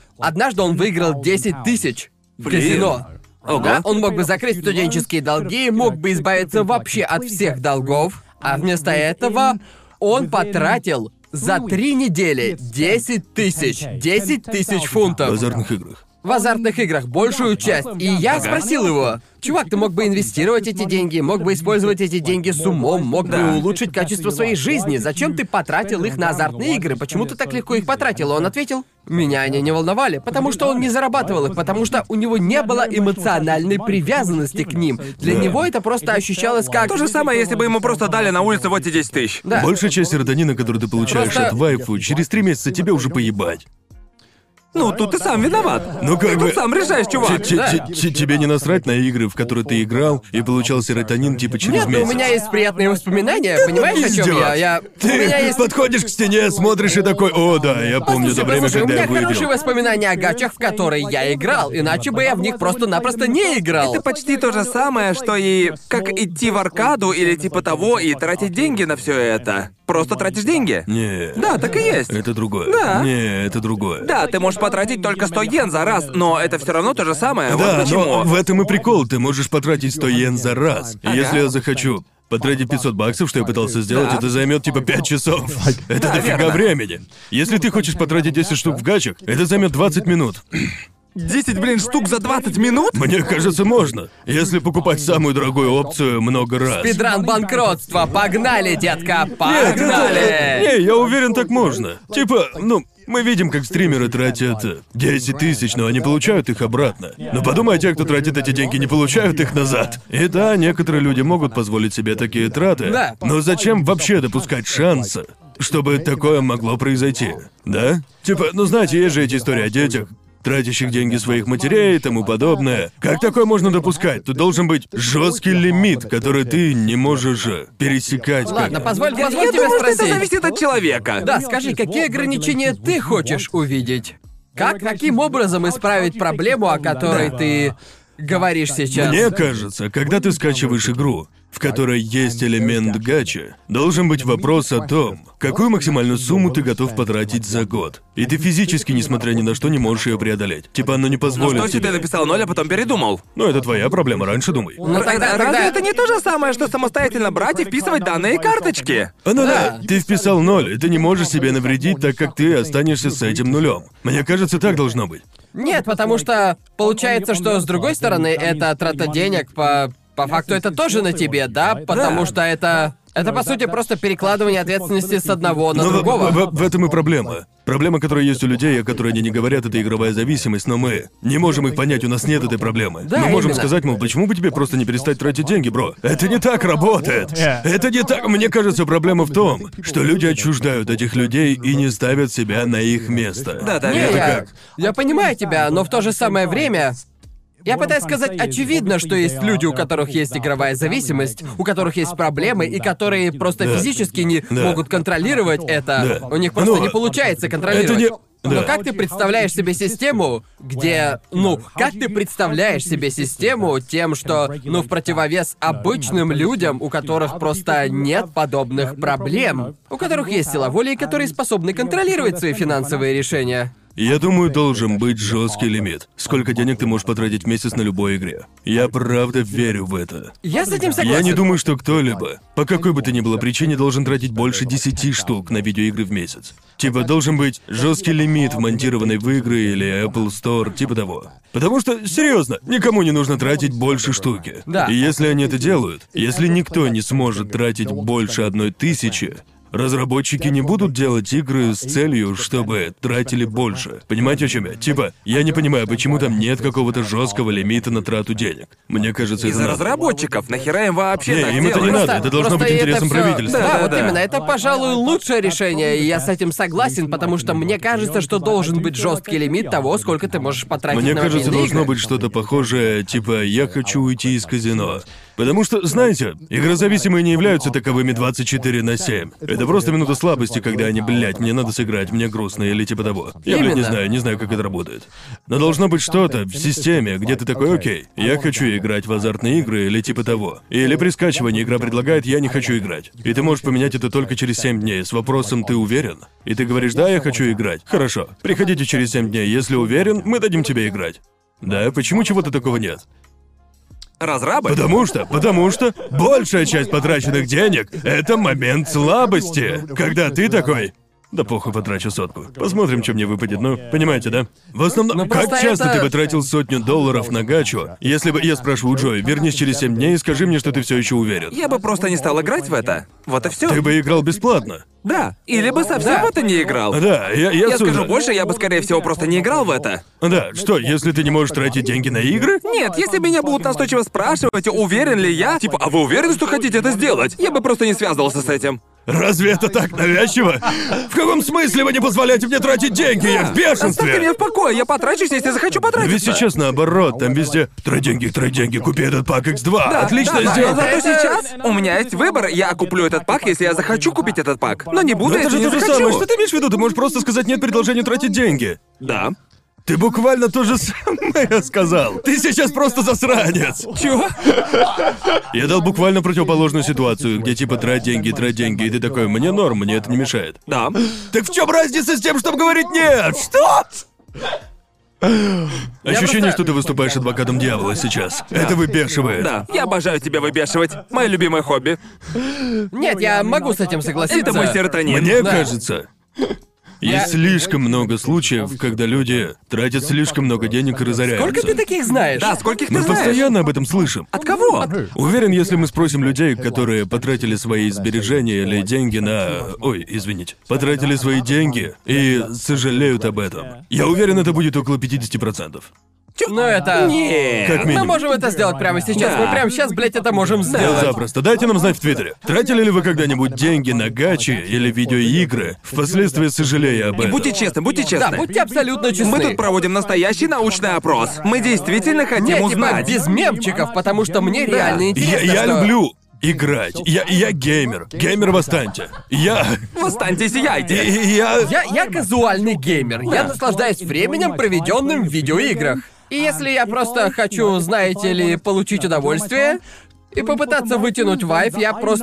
10 тысяч в Блин. казино. Ого. Да, он мог бы закрыть студенческие долги, мог бы избавиться вообще от всех долгов, а вместо этого он потратил за 3 недели 10 тысяч В фунтов азартных играх. в азартных играх, большую часть. И я спросил его: чувак, ты мог бы инвестировать эти деньги, мог бы использовать эти деньги с умом, мог бы улучшить качество своей жизни. Зачем ты потратил их на азартные игры? Почему ты так легко их потратил? Он ответил: меня они не волновали, потому что он не зарабатывал их, потому что у него не было эмоциональной привязанности к ним. Для него это просто ощущалось как... То же самое, если бы ему просто дали на улице вот эти 10 тысяч. Да. Большая часть серотонина, которую ты получаешь Просто- от вайфу, через 3 месяца тебе уже поебать. Ну, тут ты сам виноват. Ну как Ты бы... тут сам решаешь, чувак. Тебе не насрать на игры, в которые ты играл и получал серотонин типа через Нет, но месяц. у меня есть приятные воспоминания, понимаешь, о чем пиздёт. я? У Ты меня есть... подходишь к стене, смотришь и такой: о, да, я помню то время, Послушай, у когда меня я выиграл. хорошие воспоминания о гачах, в которые я играл, иначе бы я в них просто-напросто не играл. Это почти то же самое, что и как идти в аркаду или типа того и тратить деньги на все это. Просто тратишь деньги. Не. Да, так и есть. Это другое. Да. Не, это другое. Да, ты можешь потратить только 100 йен за раз, но это все равно то же самое. Да, вот почему. но в этом и прикол. Ты можешь потратить 100 йен за раз. И если я захочу потратить 500 баксов, что я пытался сделать, Да. это займет типа 5 часов. Это Да, дофига верно. времени. Если ты хочешь потратить 10 штук в гачах, это займет 20 минут. 10, штук за 20 минут? Мне кажется, можно. Если покупать самую дорогую опцию много раз. Спидран банкротства, погнали, детка, Нет, погнали! Не, я уверен, так можно. Типа, мы видим, как стримеры тратят 10 тысяч, но они получают их обратно. Но подумай о тех, кто тратит эти деньги, не получают их назад. И да, некоторые люди могут позволить себе такие траты. Да. Но зачем вообще допускать шанса чтобы такое могло произойти, да? Типа, ну знаете, есть же эти истории о детях, тратящих деньги своих матерей и тому подобное. Как такое можно допускать? Тут должен быть жесткий лимит, который ты не можешь пересекать. Ладно, позволь Я тебя думаю, что это спросить. зависит от человека. Да, скажи, какие ограничения ты хочешь увидеть? Каким образом исправить проблему, о которой ты говоришь сейчас? Мне кажется, когда ты скачиваешь игру, в которой есть элемент гача, должен быть вопрос о том, какую максимальную сумму ты готов потратить за год. И ты физически, несмотря ни на что, не можешь ее преодолеть. Типа, оно не Ну позволит что, если тебе. ты написал 0, а потом передумал? Ну, это твоя проблема, раньше думай. Ну тогда... Разве это не то же самое, что самостоятельно брать и вписывать данные карточки? Ну да, Да. ты вписал 0, и ты не можешь себе навредить, так как ты останешься с этим нулем. Мне кажется, так должно быть. Нет, потому что получается, что с другой стороны, это трата денег по факту это тоже на тебе, да? Потому что это по сути просто перекладывание ответственности с одного на Но другого. в этом и проблема. Проблема, которая есть у людей, о которой они не говорят, это игровая зависимость, но мы не можем их понять, у нас нет этой проблемы. Да, Мы можем именно. сказать, мол, почему бы тебе просто не перестать тратить деньги, бро? Это не так работает. Это не так. Мне кажется, проблема в том, что люди отчуждают этих людей и не ставят себя на их место. Да, Не, это я, как? я понимаю тебя, но в то же самое время я пытаюсь сказать, очевидно, что есть люди, у которых есть игровая зависимость, у которых есть проблемы, и которые просто Да. физически не Да. могут контролировать это. Да. У них просто Ну, не получается контролировать. это не- Но да. как ты представляешь себе систему, где, как ты представляешь себе систему тем, что, в противовес обычным людям, у которых просто нет подобных проблем, у которых есть сила воли и которые способны контролировать свои финансовые решения? Я думаю, должен быть жесткий лимит. Сколько денег ты можешь потратить в месяц на любой игре. Я правда верю в это. Я с этим согласен. Я не думаю, что кто-либо, по какой бы то ни было причине, должен тратить больше 10 штук на видеоигры в месяц. Типа, должен быть жесткий лимит, вмонтированный в игры или Apple Store, типа того. Потому что, серьезно, никому не нужно тратить больше штуки. Да. И если они это делают, если никто не сможет тратить больше 1000, разработчики не будут делать игры с целью, чтобы тратили больше. Понимаете, о чем я? Типа, я не понимаю, почему там нет какого-то жесткого лимита на трату денег. Мне кажется, это Из-за надо. разработчиков, нахера им вообще Не, так им это не делать? надо, это должно быть и это интересом всё- правительства. Да, вот Да-да-да. именно, это, пожалуй, лучшее решение, и я с этим согласен, потому что мне кажется, что должен быть жесткий лимит того, сколько ты можешь потратить Мне на кажется, мобильные должно игры. быть что-то похожее, типа «я хочу уйти из казино». Потому что, знаете, игрозависимые не являются таковыми 24/7. Это просто минута слабости, когда они, блядь, мне надо сыграть, мне грустно или типа того. Я, блядь, Именно. не знаю, как это работает. Но должно быть что-то в системе, где ты такой, окей, я хочу играть в азартные игры или типа того. Или при скачивании игра предлагает «я не хочу играть». И ты можешь поменять это только через 7 дней с вопросом «ты уверен?» И ты говоришь «да, я хочу играть». Хорошо, приходите через 7 дней, если уверен, мы дадим тебе играть. Да, почему чего-то такого нет? Разрабы? Потому что большая часть потраченных денег — это момент слабости. Когда ты такой... Да похуй, потрачу 100. Посмотрим, что мне выпадет, ну, понимаете, да? В основном, Ну, как просто часто это- ты бы тратил $100 на гачу, если бы я спрашиваю Джой, вернись через 7 дней и скажи мне, что ты все еще уверен. Я бы просто не стал играть в это. Вот и все. Ты бы играл бесплатно. Да. Или бы совсем в это не играл. Да, я Я сужу. скажу больше, я бы, скорее всего, просто не играл в это. Да, что, если ты не можешь тратить деньги на игры? Нет, если меня будут настойчиво спрашивать, уверен ли я, типа, а вы уверены, что хотите это сделать? Я бы просто не связывался с этим. Разве это так навязчиво? В каком смысле вы не позволяете мне тратить деньги? Я в Оставьте бешенстве! меня в покое, я потрачусь, если захочу потратиться. Ведь сейчас наоборот, там везде трать деньги, купи этот пак X2. Да, Отлично да, сделано. Но зато Это- сейчас у меня есть выбор, я куплю этот пак, если я захочу купить этот пак. Но не буду, Но это если же не то же захочу. самое, что ты имеешь в виду? Ты можешь просто сказать нет предложению тратить деньги. Да. Ты буквально то же самое сказал. Ты сейчас просто засранец. Чего? Я дал буквально противоположную ситуацию, где типа трать деньги, и ты такой, мне норм, мне это не мешает. Да. Так в чем разница с тем, чтобы говорить нет? Что? Ощущение, просто- что ты выступаешь адвокатом дьявола сейчас. Это выбешивает. Да. Я обожаю тебя выбешивать. Мое любимое хобби. Нет, я могу с этим согласиться. Это мой серотонин. Мне Да. кажется, есть слишком много случаев, когда люди тратят слишком много денег и разоряются. Сколько ты таких знаешь? Да, скольких ты Мы знаешь? постоянно об этом слышим. От кого? Уверен, если мы спросим людей, которые потратили свои сбережения или деньги на... Ой, извините. Потратили свои деньги и сожалеют об этом. Я уверен, это будет около 50%. Ну это... Нет. Как Мы минимум. можем это сделать прямо сейчас. Да. Мы прямо сейчас, блядь, это можем сделать. Запросто. Дайте нам знать в Твиттере. Тратили ли вы когда-нибудь деньги на гачи или видеоигры, впоследствии сожалея об И этом? будьте честны, будьте честны. Да, будьте абсолютно честны. Мы тут проводим настоящий научный опрос. Мы действительно хотим Не, типа, узнать. без мемчиков, потому что мне реально интересно, Я что... люблю играть. Я геймер. Геймер восстаньте. Восстаньте, сияйте. Я казуальный геймер. Я наслаждаюсь временем, проведенным в видеоиграх. И если я просто хочу, знаете ли, получить удовольствие и попытаться вытянуть вайф,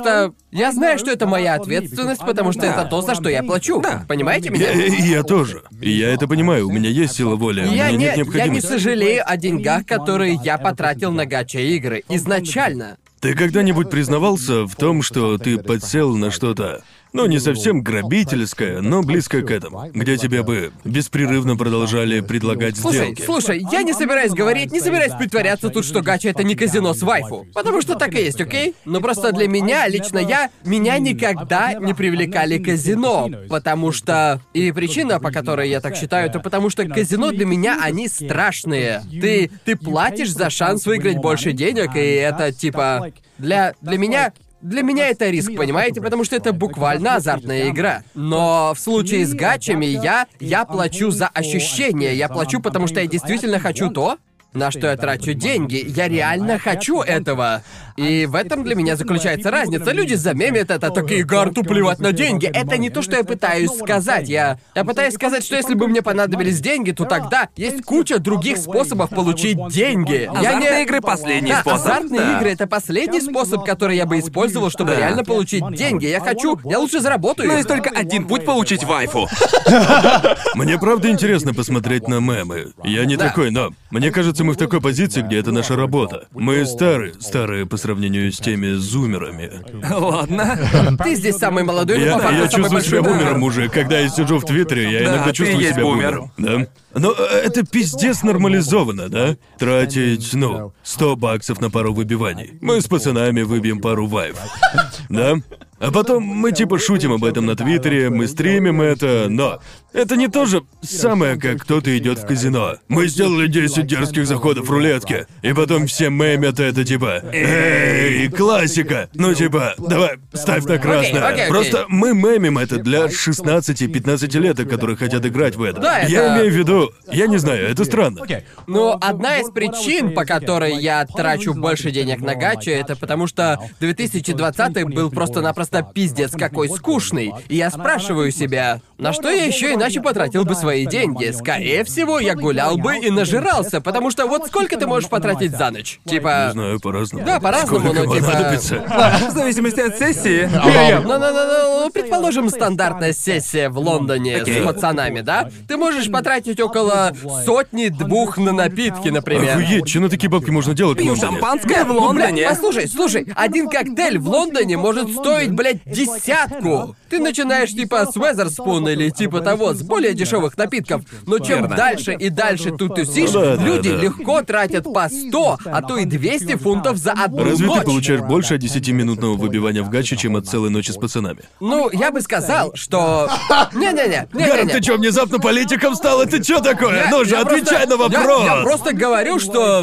я знаю, что это моя ответственность, потому что это то, за что я плачу. Понимаете меня? Я тоже. И я это понимаю. У меня есть сила воли. У меня нет Я не необходимости. сожалею о деньгах, которые я потратил на гача-игры изначально. Ты когда-нибудь признавался в том, что ты подсел на что-то, ну, не совсем грабительское, но близко к этому, где тебе бы беспрерывно продолжали предлагать сделки? Слушай, я не собираюсь говорить, не собираюсь притворяться тут, что гача — это не казино с вайфу. Потому что так и есть, окей? Но просто для меня, лично меня никогда не привлекали казино. Потому что... И причина, по которой я так считаю, это потому что казино для меня, они страшные. Ты платишь за шанс выиграть больше денег, и это типа... Для меня это риск, понимаете? Потому что это буквально азартная игра. Но в случае с гачами я плачу за ощущения. Я плачу, потому что я действительно хочу то, на что я трачу деньги. Я реально хочу этого. И в этом для меня заключается разница. Люди замемят это, такие, Гарту плевать на деньги. Это не то, что я пытаюсь сказать. Я пытаюсь сказать, что если бы мне понадобились деньги, то тогда есть куча других способов получить деньги. Азартные игры — последний способ. Азартные Да. игры — это последний способ, который я бы использовал, чтобы реально получить деньги. Я лучше заработаю. Но есть только один путь получить вайфу. Мне правда интересно посмотреть на мемы. Я не такой, но мне кажется, мы в такой позиции, где это наша работа. Мы старые по сравнению с теми зумерами. Ладно. Ты здесь самый молодой, но по факту Я самый чувствую себя большой. бумером уже, когда я сижу в Твиттере, я Да, иногда ты чувствую есть себя бумер. бумером. Да? Но это пиздец нормализовано, да? Тратить, $100 на пару выбиваний. Мы с пацанами выбьем пару вайф. Да? А потом мы типа шутим об этом на Твиттере, мы стримим это, но это не то же самое, как кто-то идет в казино. Мы сделали 10 дерзких заходов в рулетке, и потом все мемят это типа «Эй, классика!» Ну типа, давай, ставь на красное. Окей. Просто мы мемим это для 16-15-леток, которые хотят играть в это. Да, Я это- имею в виду, я не знаю, это странно. Но одна из причин, по которой я трачу больше денег на гачи, это потому что 2020 был просто-напросто пиздец какой скучный. И я спрашиваю себя, на что я еще иначе потратил бы свои деньги? Скорее всего, я гулял бы и нажирался, потому что вот сколько ты можешь потратить за ночь? Типа... Не знаю, по-разному. Да, по-разному, Сколько но типа... понадобится. В зависимости от сессии. Ну, предположим, стандартная сессия в Лондоне Окей. с пацанами, да? Ты можешь потратить около 100-200 на напитки, например. Охуеть, что на такие бабки можно делать в Пью Лондоне? шампанское в Ну, блядь, Лондоне. слушай, один коктейль в Лондоне может стоить, блядь, 10. Ты начинаешь типа с Weatherspoon или типа того, с более дешевых напитков. Но чем Верно. дальше и дальше тут тусишь, Да, да, люди да. легко тратят по 100, а то и 200 фунтов за одну Разве ночь. ты получаешь больше от 10-минутного выбивания в гаче, чем от целой ночи с пацанами? Ну, я бы сказал, что... Не-не-не. Гарн, ты чё, внезапно политиком стал? Это чё такое? Ну же, Я отвечай просто- на вопрос! Я просто говорю, что...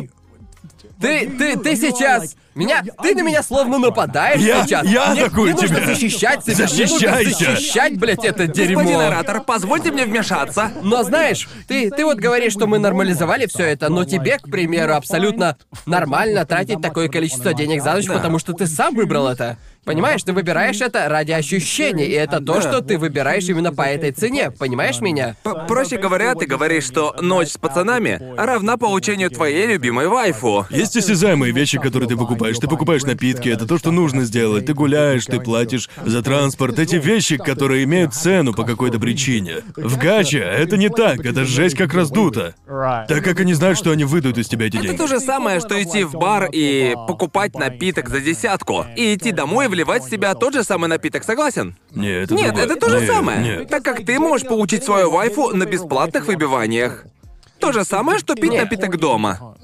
Ты сейчас... Ты на меня словно нападаешь сейчас. Я Мне атакую нужно тебя. защищать себя. Мне Защищайся. нужно защищать, блядь, это Господин дерьмо. оратор, позвольте мне вмешаться. Но знаешь, ты вот говоришь, что мы нормализовали все это, но тебе, к примеру, абсолютно нормально тратить такое количество денег за ночь, потому что ты сам выбрал это. Понимаешь, ты выбираешь это ради ощущений, и это то, что ты выбираешь именно по этой цене. Понимаешь меня? Проще говоря, ты говоришь, что ночь с пацанами равна получению твоей любимой вайфу. Есть осязаемые вещи, которые ты покупаешь. Ты покупаешь напитки, это то, что нужно сделать. Ты гуляешь, ты платишь за транспорт. Эти вещи, которые имеют цену по какой-то причине. В гаче это не так, это жесть как раздуто. Так как они знают, что они выдают из тебя эти Это деньги. то же самое, что идти в бар и покупать напиток за 10, и идти домой и вливать в себя тот же самый напиток, согласен? Нет, это Нет, другое. это то же Нет, самое. Нет. Так как ты можешь получить свою вайфу на бесплатных выбиваниях. То же самое, что пить Нет. напиток дома.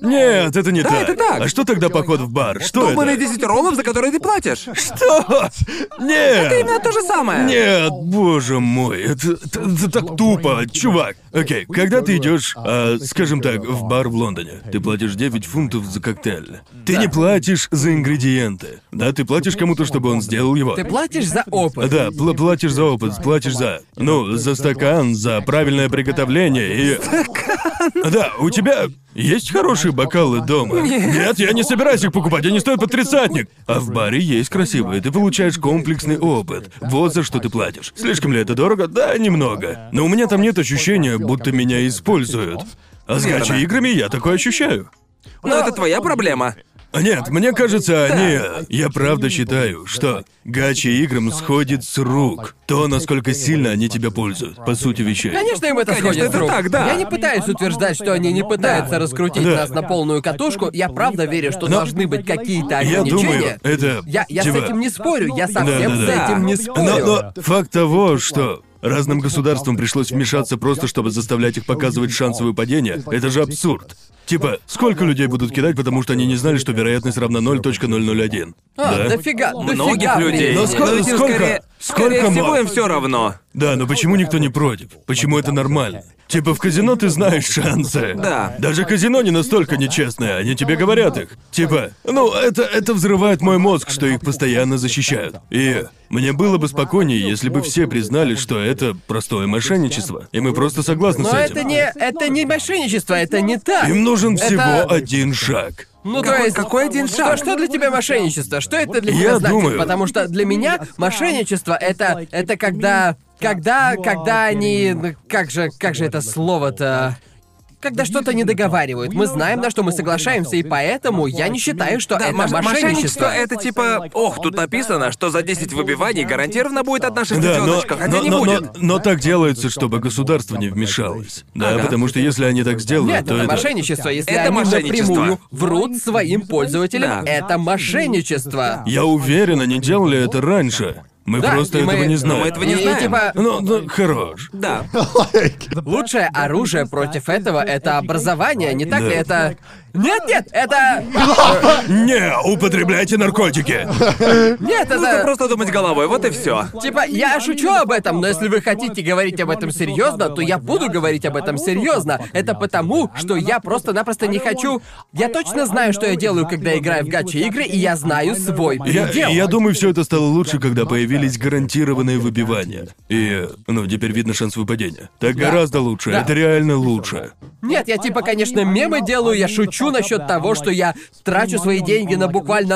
Нет, это не Да, так. это так. А что тогда поход в бар? Что Долбаные это? 10 роллов, за которые ты платишь. Что? Нет! Именно то же самое. Нет, боже мой, это так тупо, чувак. Окей, когда ты идешь, скажем так, в бар в Лондоне, ты платишь 9 фунтов за коктейль. Ты не платишь за ингредиенты. Да, ты платишь кому-то, чтобы он сделал его. Ты платишь за опыт. Да, платишь за опыт, платишь за... Ну, за стакан, за правильное приготовление и... Да, у тебя есть хорошие бокалы дома? Нет, я не собираюсь их покупать, они стоят по 30-ник. А в баре есть красивые, ты получаешь комплексный опыт. Вот за что ты платишь. Слишком ли это дорого? Да, немного. Но у меня там нет ощущения, будто меня используют. А с Верно. гача-играми я такое ощущаю. Но это твоя проблема. Нет, мне кажется, Я правда считаю, что гача-играм сходит с рук то, насколько сильно они тебя пользуют, по сути вещей. Конечно, им это Конечно, сходит это с рук. так, да. Я не пытаюсь утверждать, что они не пытаются раскрутить Да. нас на полную катушку. Я правда верю, что должны быть какие-то Я ограничения. думаю, это... Я с типа- этим не спорю, я совсем с Да-да-да. этим не спорю. Но факт того, что разным государствам пришлось вмешаться просто, чтобы заставлять их показывать шансовое падение, это же абсурд. Типа, сколько людей будут кидать, потому что они не знали, что вероятность равна 0.001? Да? Дофига, Многих дофига людей. времени. Но сколько- этим скорее сколько всего мо- им все равно. Да, но почему никто не против? Почему это нормально? Типа в казино ты знаешь шансы. Да. Даже казино не настолько нечестное, они тебе говорят их. Типа, ну это взрывает мой мозг, что их постоянно защищают. И мне было бы спокойнее, если бы все признали, что это простое мошенничество. И мы просто согласны с Но этим. это не мошенничество, это не так. Им нужен всего Это- один шаг. Ну, Какой- то есть... какой один шаг? Что для тебя мошенничество? Что это для Я тебя значит? думаю- Потому что для меня мошенничество это когда они... Как же это слово-то... Когда что-то не договаривают. Мы знаем, на что мы соглашаемся, и поэтому я не считаю, что это Мошенничество мошенничество. это типа, ох, тут написано, что за 10 выбиваний гарантированно будет одна Да, шестерёночка, хотя не будет. но так делается, чтобы государство не вмешалось. Да, Ага. потому что если они так сделают, Нет, то это это... мошенничество. Если Это они мошенничество. напрямую врут своим пользователям, Да. это мошенничество. Я уверен, они делали это раньше. Мы Да, просто и мы- этого не но знаем. мы этого не И, знаем. типа, Ну, хорош. Да. лучшее оружие против этого — это образование, не так Да. ли? Это... Нет, это... Не употребляйте наркотики! Нет, Нужно это... просто думать головой, вот и все. Типа, я шучу об этом, но если вы хотите говорить об этом серьезно, то я буду говорить об этом серьезно. Это потому, что я просто-напросто не хочу. Я точно знаю, что я делаю, когда играю в гача-игры, и я знаю свой предел. Я думаю, все это стало лучше, когда появились гарантированные выбивания. И, теперь видно шанс выпадения. Так гораздо лучше, Да. это реально лучше. Нет, я типа, конечно, мемы делаю, я шучу насчет того, что я трачу свои деньги на буквально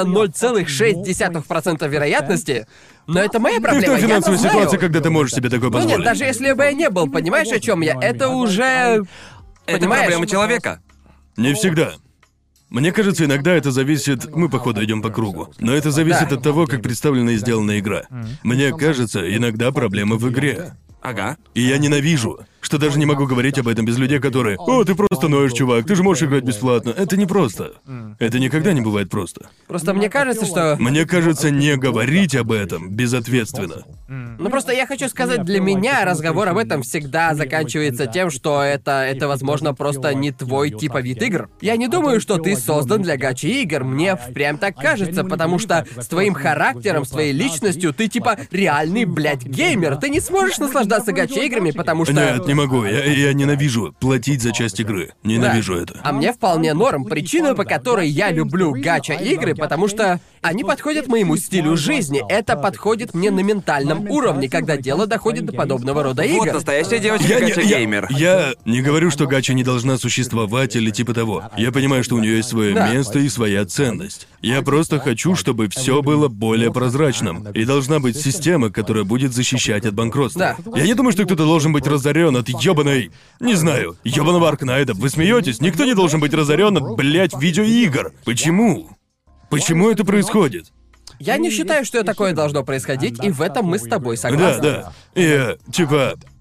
0,6% вероятности. Но это моя Ты в проблема, той я финансовой знаю. ситуации, когда ты можешь себе такое Ну позволить. нет, даже если бы я не был, понимаешь, о чем я? Это уже... Это Понимаешь? проблема человека. Не всегда. Мне кажется, иногда это зависит... Мы, походу, идем по кругу. Но это зависит Да. от того, как представлена и сделана игра. Мне кажется, иногда проблема в игре. Ага. И я ненавижу, что даже не могу говорить об этом без людей, которые «О, ты просто ноешь, чувак, ты же можешь играть бесплатно». Это не просто. Это никогда не бывает просто. Просто мне кажется, что... Мне кажется, не говорить об этом безответственно. Ну просто я хочу сказать, для меня разговор об этом всегда заканчивается тем, что это возможно, просто не твой типа вид игр. Я не думаю, что ты создан для гачи-игр, мне впрямь так кажется, потому что с твоим характером, с твоей личностью ты типа реальный, блядь, геймер. Ты не сможешь наслаждаться гачи-играми, потому что... Нет, не могу. Я ненавижу платить за часть игры. Ненавижу Да. это. А мне вполне норм. Причина, по которой я люблю гача-игры, потому что они подходят моему стилю жизни. Это подходит мне на ментальном уровне, когда дело доходит до подобного рода Вот игр. настоящая девочка гача-геймер. Я не говорю, что гача не должна существовать или типа того. Я понимаю, что у нее есть свое Да. место и своя ценность. Я просто хочу, чтобы все было более прозрачным. И должна быть система, которая будет защищать от банкротства. Да. Я не думаю, что кто-то должен быть разорен от ёбаной... Не знаю, ёбаного Аркнайда. Вы смеетесь? Никто не должен быть разорен от, блядь, видеоигр. Почему? Почему это происходит? Я не считаю, что такое должно происходить, и в этом мы с тобой согласны. Да. И, типа,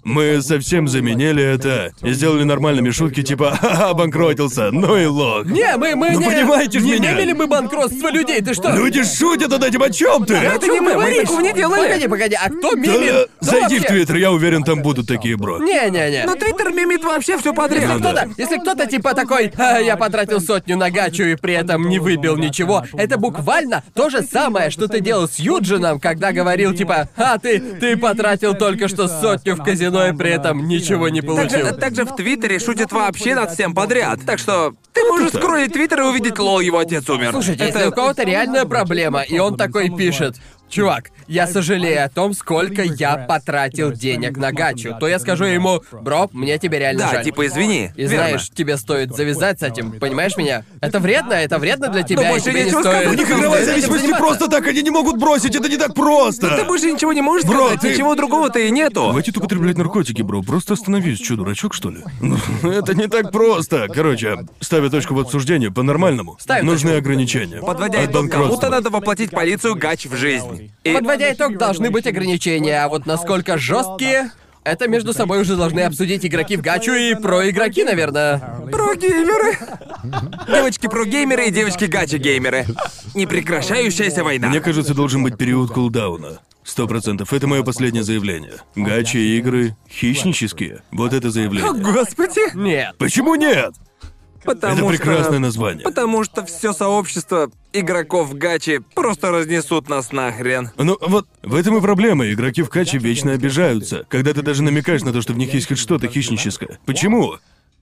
Мы совсем заменили это и сделали нормальными шутки типа «Ха-ха, обанкротился, ну и лох». Не, мы Ну, не... понимаете ж не меня? мемели мы банкротство людей, ты что? Люди шутят над этим, о чем ты? Это не мы, мы такого не делали. Погоди, а кто Да, мемит? Кто зайди в вообще- Твиттер, я уверен, там будут такие, бро. Не-не-не. Но Твиттер мимит вообще все подряд. Если кто-то, если кто-то типа такой, я потратил 100 на гачу и при этом не выбил ничего, это буквально то же самое, что ты делал с Юджином, когда говорил типа, ты потратил только что 100 в казино и при этом ничего не получил. Также в Твиттере шутят вообще над всем подряд. Так что ты можешь скроллить Твиттер и увидеть, лол, его отец умер. Слушайте, если у кого-то реальная проблема, и он такой пишет: «Чувак, я сожалею о том, сколько я потратил денег на гачу», то я скажу ему: «Бро, мне тебя реально Да, жаль». типа извини. И верно. знаешь, тебе стоит завязать с этим, понимаешь меня? Это вредно для тебя, и больше тебе не нечего стоит... сказать. У них Этим игровая заниматься. зависимость не просто так, они не могут бросить, это не так просто. Ты больше ничего не можешь Бро, сказать, ты- ничего другого-то и нету. Хватит употреблять наркотики, бро. Просто остановись, что, дурачок, что ли? Ну, это не так просто. Короче, ставя точку в обсуждении, по-нормальному. Ставим Нужны точку. ограничения. Подводя От итог, банкротства. кому-то надо воплотить полицию гач в жизнь. И Подводя итог, должны быть ограничения, а вот насколько жесткие, это между собой уже должны обсудить игроки в гачу и про-игроки, наверное. про-геймеры. Девочки про-геймеры и девочки гача-геймеры. Непрекращающаяся война. Мне кажется, должен быть период кулдауна. 100%. Это мое последнее заявление. Гачи игры хищнические. Вот это О, заявление. господи. Нет. Почему нет? Потому Это прекрасное что... название. Потому что все сообщество игроков гачи просто разнесут нас нахрен. Ну вот, в этом и проблема. Игроки в гачи вечно обижаются, когда ты даже намекаешь на то, что в них есть хоть что-то хищническое. Почему?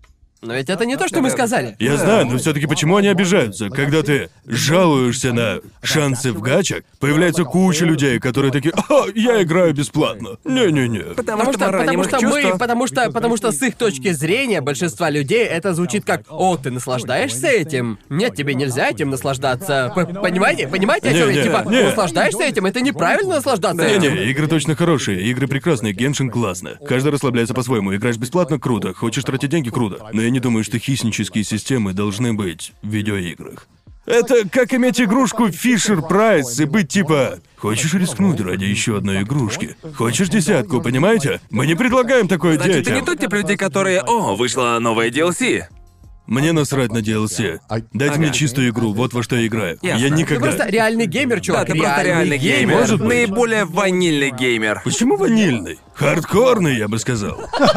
Но ведь это не то, что мы сказали. Я знаю, но все-таки почему они обижаются? Когда ты жалуешься на шансы в гачах, появляется куча людей, которые такие: «А, я играю бесплатно». Не-не-не. Потому что мы ранимых чувства... потому что с их точки зрения большинства людей это звучит как: «О, ты наслаждаешься этим? Нет, тебе нельзя этим наслаждаться». Понимаете? Понимаете, о чем я? Не-не, Типа, не. наслаждаешься этим? Это неправильно наслаждаться этим. Не-не, игры точно хорошие, игры прекрасные, Геншин классно. Каждый расслабляется по-своему. Играешь бесплатно — круто, хочешь тратить деньги — круто. Но я не думаю, что хищнические системы должны быть в видеоиграх. Это как иметь игрушку Fisher Price и быть типа: «Хочешь рискнуть ради еще одной игрушки? Хочешь десятку, понимаете? Мы не предлагаем такое Значит, ты детям». не тот тип людей, которые... О, вышла новая DLC. Мне насрать на DLC. Дайте мне чистую игру, вот во что я играю. Ясно. Я Ты Ты никогда... просто реальный геймер, Да, чувак. ты просто реальный геймер. Может быть. Наиболее ванильный геймер. Почему ванильный? Хардкорный, я бы сказал.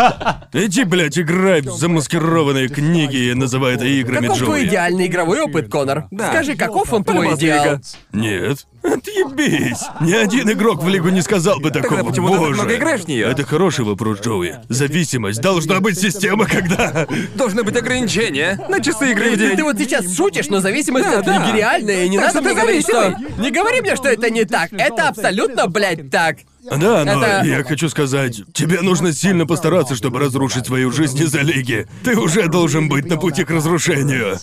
Иди, блядь, играй в замаскированные книги и называй это играми, Каков твой Джоуи. идеальный игровой опыт, Конор? Да. Скажи, каков он твой По-любому идеал? Лига. Нет. Отъебись. Ни один игрок в лигу не сказал бы такого. почему ты так Боже. много играешь в неё? Это хороший вопрос, Джоуи. Зависимость. Должна быть система, когда... Должны быть ограничения на часы игры в Ты день. вот сейчас шутишь, но зависимость Да, от да. лиги реальная, и не Так надо что мне ты говорить, что... зависимый. Не говори мне, что это не так. Это абсолютно, блядь, так. Да, но Это- я хочу сказать, тебе нужно сильно постараться, чтобы разрушить свою жизнь из-за лиги. Ты уже должен быть на пути к разрушению.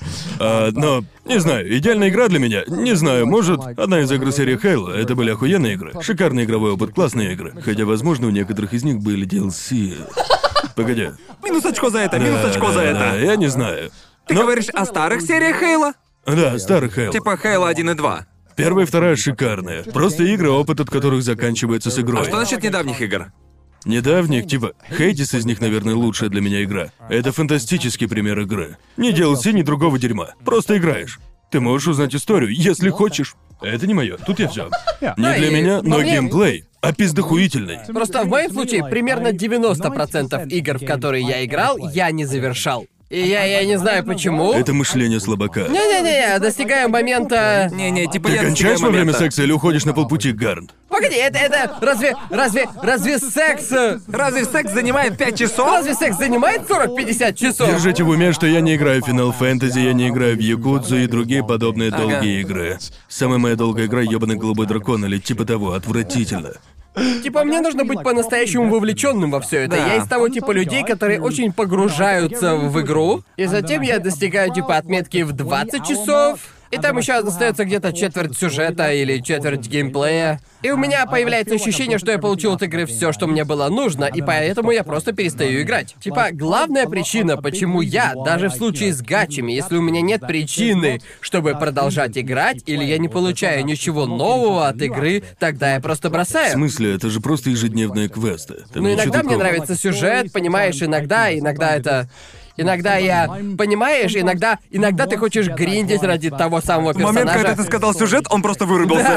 Но, не знаю, идеальная игра для меня? Не знаю, может, одна из игр серии Halo. Это были охуенные игры. Шикарный игровой опыт, классные игры. Хотя, возможно, у некоторых из них были DLC. Погоди. Минус очко за это, минус очко за Да, это. я не знаю. Ты говоришь о старых сериях Хейла? Да, старый Halo. Типа Хейла 1 и 2. Первая и вторая шикарные. Просто игры, опыт от которых заканчивается с игрой. А что насчет недавних игр? Недавних, типа, Хейдис из них, наверное, лучшая для меня игра. Это фантастический пример игры. Ни DLC, ни другого дерьма. Просто играешь. Ты можешь узнать историю, если хочешь. Это не мое. Тут я все. Не Да, для и меня, по но мне- геймплей опиздохуительный. Просто в моем случае примерно 90% игр, в которые я играл, я не завершал. И я не знаю почему. Это мышление слабака. Не-не-не, достигаю момента... Не-не, типа Ты я кончаешь достигаю во время момента. секса или уходишь на полпути, Гарнт? Погоди, это разве секс... Разве секс занимает 5 часов? Разве секс занимает 40-50 часов? Держите в уме, что я не играю в Final Fantasy, я не играю в Якудзу и другие подобные долгие игры. Самая моя долгая игра — ёбаный голубой дракон или типа того, отвратительно. Типа, мне нужно быть по-настоящему вовлеченным во все это. Да. Я из того типа людей, которые очень погружаются в игру, и затем я достигаю типа отметки в 20 часов. И там еще остается где-то четверть сюжета или четверть геймплея. И у меня появляется ощущение, что я получил от игры все, что мне было нужно, и поэтому я просто перестаю играть. Типа, главная причина, почему я, даже в случае с гачами, если у меня нет причины, чтобы продолжать играть, или я не получаю ничего нового от игры, тогда я просто В бросаю. смысле, это же просто ежедневные квесты. Там Ну, ничего иногда мне такого. нравится сюжет, понимаешь, иногда это... Иногда я... Понимаешь, иногда ты хочешь гриндить ради того самого В персонажа. момент, когда ты сказал сюжет, он просто вырубился.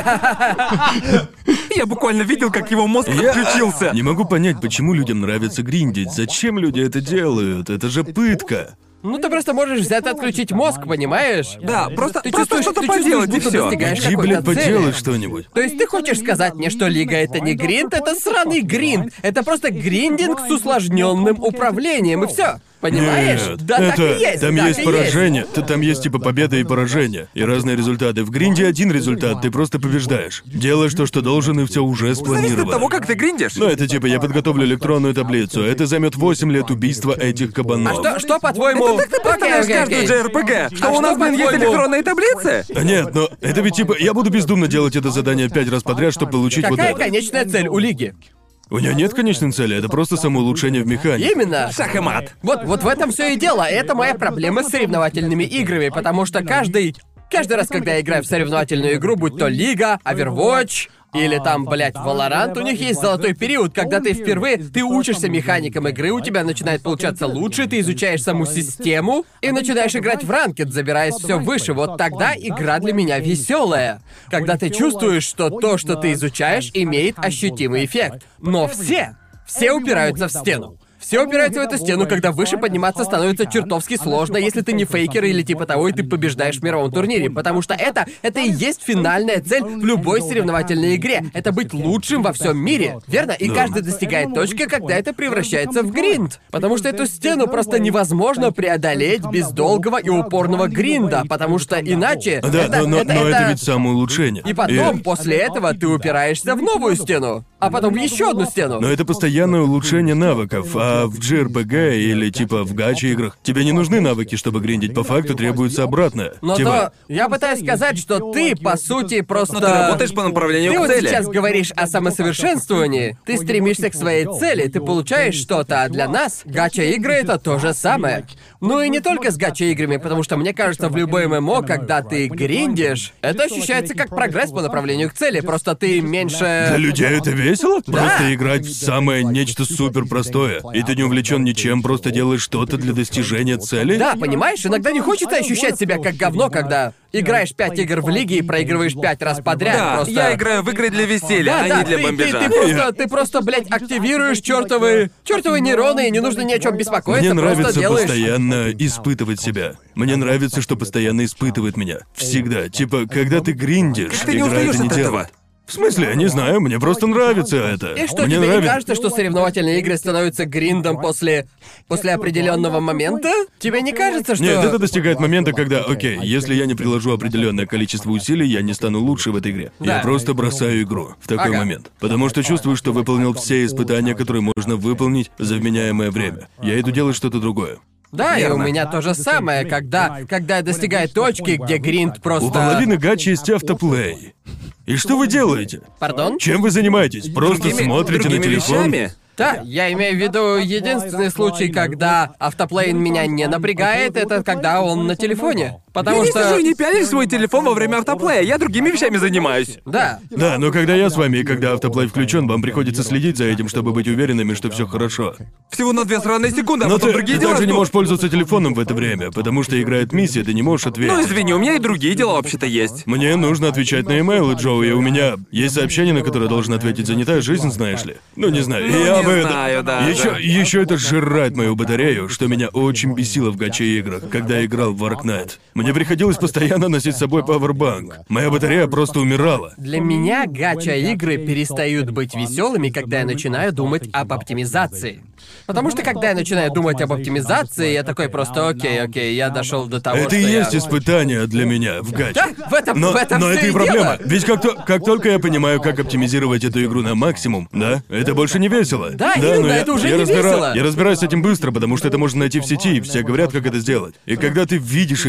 Я буквально видел, как его мозг отключился. Не могу понять, почему людям нравится гриндить. Зачем люди это делают? Это же пытка. Ну, ты просто можешь взять и отключить мозг, понимаешь? Да, просто Ты чувствуешь, что-то ты чувствуешь, поделать, и будто все. достигаешь Иди, какой-то блядь, цели. поделай что-нибудь. То есть ты хочешь сказать мне, что Лига это не гринд, это сраный гринд. Это просто гриндинг с усложненным управлением, и все. Понимаешь? Нет, Да, так и есть. Там так есть и поражение. Там есть типа победа и поражение. И разные результаты. В гринде один результат, ты просто побеждаешь. Делаешь то, что должен, и все уже Зависит от спланировано. того, как ты гриндишь. Ну, это типа, я подготовлю электронную таблицу. Это займет 8 лет убийства этих кабанов. Что по-твоему... Так ты представляешь каждую JRPG, что у нас, блин, есть по-твоему? электронные таблицы? Нет, но это ведь типа, я буду бездумно делать это задание 5 раз подряд, чтобы получить вот Какая это. конечная цель у Лиги? У нее нет конечной цели, это просто самоулучшение в механике. Именно. Шах и мат. Вот в этом все и дело. Это моя проблема с соревновательными играми, потому что каждый раз, когда я играю в соревновательную игру, будь то Лига, Overwatch или там, блять, Valorant, у них есть золотой период, когда ты впервые, ты учишься механикам игры, у тебя начинает получаться лучше, ты изучаешь саму систему и начинаешь играть в ранкед, забираясь все выше. Вот тогда игра для меня веселая. Когда ты чувствуешь, что то, что ты изучаешь, имеет ощутимый эффект. Но все упираются в стену. Все упираются в эту стену, когда выше подниматься становится чертовски сложно, если ты не фейкер или типа того, и ты побеждаешь в мировом турнире. Потому что это и есть финальная цель в любой соревновательной игре. Это быть лучшим во всем мире. Верно? И каждый достигает точки, когда это превращается в гринд. Потому что эту стену просто невозможно преодолеть без долгого и упорного гринда. Потому что иначе... Да, но это ведь самоулучшение. И потом, после этого, ты упираешься в новую стену. А потом в еще одну стену. Но это постоянное улучшение навыков, а в JRPG или типа в гача-играх тебе не нужны навыки, чтобы гриндить, по факту требуется обратное. Но Типа, то я пытаюсь сказать, что ты, по сути, просто... Но ты работаешь по направлению Ты к вот цели. сейчас говоришь о самосовершенствовании. Ты стремишься к своей цели, ты получаешь что-то, а для нас гача-игры — это то же самое. Ну и не только с гача-играми, потому что мне кажется, в любой ММО, когда ты гриндишь, это ощущается как прогресс по направлению к цели, просто ты меньше... для людей это весело? Просто играть в самое нечто супер простое. И ты не увлечен ничем, просто делаешь что-то для достижения цели? Да, понимаешь, иногда не хочется ощущать себя как говно, когда играешь 5 игр в лиге и проигрываешь 5 раз подряд. Да, просто... я играю в игры для веселья, Да, а да, не для ты бомбежа. просто, блядь, активируешь чертовы нейроны, и не нужно ни о чем беспокоиться, Мне просто нравится делаешь. постоянно испытывать себя. Мне нравится, что постоянно испытывает меня. Всегда. Типа, когда ты гриндишь, Как ты не игра устаёшь это не от делает. этого? В смысле, я не знаю, мне просто нравится это. И что, мне тебе не нравится. кажется, что соревновательные игры становятся гриндом после определенного момента? Тебе не кажется, что... Нет, это достигает момента, когда, окей, если я не приложу определенное количество усилий, я не стану лучше в этой игре. Да. Я просто бросаю игру в такой Ага. момент. Потому что чувствую, что выполнил все испытания, которые можно выполнить за вменяемое время. Я иду делать что-то другое. Да, и у Верно. меня то же самое, когда я достигаю точки, где гринд просто... У половины гачи есть автоплей. И что вы делаете? Пардон? Чем вы занимаетесь? Просто Другими- смотрите на другими телефон? вещами? Да, я имею в виду единственный случай, когда автоплейн меня не напрягает, это когда он на телефоне. Потому Я не что... сижу и не пялюсь в свой телефон во время автоплея, я другими вещами занимаюсь. Да. Да, но когда я с вами и когда автоплей включен, вам приходится следить за этим, чтобы быть уверенными, что все хорошо. Всего на 2 сраные секунды, а Но потом ты другие дела также не ждут. можешь пользоваться телефоном в это время, потому что играет миссия, ты не можешь ответить. Ну извини, у меня и другие дела вообще-то есть. Мне нужно отвечать на имейлы, Джоуи, у меня есть сообщение, на которое должен ответить занятая жизнь, знаешь ли? Ну, не знаю. Ну, я не бы это... знаю, да, Еще это жрать мою батарею, что меня очень бесило в гача-играх, когда я играл в Warknight. Мне приходилось постоянно носить с собой пауэрбанк. Моя батарея просто умирала. Для меня гача-игры перестают быть веселыми, когда я начинаю думать об оптимизации. Потому что когда я начинаю думать об оптимизации, я такой просто окей, я дошел до того, Это что и я... есть испытание для меня в гаче. Да, в этом Но всё это и проблема. дело. Ведь как только я понимаю, как оптимизировать эту игру на максимум, да, это больше не весело. Да, именно, но это уже не весело. Я разбираюсь с этим быстро, потому что это можно найти в сети, и все говорят, как это сделать. И когда ты видишь эти Проще говоря,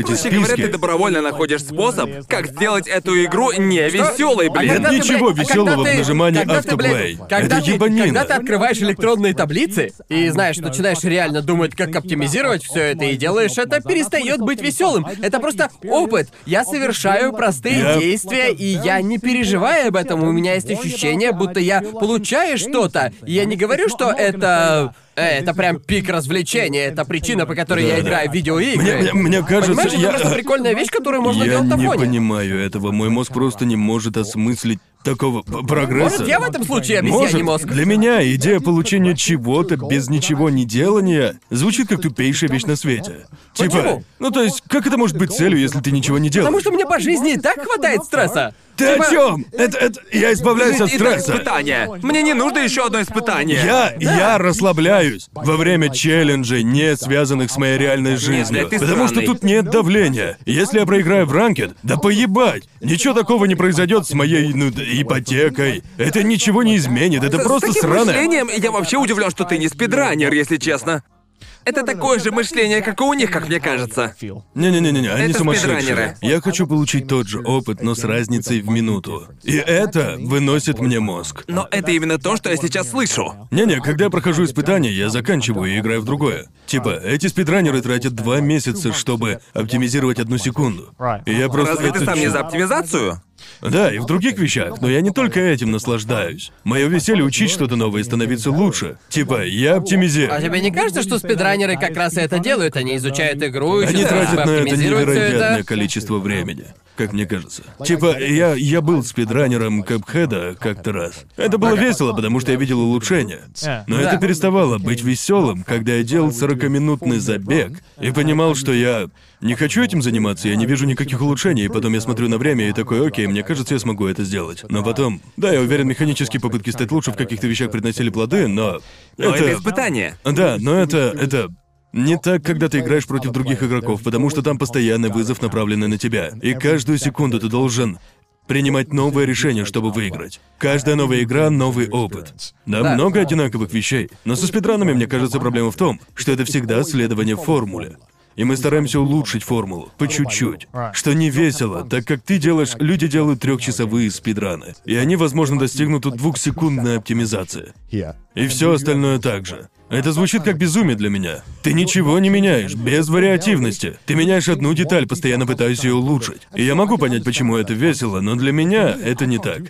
говоря, ты добровольно находишь способ, как сделать эту игру не веселой, блин. Нет ничего веселого в нажимании автоплей. Это ебанина. Когда ты открываешь электронные таблицы и, знаешь, начинаешь реально думать, как оптимизировать все это, и делаешь это, перестает быть веселым. Это просто опыт. Я совершаю простые действия, и я не переживаю об этом. У меня есть ощущение, будто я получаю что-то. И я не говорю, что это прям пик развлечения, это причина, по которой я играю в видеоигры. Мне кажется, Понимаешь, это просто прикольная вещь, которую можно я делать на не фоне. понимаю этого. Мой мозг просто не может осмыслить такого прогресса. Может, я в этом случае обезьяний мозг? Для меня идея получения чего-то без ничего не делания звучит как тупейшая вещь на свете. Почему? Ну то есть, как это может быть целью, если ты ничего не делаешь? Потому что мне по жизни и так хватает стресса. Ты о чем? Это я избавляюсь от Итак, стресса. испытание. Мне не нужно еще одно испытание. Я расслабляюсь во время челленджей, не связанных с моей реальной жизнью. ты Потому что странный. тут нет давления. Если я проиграю в ранкед, да поебать! Ничего такого не произойдет с моей, ипотекой. Это ничего не изменит, это просто С таким сраное. мышлением я вообще удивлен, что ты не спидранер, если честно. Это такое же мышление, как и у них, как мне кажется. Не-не-не, они Это сумасшедшие. спидранеры. Я хочу получить тот же опыт, но с разницей в минуту. И это выносит мне мозг. Но это именно то, что я сейчас слышу. Не-не, когда я прохожу испытания, я заканчиваю и играю в другое. Типа, эти спидранеры тратят 2 месяца, чтобы оптимизировать 1 секунду. И я просто... Разве ты это сам не чу- за оптимизацию? Да, и в других вещах, но я не только этим наслаждаюсь. Мое веселье учить что-то новое и становиться лучше. Типа, я А оптимизирую. тебе не кажется, что спидранеры как раз и это делают? Они изучают игру, Они ищут способы тратят на это оптимизировать всё невероятное это. количество времени, как мне кажется. Типа, я был спидранером Капхеда как-то раз. Это было весело, потому что я видел улучшения. Но это переставало быть веселым, когда я делал 40-минутный забег и понимал, что я не хочу этим заниматься, я не вижу никаких улучшений, и потом я смотрю на время и такой, окей, мне кажется, я смогу это сделать. Но потом, да, я уверен, механические попытки стать лучше в каких-то вещах приносили плоды, но... Но это испытание. Да, но это не так, когда ты играешь против других игроков, потому что там постоянный вызов, направленный на тебя. И каждую секунду ты должен принимать новое решение, чтобы выиграть. Каждая новая игра — новый опыт. Да, Да. много одинаковых вещей. Но со спидранами, мне кажется, проблема в том, что это всегда следование формуле. И мы стараемся улучшить формулу, по чуть-чуть. Что не весело, так как люди делают 3-часовые спидраны. И они, возможно, достигнут 2-секундной оптимизации. И все остальное так же. Это звучит как безумие для меня. Ты ничего не меняешь, без вариативности. Ты меняешь одну деталь, постоянно пытаясь ее улучшить. И я могу понять, почему это весело, но для меня это не так.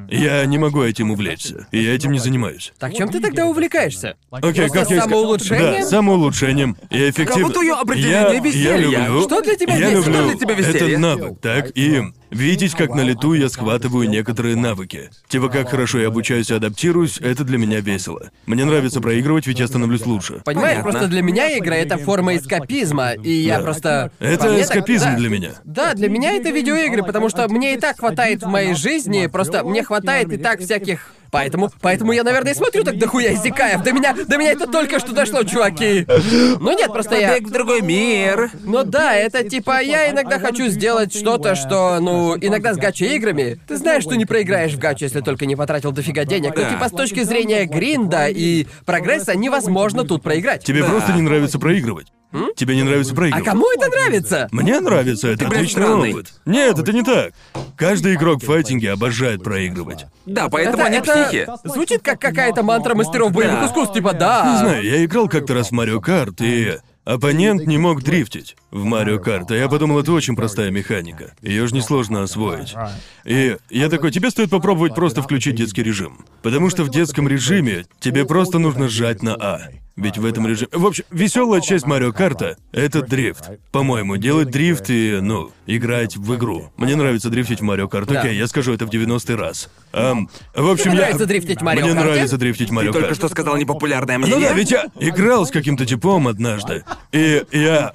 Я не могу этим увлечься, и я этим не занимаюсь. Так чем ты тогда увлекаешься? Окей, Просто как я самоулучшением? Да, самоулучшением и эффективно. Каково твое определение я веселья? люблю... Что для тебя я весело? люблю... Что для тебя веселье? Это навык, так? И видеть, как на лету я схватываю некоторые навыки. Типа, как хорошо я обучаюсь и адаптируюсь, это для меня весело. Мне нравится проигрывать, ведь я становлюсь лучше. Понимаешь, Понятно. просто для меня игра — это форма эскапизма, и я Да. просто... Это по мне так- эскапизм да. для меня. Да, для меня это видеоигры, потому что мне и так хватает в моей жизни, просто мне хватает и так всяких... Поэтому я, наверное, смотрю так дохуя изикаев. До меня это только что дошло, чуваки. Ну нет, просто я... Побег в другой мир. Ну да, это типа я иногда хочу сделать что-то, что, иногда с гача-играми. Ты знаешь, что не проиграешь в гачу, если только не потратил дофига денег. Но Да. типа с точки зрения гринда и прогресса невозможно тут проиграть. Тебе Да. просто не нравится проигрывать. Тебе не нравится А проигрывать. кому это нравится? Мне нравится, это блин, отличный странный. опыт. Нет, это не так. Каждый игрок в файтинге обожает проигрывать. Да, поэтому они психи. Звучит как какая-то мантра мастеров боевых Да. искусств, типа да. Не знаю, я играл как-то раз в Марио Карт, и оппонент не мог дрифтить в Марио Карт, а я подумал, это очень простая механика. Ее же несложно освоить. И я такой, тебе стоит попробовать просто включить детский режим. Потому что в детском режиме тебе просто нужно сжать на А. Ведь в этом режиме... В общем, веселая часть Марио Карта — это дрифт. По-моему, делать дрифт и, играть в игру. Мне нравится дрифтить в Марио Карт. Да. Окей, я скажу это в 90-й раз. В общем, Тебе я... нравится дрифтить в Марио Мне Карте? нравится дрифтить в Марио Только Карт. что сказал непопулярное Ну мнение. да, ведь я играл с каким-то типом однажды. И я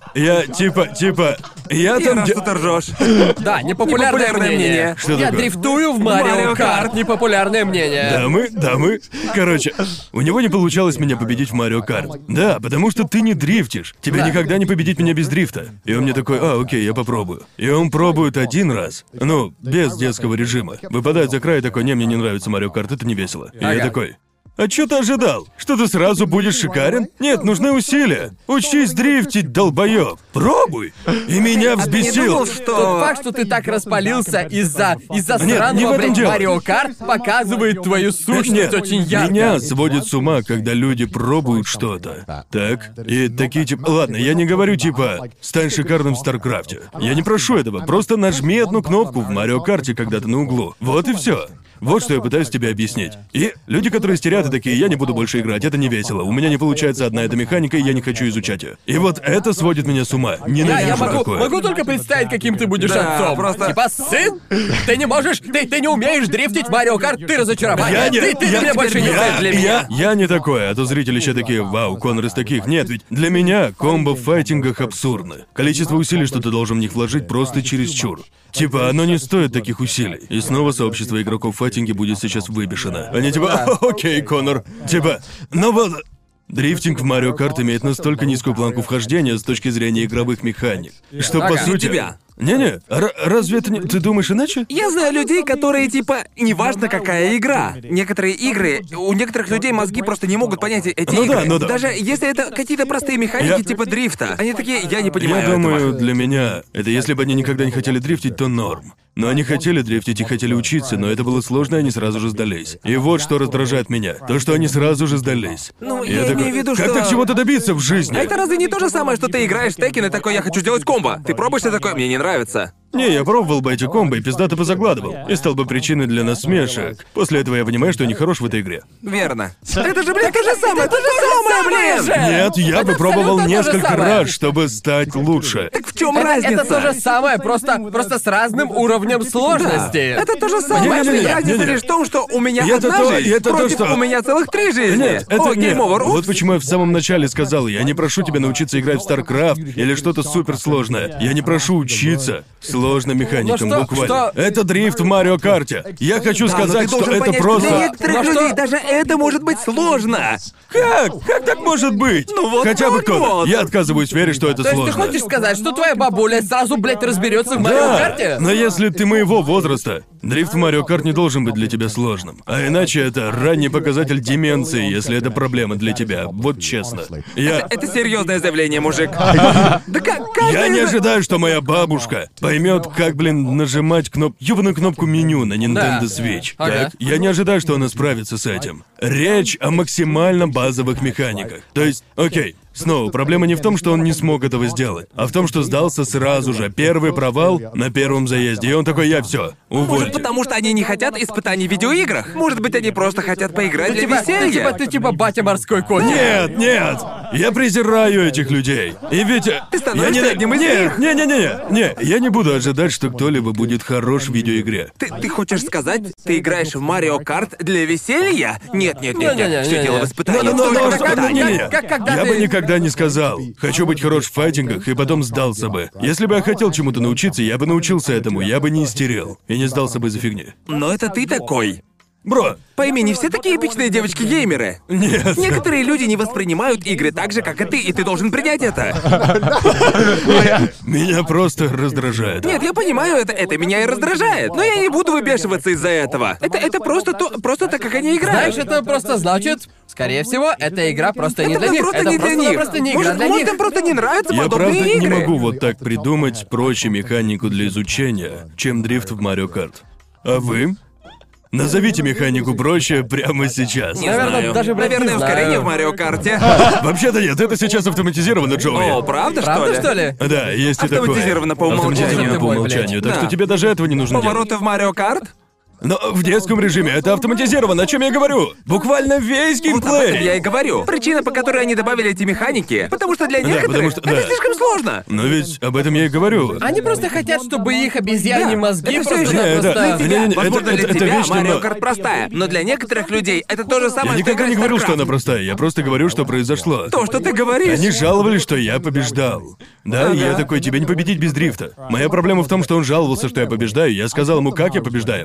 я И там... раз ты ржешь. Да, непопулярное Непопулярное мнение. мнение. Что Я такое? дрифтую в Марио Марио Карт. Карт. Непопулярное мнение. Дамы. Короче, у него не получалось меня победить в Марио Карт. Да, потому что ты не дрифтишь. Тебе Да. никогда не победить меня без дрифта. И он мне такой, окей, я попробую. И он пробует один раз, без детского режима. Выпадает за край и такой, не, мне не нравится Марио Карт, это не весело. И я Ага. такой, А чё ты ожидал? Что ты сразу будешь шикарен? Нет, нужны усилия. Учись дрифтить, долбоёб. Пробуй. И меня А ты не взбесил. думал, Тот что... факт, что ты так распалился из-за не в странного, этом блядь, дело. Марио Карт, показывает твою сущность Нет, очень ярко. меня сводит с ума, когда люди пробуют что-то. Так? И такие типа... Ладно, я не говорю типа «стань шикарным в Старкрафте». Я не прошу этого, просто нажми одну кнопку в Марио Карте когда-то на углу. Вот и все. Вот что я пытаюсь тебе объяснить. И люди, которые стерят и такие, я не буду больше играть, это не весело. У меня не получается одна эта механика, и я не хочу изучать ее. И вот это сводит меня с ума. Ненавижу Я такое. могу только представить, каким ты будешь Да, отцом. просто- Типа, сын, ты не можешь, ты не умеешь дрифтить в Марио Карт, ты разочарование. Я не... Ты я, меня больше не я, знаешь для меня. я не такой, а то зрители еще такие, вау, Конор из таких. Нет, ведь для меня комбо в файтингах абсурдны. Количество усилий, что ты должен в них вложить, просто чересчур. Типа, оно не стоит таких усилий. И снова сообщество игроков в файтинге будет сейчас выбешено. Они типа, окей, Конор. Типа, но вот... Дрифтинг в Марио Карт имеет настолько низкую планку вхождения с точки зрения игровых механик, что по Ага. сути... Тебя. Не-не, разве это не... Ты думаешь иначе? Я знаю людей, которые типа, неважно какая игра. Некоторые игры, у некоторых людей мозги просто не могут понять эти Ну игры. да, ну да. Даже если это какие-то простые механики Я- типа дрифта. Они такие, я не понимаю Я думаю, этого. для меня, это если бы они никогда не хотели дрифтить, то норм. Но они хотели дрифтить и хотели учиться, но это было сложно, и они сразу же сдались. И вот что раздражает меня. То, что они сразу же сдались. Ну, И я такой, имею в виду, как что- так чего-то добиться в жизни? Это разве не то же самое, что ты играешь в Tekken и такой, я хочу сделать комбо? Ты пробуешь и такой, мне не нравится. Не, я пробовал бы эти комбо и пиздато бы загладывал. И стал бы причиной для насмешек. После этого я понимаю, что я не хорош в этой игре. Верно. Это же, блядь, то же самое, блин! Нет, я бы Это пробовал абсолютно то же несколько самое. раз, чтобы стать лучше. Так в чем Это разница? то же самое, просто с разным уровнем сложности. Это то же самое. Не-не-не-не, Разница не-не. лишь в том, что у меня Это одна то- жизнь это то, против что- у меня целых 3 жизни. Нет, это О, нет. Game Over. Вот Упс. почему я в самом начале сказал, я не прошу тебя научиться играть в StarCraft или что-то суперсложное. Я не прошу учиться сложным механикам, Ну что- буквально. что- Это дрифт в Марио Карте. Я хочу Да, но сказать, ты что должен это понять, просто... Для некоторых Ну что- людей даже это может быть сложно. Как? Как так может быть? Ну вот, Хотя бы вот, кто-то. вот. Я отказываюсь верить, что это То есть ты сложно. хочешь сказать, что твоя бабуля сразу, блядь, разберется в Марио Да, Карте? но если ты моего возраста, дрифт в Марио Карт не должен быть для тебя сложным. А иначе это ранний показатель деменции, если это проблема для тебя. Вот честно. Это серьезное заявление, мужик. Да как Я не ожидаю, что моя бабушка поймет, как, блин, нажимать ёбаную кнопку меню на Nintendo Да. Switch. Ага. Так? Я не ожидаю, что она справится с этим. Речь о максимально базовых механиках. То есть, окей, снова, проблема не в том, что он не смог этого сделать, а в том, что сдался сразу же. Первый провал на первом заезде. И он такой, я все, Может, увольте. потому что они не хотят испытаний в видеоиграх? Может быть, они просто хотят поиграть для Типа, веселья? ты типа батя морской котик. Нет, нет! Я презираю этих людей. И ведь... Ты становишься одним из них. Не, я не буду ожидать, что кто-либо будет хорош в видеоигре. Ты хочешь сказать, ты играешь в Марио Карт для веселья? Нет. Не-не-не, Все дело в испытании. Ну, Только в что- испытании. не-не-не. Как когда Я ты- бы никогда не сказал. Хочу быть хорош в файтингах и потом сдался бы. Если бы я хотел чему-то научиться, я бы научился этому, я бы не истерил. И не сдался бы за фигни. Но это ты такой. Бро, Пойми, не все такие эпичные девочки-геймеры. нет. Некоторые люди не воспринимают игры так же, как и ты должен принять это. Меня просто раздражает. Нет, я понимаю, это меня и раздражает. Но я не буду выбешиваться из-за этого. Это просто так, как они играют. Знаешь, это просто значит, скорее всего, эта игра просто не Это для них. просто Это не для них. просто не игра Может, для может, них. им просто не нравятся Я подобные правда не игры. могу вот так придумать проще механику для изучения, чем дрифт в Марио Карт. А вы? Назовите механику проще прямо сейчас. Не Наверное, знаю. даже, блядь, Наверное, не ускорение знаю. в Марио Карте. Вообще-то нет, это сейчас автоматизировано, Джоуи. О, правда, Правда, что ли? Да, есть и такое. Автоматизировано по умолчанию. Автоматизировано по Ой, умолчанию, блядь. так Да. что тебе даже этого не нужно делать. Повороты в Марио Карт? Но в детском режиме это автоматизировано, о чем я говорю? Буквально весь Вот об этом я и геймплей. говорю. Причина, по которой они добавили эти механики, потому что для некоторых потому что- это да. слишком сложно. Но ведь об этом я и говорю. Они просто хотят, чтобы их обезьяне Да, мозги это всё ещё- Да, просто-напросто... Не-не-не, Возможно, это- для это тебя вечно, Марио но- Карт простая, но для некоторых людей это то же самое, Я что никогда не играть в говорю, что StarCraft. она простая, я просто говорю, что произошло. То, что ты говоришь. Они жаловались, что я побеждал. Да, и я такой, тебе не победить без дрифта. Моя проблема в том, что он жаловался, что я побеждаю. Я сказал ему, как я побеждаю. Я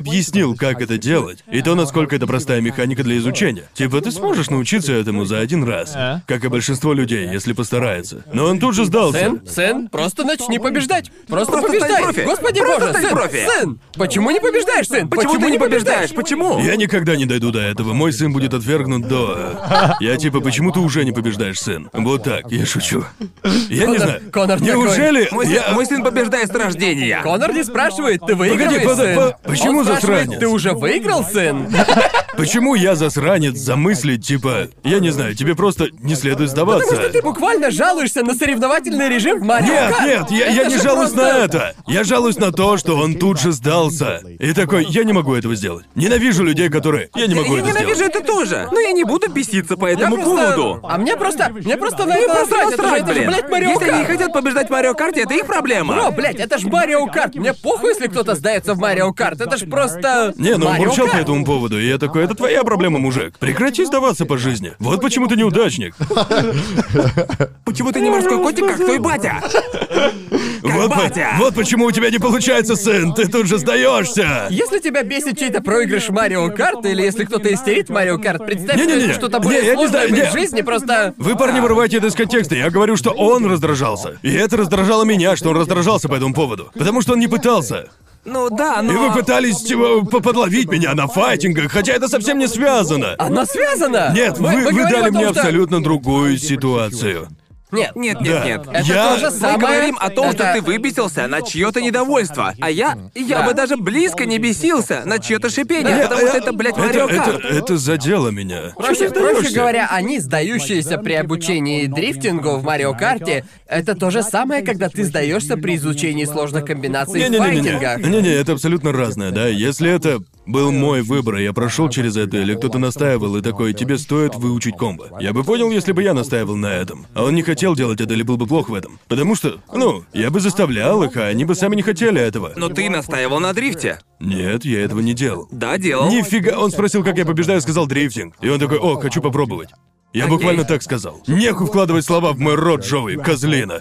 объяснил, как это делать, и то, насколько это простая механика для изучения. Типа, ты сможешь научиться этому за один раз, как и большинство людей, если постарается. Но он тут же сдался. Сын, просто начни побеждать. Просто Просто стань побеждай. профи. Господи Просто боже, стань сын, профи. сын. Почему не побеждаешь, сын? Почему ты не побеждаешь? Почему? Я никогда не дойду до этого, мой сын будет отвергнут до... Я типа, почему ты уже не побеждаешь, сын? Вот так, я шучу. Я не знаю. Конор такой. Неужели... Мой сын побеждает с рождения. Конор не спрашивает, ты выиграешь, Погоди, сын. почему Он спрашивает, засранец? ты уже выиграл, сын? Почему я засранец замыслить, типа... Я не знаю, тебе просто не следует сдаваться. Потому что ты буквально жалуешься на соревновательный режим в Марио Нет, Карт. нет, я Это не же жалуюсь просто- на это. Я жалуюсь на то, что он тут же сдался. И такой, я не могу этого сделать. Ненавижу людей, которые... Я не могу Я это ненавижу сделать. это тоже. Но я не буду беситься по Я этому просто- поводу. А мне просто на Мне это просто насрать. насрать, Это же, блин. блядь, Марио Если они не Карт. хотят побеждать в Марио Карте, это их проблема. Бро, блядь, это ж Марио Карт. Мне похуй, если кто-то сдается в Марио Карт. Это ж просто... Не, ну он Марио бурчал по Карт. этому поводу, и я такой, это твоя проблема, мужик. Прекрати сдаваться по жизни. Вот почему ты неудачник. Почему ты не морской котик, как твой батя? Вот, батя. вот почему у тебя не получается, сын. Ты тут же сдаешься. Если тебя бесит чей-то проигрыш в Марио Карт, или если кто-то истерит в Марио Карт, представь, Не-не-не. что это что-то Не, более я не сложное знаю, в их не. жизни, просто... Вы, парни, вырываете это из контекста. Я говорю, что он раздражался. И это раздражало меня, что он раздражался по этому поводу. Потому что он не пытался. Ну да, но... И вы пытались, типа, подловить меня на файтингах, хотя это совсем не связано. Оно связано! Нет, Мы вы говорим дали о том, мне что- абсолютно другую ситуацию. Нет, Нет, Да. нет, нет. Это Я- то же Мы самое... говорим о том, что это- ты выбесился на чье-то недовольство. А я Да. бы даже близко не бесился на чье-то шипение, потому что это, блядь, Марио Карт. Это задело меня. Проще сдаёшься? говоря, они, сдающиеся при обучении дрифтингу в Марио Карте, это то же самое, когда ты сдаешься при изучении сложных комбинаций в файтингах. Не-не, это абсолютно разное, да? Если это был мой выбор, и я прошел через это, или кто-то настаивал и такой, тебе стоит выучить комбо. Я бы понял, если бы я настаивал на этом. А он не хотел делать это или был бы плох в этом. Потому что, я бы заставлял их, а они бы сами не хотели этого. Но ты настаивал на дрифте. Нет, я этого не делал. Да, делал. Нифига, он спросил, как я побеждаю, сказал дрифтинг. И он такой, о, хочу попробовать. Я Окей. буквально так сказал. Нехуй вкладывать слова в мой рот, Джоуи, козлина.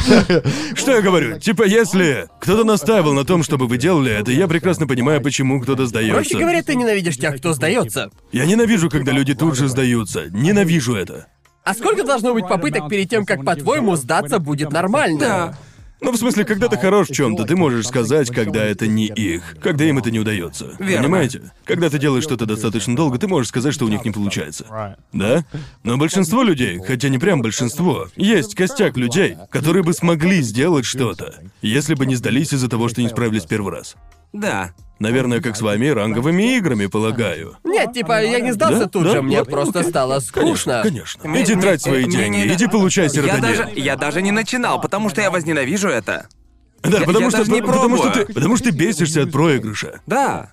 Что я говорю? Типа, если кто-то настаивал на том, чтобы вы делали это, я прекрасно понимаю, почему кто-то Проще сдается. говоря, ты ненавидишь тех, кто сдается. Я ненавижу, когда люди тут же сдаются. Ненавижу это. А сколько должно быть попыток перед тем, как, по-твоему, сдаться будет нормально? Да. Ну, в смысле, когда ты хорош в чем-то, ты можешь сказать, когда это не их, когда им это не удается. Верно. Понимаете? Когда ты делаешь что-то достаточно долго, ты можешь сказать, что у них не получается. Да? Но большинство людей, хотя не прям большинство, есть костяк людей, которые бы смогли сделать что-то, если бы не сдались из-за того, что не справились в первый раз. Да. Наверное, как с вами, ранговыми играми, полагаю. Нет, типа, я не сдался Да? тут Да? же, мне Ладно, просто окей. стало скучно. Конечно. Мне- Иди мне- трать свои мне деньги, не- иди получай серотонин. Я даже не начинал, потому что я возненавижу это. Да, я потому что даже не потому что пробую. потому что ты бесишься от проигрыша. Да.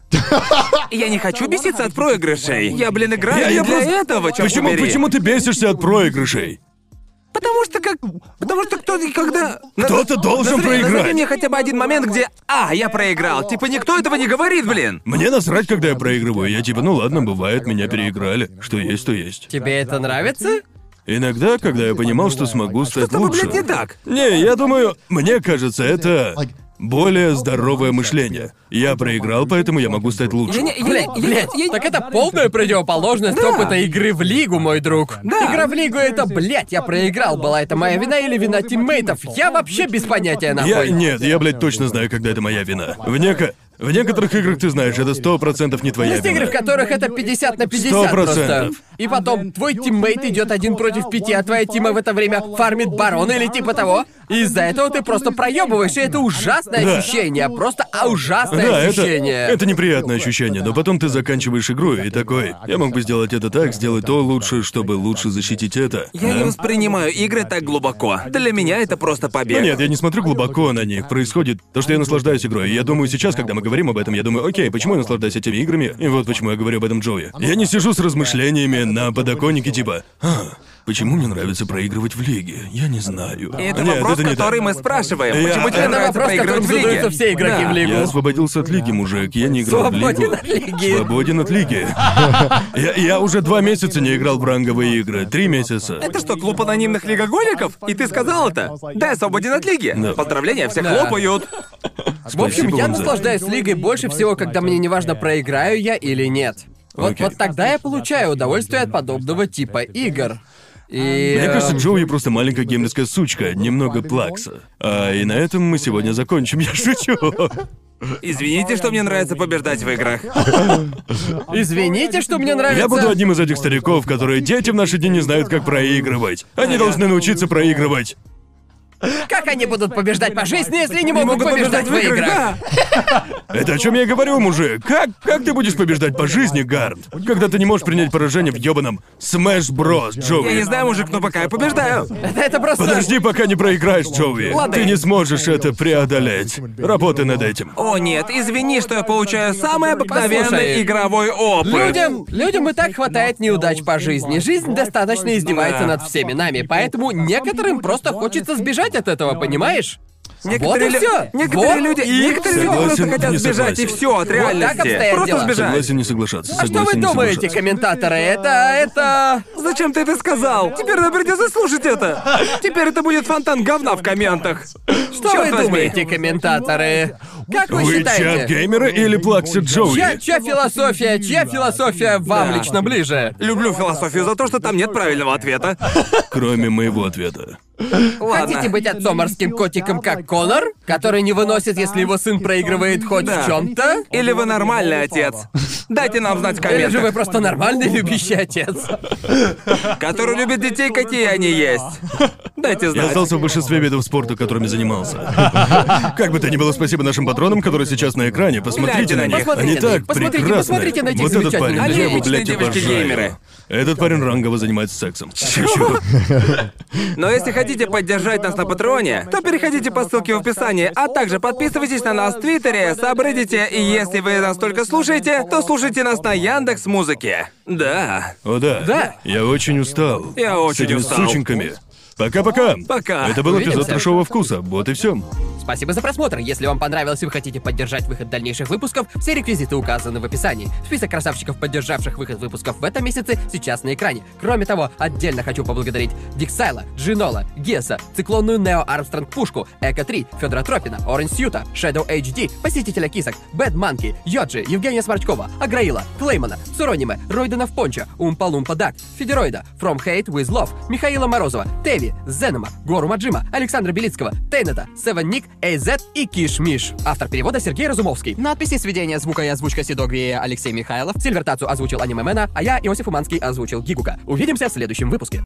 Я не хочу беситься от проигрышей. Я, блин, играю не для просто- этого, чёрт Почему, побери. почему ты бесишься от проигрышей? Потому что кто-то, когда... Кто-то должен проиграть. Назови мне хотя бы один момент, где... я проиграл. Типа, никто этого не говорит, блин. Мне насрать, когда я проигрываю. Я типа, ну ладно, бывает, меня переиграли. Что есть, то есть. Тебе это нравится? Иногда, когда я понимал, что смогу стать Что с тобой, лучше. блядь, не так? Не, я думаю, мне кажется, это более здоровое мышление. Я проиграл, поэтому я могу стать лучше. Блять, так это полная противоположность опыта игры в лигу, мой друг. Да. Игра в лигу это, блять, я проиграл. Была это моя вина или вина тиммейтов? Я вообще без понятия нахуй. Нет, я, блядь, точно знаю, когда это моя вина. В некоторых играх, ты знаешь, это 100% не твоя Есть игры, вина. в которых это 50 на 50 просто. 100%. И потом твой тиммейт идет 1 против 5, а твоя тима в это время фармит барона или типа того. И из-за этого ты просто проебываешь, и это ужасное Да. ощущение. Просто ужасное Да, ощущение. это неприятное ощущение, но потом ты заканчиваешь игру и такой, я мог бы сделать это так, сделать то лучше, чтобы лучше защитить это. Я Да? не воспринимаю игры так глубоко. Для меня это просто побег. Ну нет, я не смотрю глубоко на них. Происходит то, что я наслаждаюсь игрой. И я думаю, сейчас, когда мы говорим об этом, я думаю, окей, почему я наслаждаюсь этими играми? И вот почему я говорю об этом Джоуи. Я не сижу с размышлениями на подоконнике типа, почему мне нравится проигрывать в лиге? Я не знаю. И это Нет, вопрос, это не который так. мы спрашиваем. Я- Почему тебе это нравится вопрос, проигрывать которым в лиге? задаются все игроки Да. в лигу. Я освободился от лиги, мужик. Я не играл в Свободен лигу. от лиги. Свободен от лиги. Я уже 2 месяца не играл в ранговые игры. 3 месяца. Это что, клуб анонимных лигоголиков? И ты сказал это? Да, я свободен от лиги. Да. Поздравления, все Да. хлопают. В общем, Спасибо я вам за- наслаждаюсь лигой больше всего, когда мне не важно, проиграю я или нет. Вот, Окей. вот тогда я получаю удовольствие от подобного типа игр. И... Мне кажется, Джоуи просто маленькая геймерская сучка, немного плакса. И на этом мы сегодня закончим, я шучу. Извините, что мне нравится побеждать в играх. Извините, что мне нравится... Я буду одним из этих стариков, которые дети в наши дни не знают, как проигрывать. Они должны научиться проигрывать. Как они будут побеждать по жизни, если не могут побеждать в играх? да. Это о чем я и говорю, мужик. Как ты будешь побеждать по жизни, Гард? Когда ты не можешь принять поражение в ёбаном Smash Bros, Джоуи. Я не знаю, мужик, но пока я побеждаю. Это просто... Подожди, пока не проиграешь, Джоуи. Ладно. Ты не сможешь это преодолеть. Работай над этим. О нет, извини, что я получаю самый обыкновенный Послушай, игровой опыт. Людям и так хватает неудач по жизни. Жизнь достаточно издевается Да. над всеми нами, поэтому некоторым просто хочется сбежать от этого, понимаешь? Некоторые, вот и всё. некоторые Вот люди, и некоторые люди Согласен, просто хотят не сбежать согласен. и все от так реальности. обстоят Просто дела. сбежать. Согласен не соглашаться. А что Согласен вы не думаете, соглашаться. комментаторы? Это... Зачем ты это сказал? Теперь нам придется слушать это. Теперь это будет фонтан говна в комментах. Что Чёрт вы возьми. думаете, комментаторы? Как вы Вы считаете? чат геймера или плакси Джоуи? Чья философия вам Да. лично ближе? Люблю философию за то, что там нет правильного ответа. Кроме моего ответа. Ладно. Хотите быть отцом морским котиком, как Конор, который не выносит, если его сын проигрывает хоть Да. в чем-то? Или вы нормальный отец? Дайте нам знать в Или же вы комментах. просто нормальный любящий отец? Который любит детей, какие они есть. Дайте Я знать. остался в большинстве видов спорта, которыми занимался. Как бы то ни было, спасибо нашим патронам, которые сейчас на экране. Посмотрите Гляньте на на них. них. Они Посмотрите на так них. Посмотрите, прекрасны. посмотрите на этих Вот этот парень, замечательных я его, людей. блядь, Девочки-геймеры. обожаю. Этот парень рангово занимается сексом. Шучу. Но если хотите поддержать нас на Патреоне, то переходите по ссылке в описании, а также подписывайтесь на нас в Твиттере, Сабреддите, и если вы нас только слушаете, то слушайте нас на Яндекс.Музыке. Да. О да. Да. Я очень устал. Я очень С этими устал. сученьками. Пока-пока. Пока. Это был эпизод Увидимся. трешового вкуса. Вот и все. Спасибо за просмотр. Если вам понравилось и вы хотите поддержать выход дальнейших выпусков, все реквизиты указаны в описании. Список красавчиков, поддержавших выход выпусков в этом месяце, сейчас на экране. Кроме того, отдельно хочу поблагодарить Диксайла, Джинола, Геса, циклонную Нео Армстронг Пушку, Эко 3, Федора Тропина, Оранж Сьюта, Shadow HD, Посетителя Кисок, Бэд Манки, Йоджи, Евгения Сморчкова, Аграила, Клеймана, Сурониме, Ройдена в Пончо, Умпа Лумпа Дак, Федероида, From Hate with Love, Михаила Морозова, Теви, Зенома, Гору Маджима, Александра Белицкого, Тейнета, Севен Ник, AZ и Киш Миш. Автор перевода Сергей Разумовский. Надписи, сведения, звука и озвучка Сидогви Алексей Михайлов. Сильвертацию озвучил Анимемена, а я, Иосиф Уманский, озвучил Гигука. Увидимся в следующем выпуске.